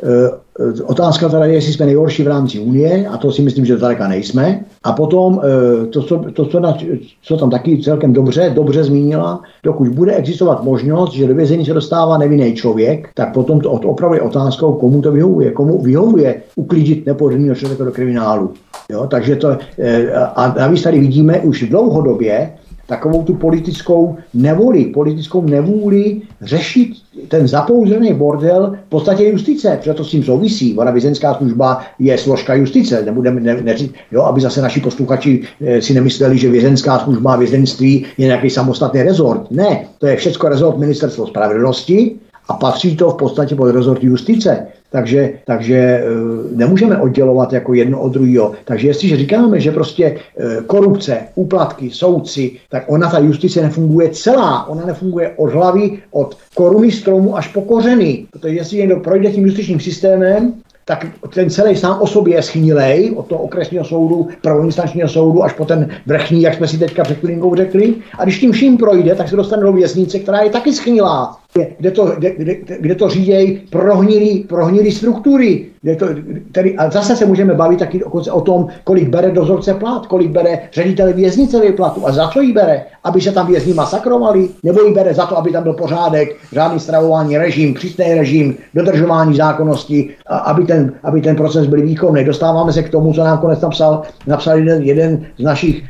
Otázka teda je, jestli jsme nejhorší v rámci Unie, a to si myslím, že zdaleka nejsme. A potom to, co, to, co, na, co tam taky celkem dobře, dobře zmínila, dokud bude existovat možnost, že do vězení se dostává nevinný člověk, tak potom to opravdu je otázkou, komu to vyhovuje, komu vyhovuje uklidit nepodobného člověka do kriminálu. Jo, takže to, a navíc tady vidíme už dlouhodobě takovou tu politickou nevoli, politickou nevůli řešit ten zapouzený bordel v podstatě justice, protože to s tím souvisí. Ona vězeňská služba je složka justice, nebudeme, ne, ne, jo, aby zase naši posluchači e, si nemysleli, že vězeňská služba a vězeňství je nějaký samostatný rezort. Ne, to je všecko rezort Ministerstva spravedlnosti a patří to v podstatě pod rezort justice. Takže, takže e, nemůžeme oddělovat jako jedno od druhého. Takže jestliže říkáme, že prostě e, korupce, úplatky, soudci, tak ona ta justice nefunguje celá. Ona nefunguje od hlavy, od koruny stromu až po kořeny. Protože jestli někdo projde tím justičním systémem, tak ten celý sám o sobě je schnilej, od toho okresního soudu, prvoinstančního soudu až po ten vrchní, jak jsme si teďka před chvilinkou řekli. A když tím vším projde, tak se dostane do věznice, která je taky schnilá. Kde to, kde, kde, kde to řídějí prohnilý, prohnilý struktury. Kde to, tedy, a zase se můžeme bavit taky o tom, kolik bere dozorce plat, kolik bere ředitel věznice výplatu a za co jí bere, aby se tam vězni masakrovali, nebo jí bere za to, aby tam byl pořádek, řádný stravování, režim, přísný režim, dodržování zákonnosti, a aby, ten, aby ten proces byl výkonný. Dostáváme se k tomu, co nám konec napsal, napsal jeden, jeden z našich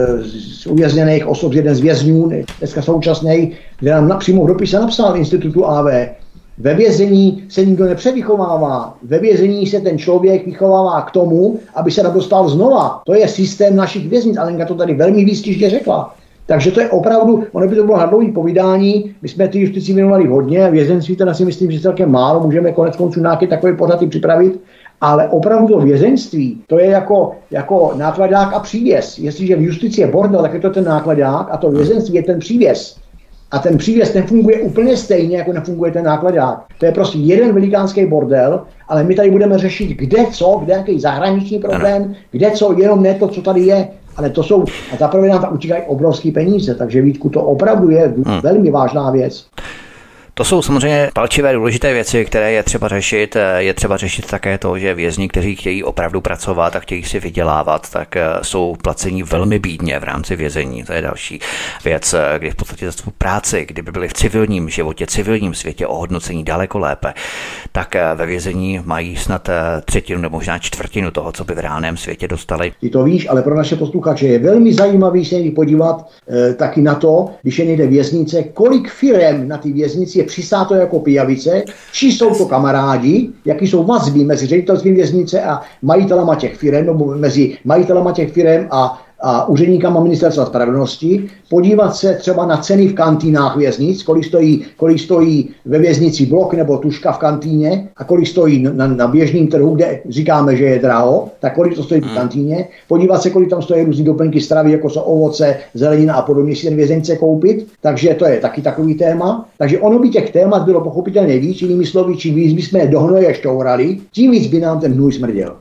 e, uvězněných osob, jeden z vězňů, dneska současný, kde nám přímo v dopise napsal institutu A V. Ve vězení se nikdo nepřevychovává. Ve vězení se ten člověk vychovává k tomu, aby se dostal znova. To je systém našich věznic. Alenka to tady velmi výstižně řekla. Takže to je opravdu, ono by to bylo na dlouhý povídání, my jsme ty justici věnovali hodně, vězenství teda si myslím, že celkem málo, můžeme konec konců nějaké takové pořady připravit, ale opravdu to vězenství, to je jako, jako nákladák a přívěs. Jestliže v justici je bordel, tak je to ten nákladák a to vězenství je ten přívěs. A ten přívěs nefunguje úplně stejně, jako nefunguje ten nákladák. To je prostě jeden velikánský bordel, ale my tady budeme řešit, kde co, kde nějaký zahraniční problém, kde co, jenom ne to, co tady je. Ale to jsou, a zaprvé nám tam utíkají obrovský peníze, takže Vítku, to opravdu je hmm. velmi vážná věc. To jsou samozřejmě palčivé důležité věci, které je třeba řešit. Je třeba řešit také to, že vězni, kteří chtějí opravdu pracovat a chtějí si vydělávat, tak jsou placení velmi bídně v rámci vězení. To je další věc, kdy v podstatě za svou práci, kdyby byli v civilním životě, civilním světě ohodnocení daleko lépe, tak ve vězení mají snad třetinu nebo možná čtvrtinu toho, co by v reálném světě dostali. Ty to víš, ale pro naše posluchače je velmi zajímavý se podívat e, taky na to, když je někde věznice, kolik firem na ty věznici je přisáto jako pijavice, či jsou to kamarádi, jaký jsou vazby mezi ředitelstvím věznice a majitelama těch firem, nebo mezi majitelama těch firem a a úředníkama ministerstva spravedlnosti, podívat se třeba na ceny v kantýnách věznic, kolik stojí, kolik stojí ve věznici blok nebo tuška v kantýně a kolik stojí na, na běžném trhu, kde říkáme, že je draho, tak kolik to stojí v kantýně, podívat se, kolik tam stojí různý doplňky stravy, jako jsou ovoce, zelenina a podobně, si ten vězeň chce koupit, takže to je taky takový téma. Takže ono by těch témat bylo pochopitelně víc, jinými slovy, čím víc bychom je do hnoje šťourali, tím víc by nám ten hnůj smrděl.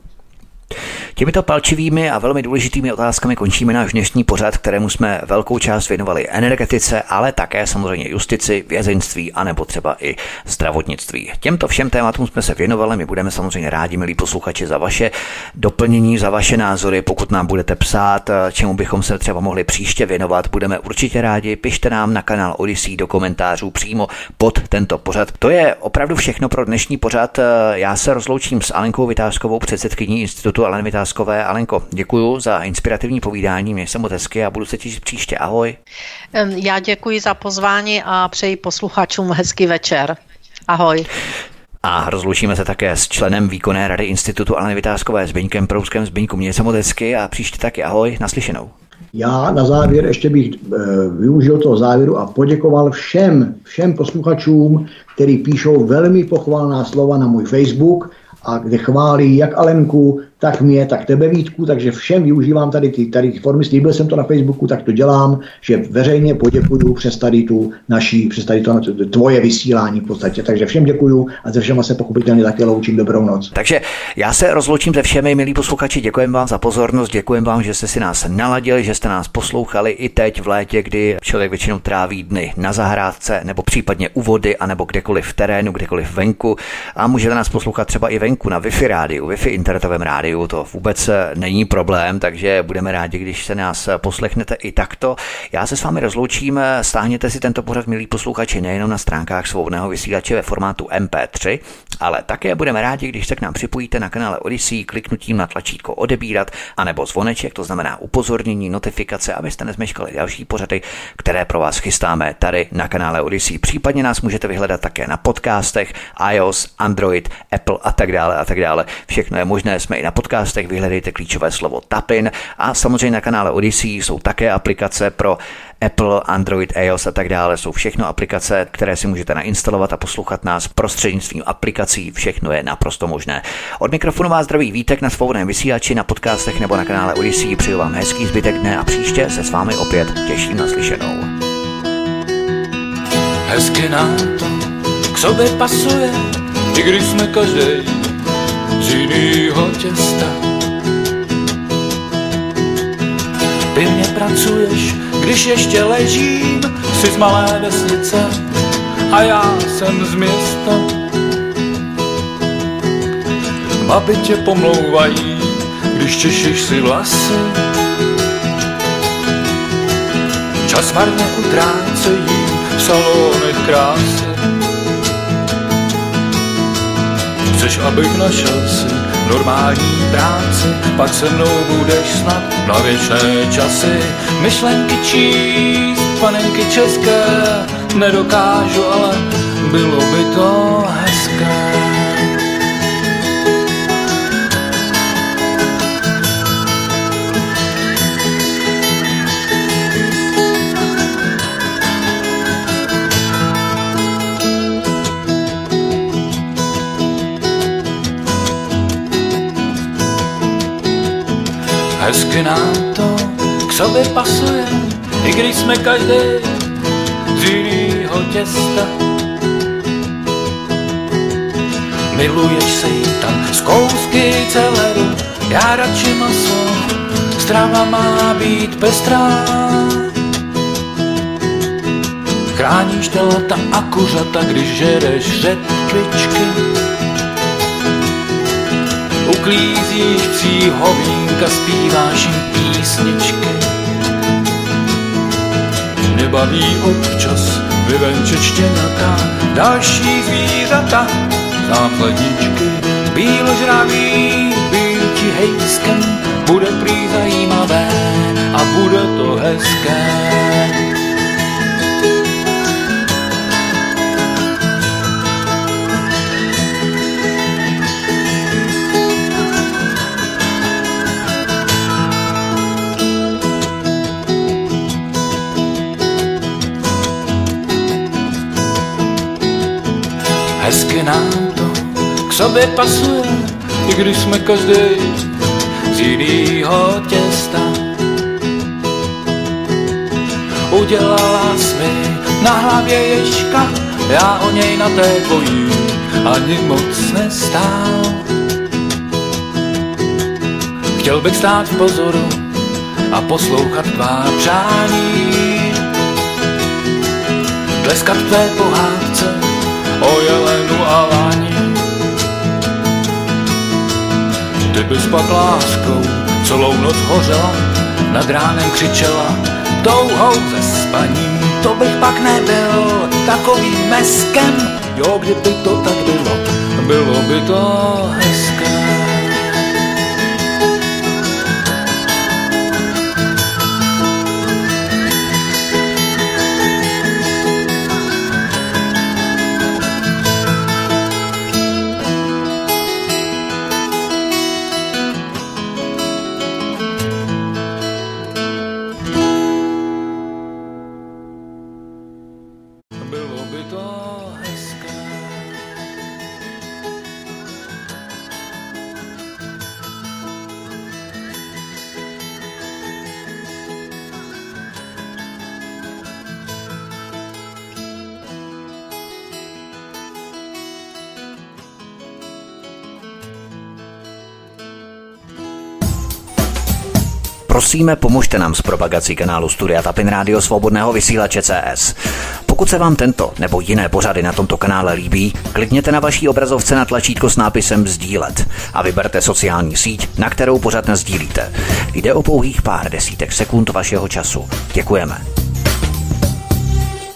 Těmito palčivými a velmi důležitými otázkami končíme náš dnešní pořad, kterému jsme velkou část věnovali energetice, ale také samozřejmě justici, vězeňství a nebo třeba i zdravotnictví. Těmto všem tématům jsme se věnovali, my budeme samozřejmě rádi, milí posluchači, za vaše doplnění, za vaše názory, pokud nám budete psát, čemu bychom se třeba mohli příště věnovat, budeme určitě rádi, pište nám na kanál Odyssey do komentářů přímo pod tento pořad. To je opravdu všechno pro dnešní pořad. Já se rozloučím s Alenkou Vytázkovou, předsedkyní Institutu Aleny Vytázkové. Alenko, děkuji za inspirativní povídání, měj se moc hezky a budu se těšit příště. Ahoj. Já děkuji za pozvání a přeji posluchačům hezký večer. Ahoj. A rozloučíme se také s členem výkonné rady Institutu Aleny Vytázkové Zbyňkem Prouskem. Zbyňku, měj se moc hezky a příště taky. Ahoj, naslyšenou. Já na závěr ještě bych e, využil toho závěru a poděkoval všem, všem posluchačům, kteří píšou velmi pochvalná slova na můj Facebook a kde chválí jak Alenku, tak mě, tak tebe, Vítku, takže všem využívám tady ty, tady ty formy, slíbil jsem to na Facebooku, tak to dělám, že veřejně poděkuju přes tady tu naší, přes tady to tvoje vysílání v podstatě, takže všem děkuju a ze všema se pochopitelně také loučím, dobrou noc. Takže já se rozloučím se všemi, milí posluchači, děkujeme vám za pozornost, děkujeme vám, že jste si nás naladili, že jste nás poslouchali i teď v létě, kdy člověk většinou tráví dny na zahrádce nebo případně u vody, anebo kdekoliv v terénu, kdekoliv venku a můžete nás poslouchat třeba i venku na Wi-Fi rádiu, Wi-Fi internetovém rádiu, to vůbec není problém, takže budeme rádi, když se nás poslechnete i takto. Já se s vámi rozloučím, stáhněte si tento pořad, milí posluchači, nejenom na stránkách Svobodného vysílače ve formátu em pé tři, ale také budeme rádi, když se k nám připojíte na kanále Odyssey kliknutím na tlačítko odebírat anebo zvoneček, to znamená upozornění, notifikace, abyste nezmeškali další pořady, které pro vás chystáme tady na kanále Odyssey. Případně nás můžete vyhledat také na podcastech, iOS, Android, Apple a tak dále a tak dále. Všechno je možné, jsme i na podcastech, vyhledejte klíčové slovo Tapin a samozřejmě na kanále Odyssey jsou také aplikace pro Apple, Android, iOS a tak dále. Jsou všechno aplikace, které si můžete nainstalovat a poslouchat nás prostřednictvím aplikací. Všechno je naprosto možné. Od mikrofonu vás zdraví Vítek na Svobodném vysílači, na podcastech nebo na kanále Odyssey. Přeju vám hezký zbytek dne a příště se s vámi opět těším na slyšenou. Hezky nám to k sobě pasuje, i když jsme každý z jinýho těsta. Pěkně pracuješ, když ještě ležím, jsi z malé vesnice a já jsem z města. Babi tě pomlouvají, když češíš si vlasy. Čas marně utrácejí v salonech krásy. Chceš, abych našel si normální práci, pak se mnou budeš snad na věčné časy. Myšlenky číst, panenky české, nedokážu, ale bylo by to hezké. Hezky nám to k sobě pasuje, i když jsme každý z jinýho těsta. Miluješ si tam z kousky celeru, já radši maso, strava má být pestrá. Chráníš telata a kuřata, když žereš řetkvičky. Uklízíš psí hovínka, zpíváš jim písničky. Mě baví občas vyvenčet štěňata, další zvířata, základničky. Bíložraví, býti hejskem, bude prý zajímavé a bude to hezké. Hezky nám to k sobě pasuje, i když jsme každý z jinýho těsta. Udělala jsi na hlavě ježka, já o něj na té tvojí ani moc nestál. Chtěl bych stát v pozoru a poslouchat tvá přání, tleskat tvé pohádce o jelenu a lani. Ty bys pak láskou celou noc hořela, nad ránem křičela touhou ze spaní. To bych pak nebyl takovým meskem, jo, kdyby to tak bylo, bylo by to hezké. Prosíme, pomožte nám s propagací kanálu Studia Tapin Rádio Svobodného vysílače C S. Pokud se vám tento nebo jiné pořady na tomto kanále líbí, klikněte na vaší obrazovce na tlačítko s nápisem sdílet a vyberte sociální síť, na kterou pořad nasdílíte. Jde o pouhých pár desítek sekund vašeho času. Děkujeme.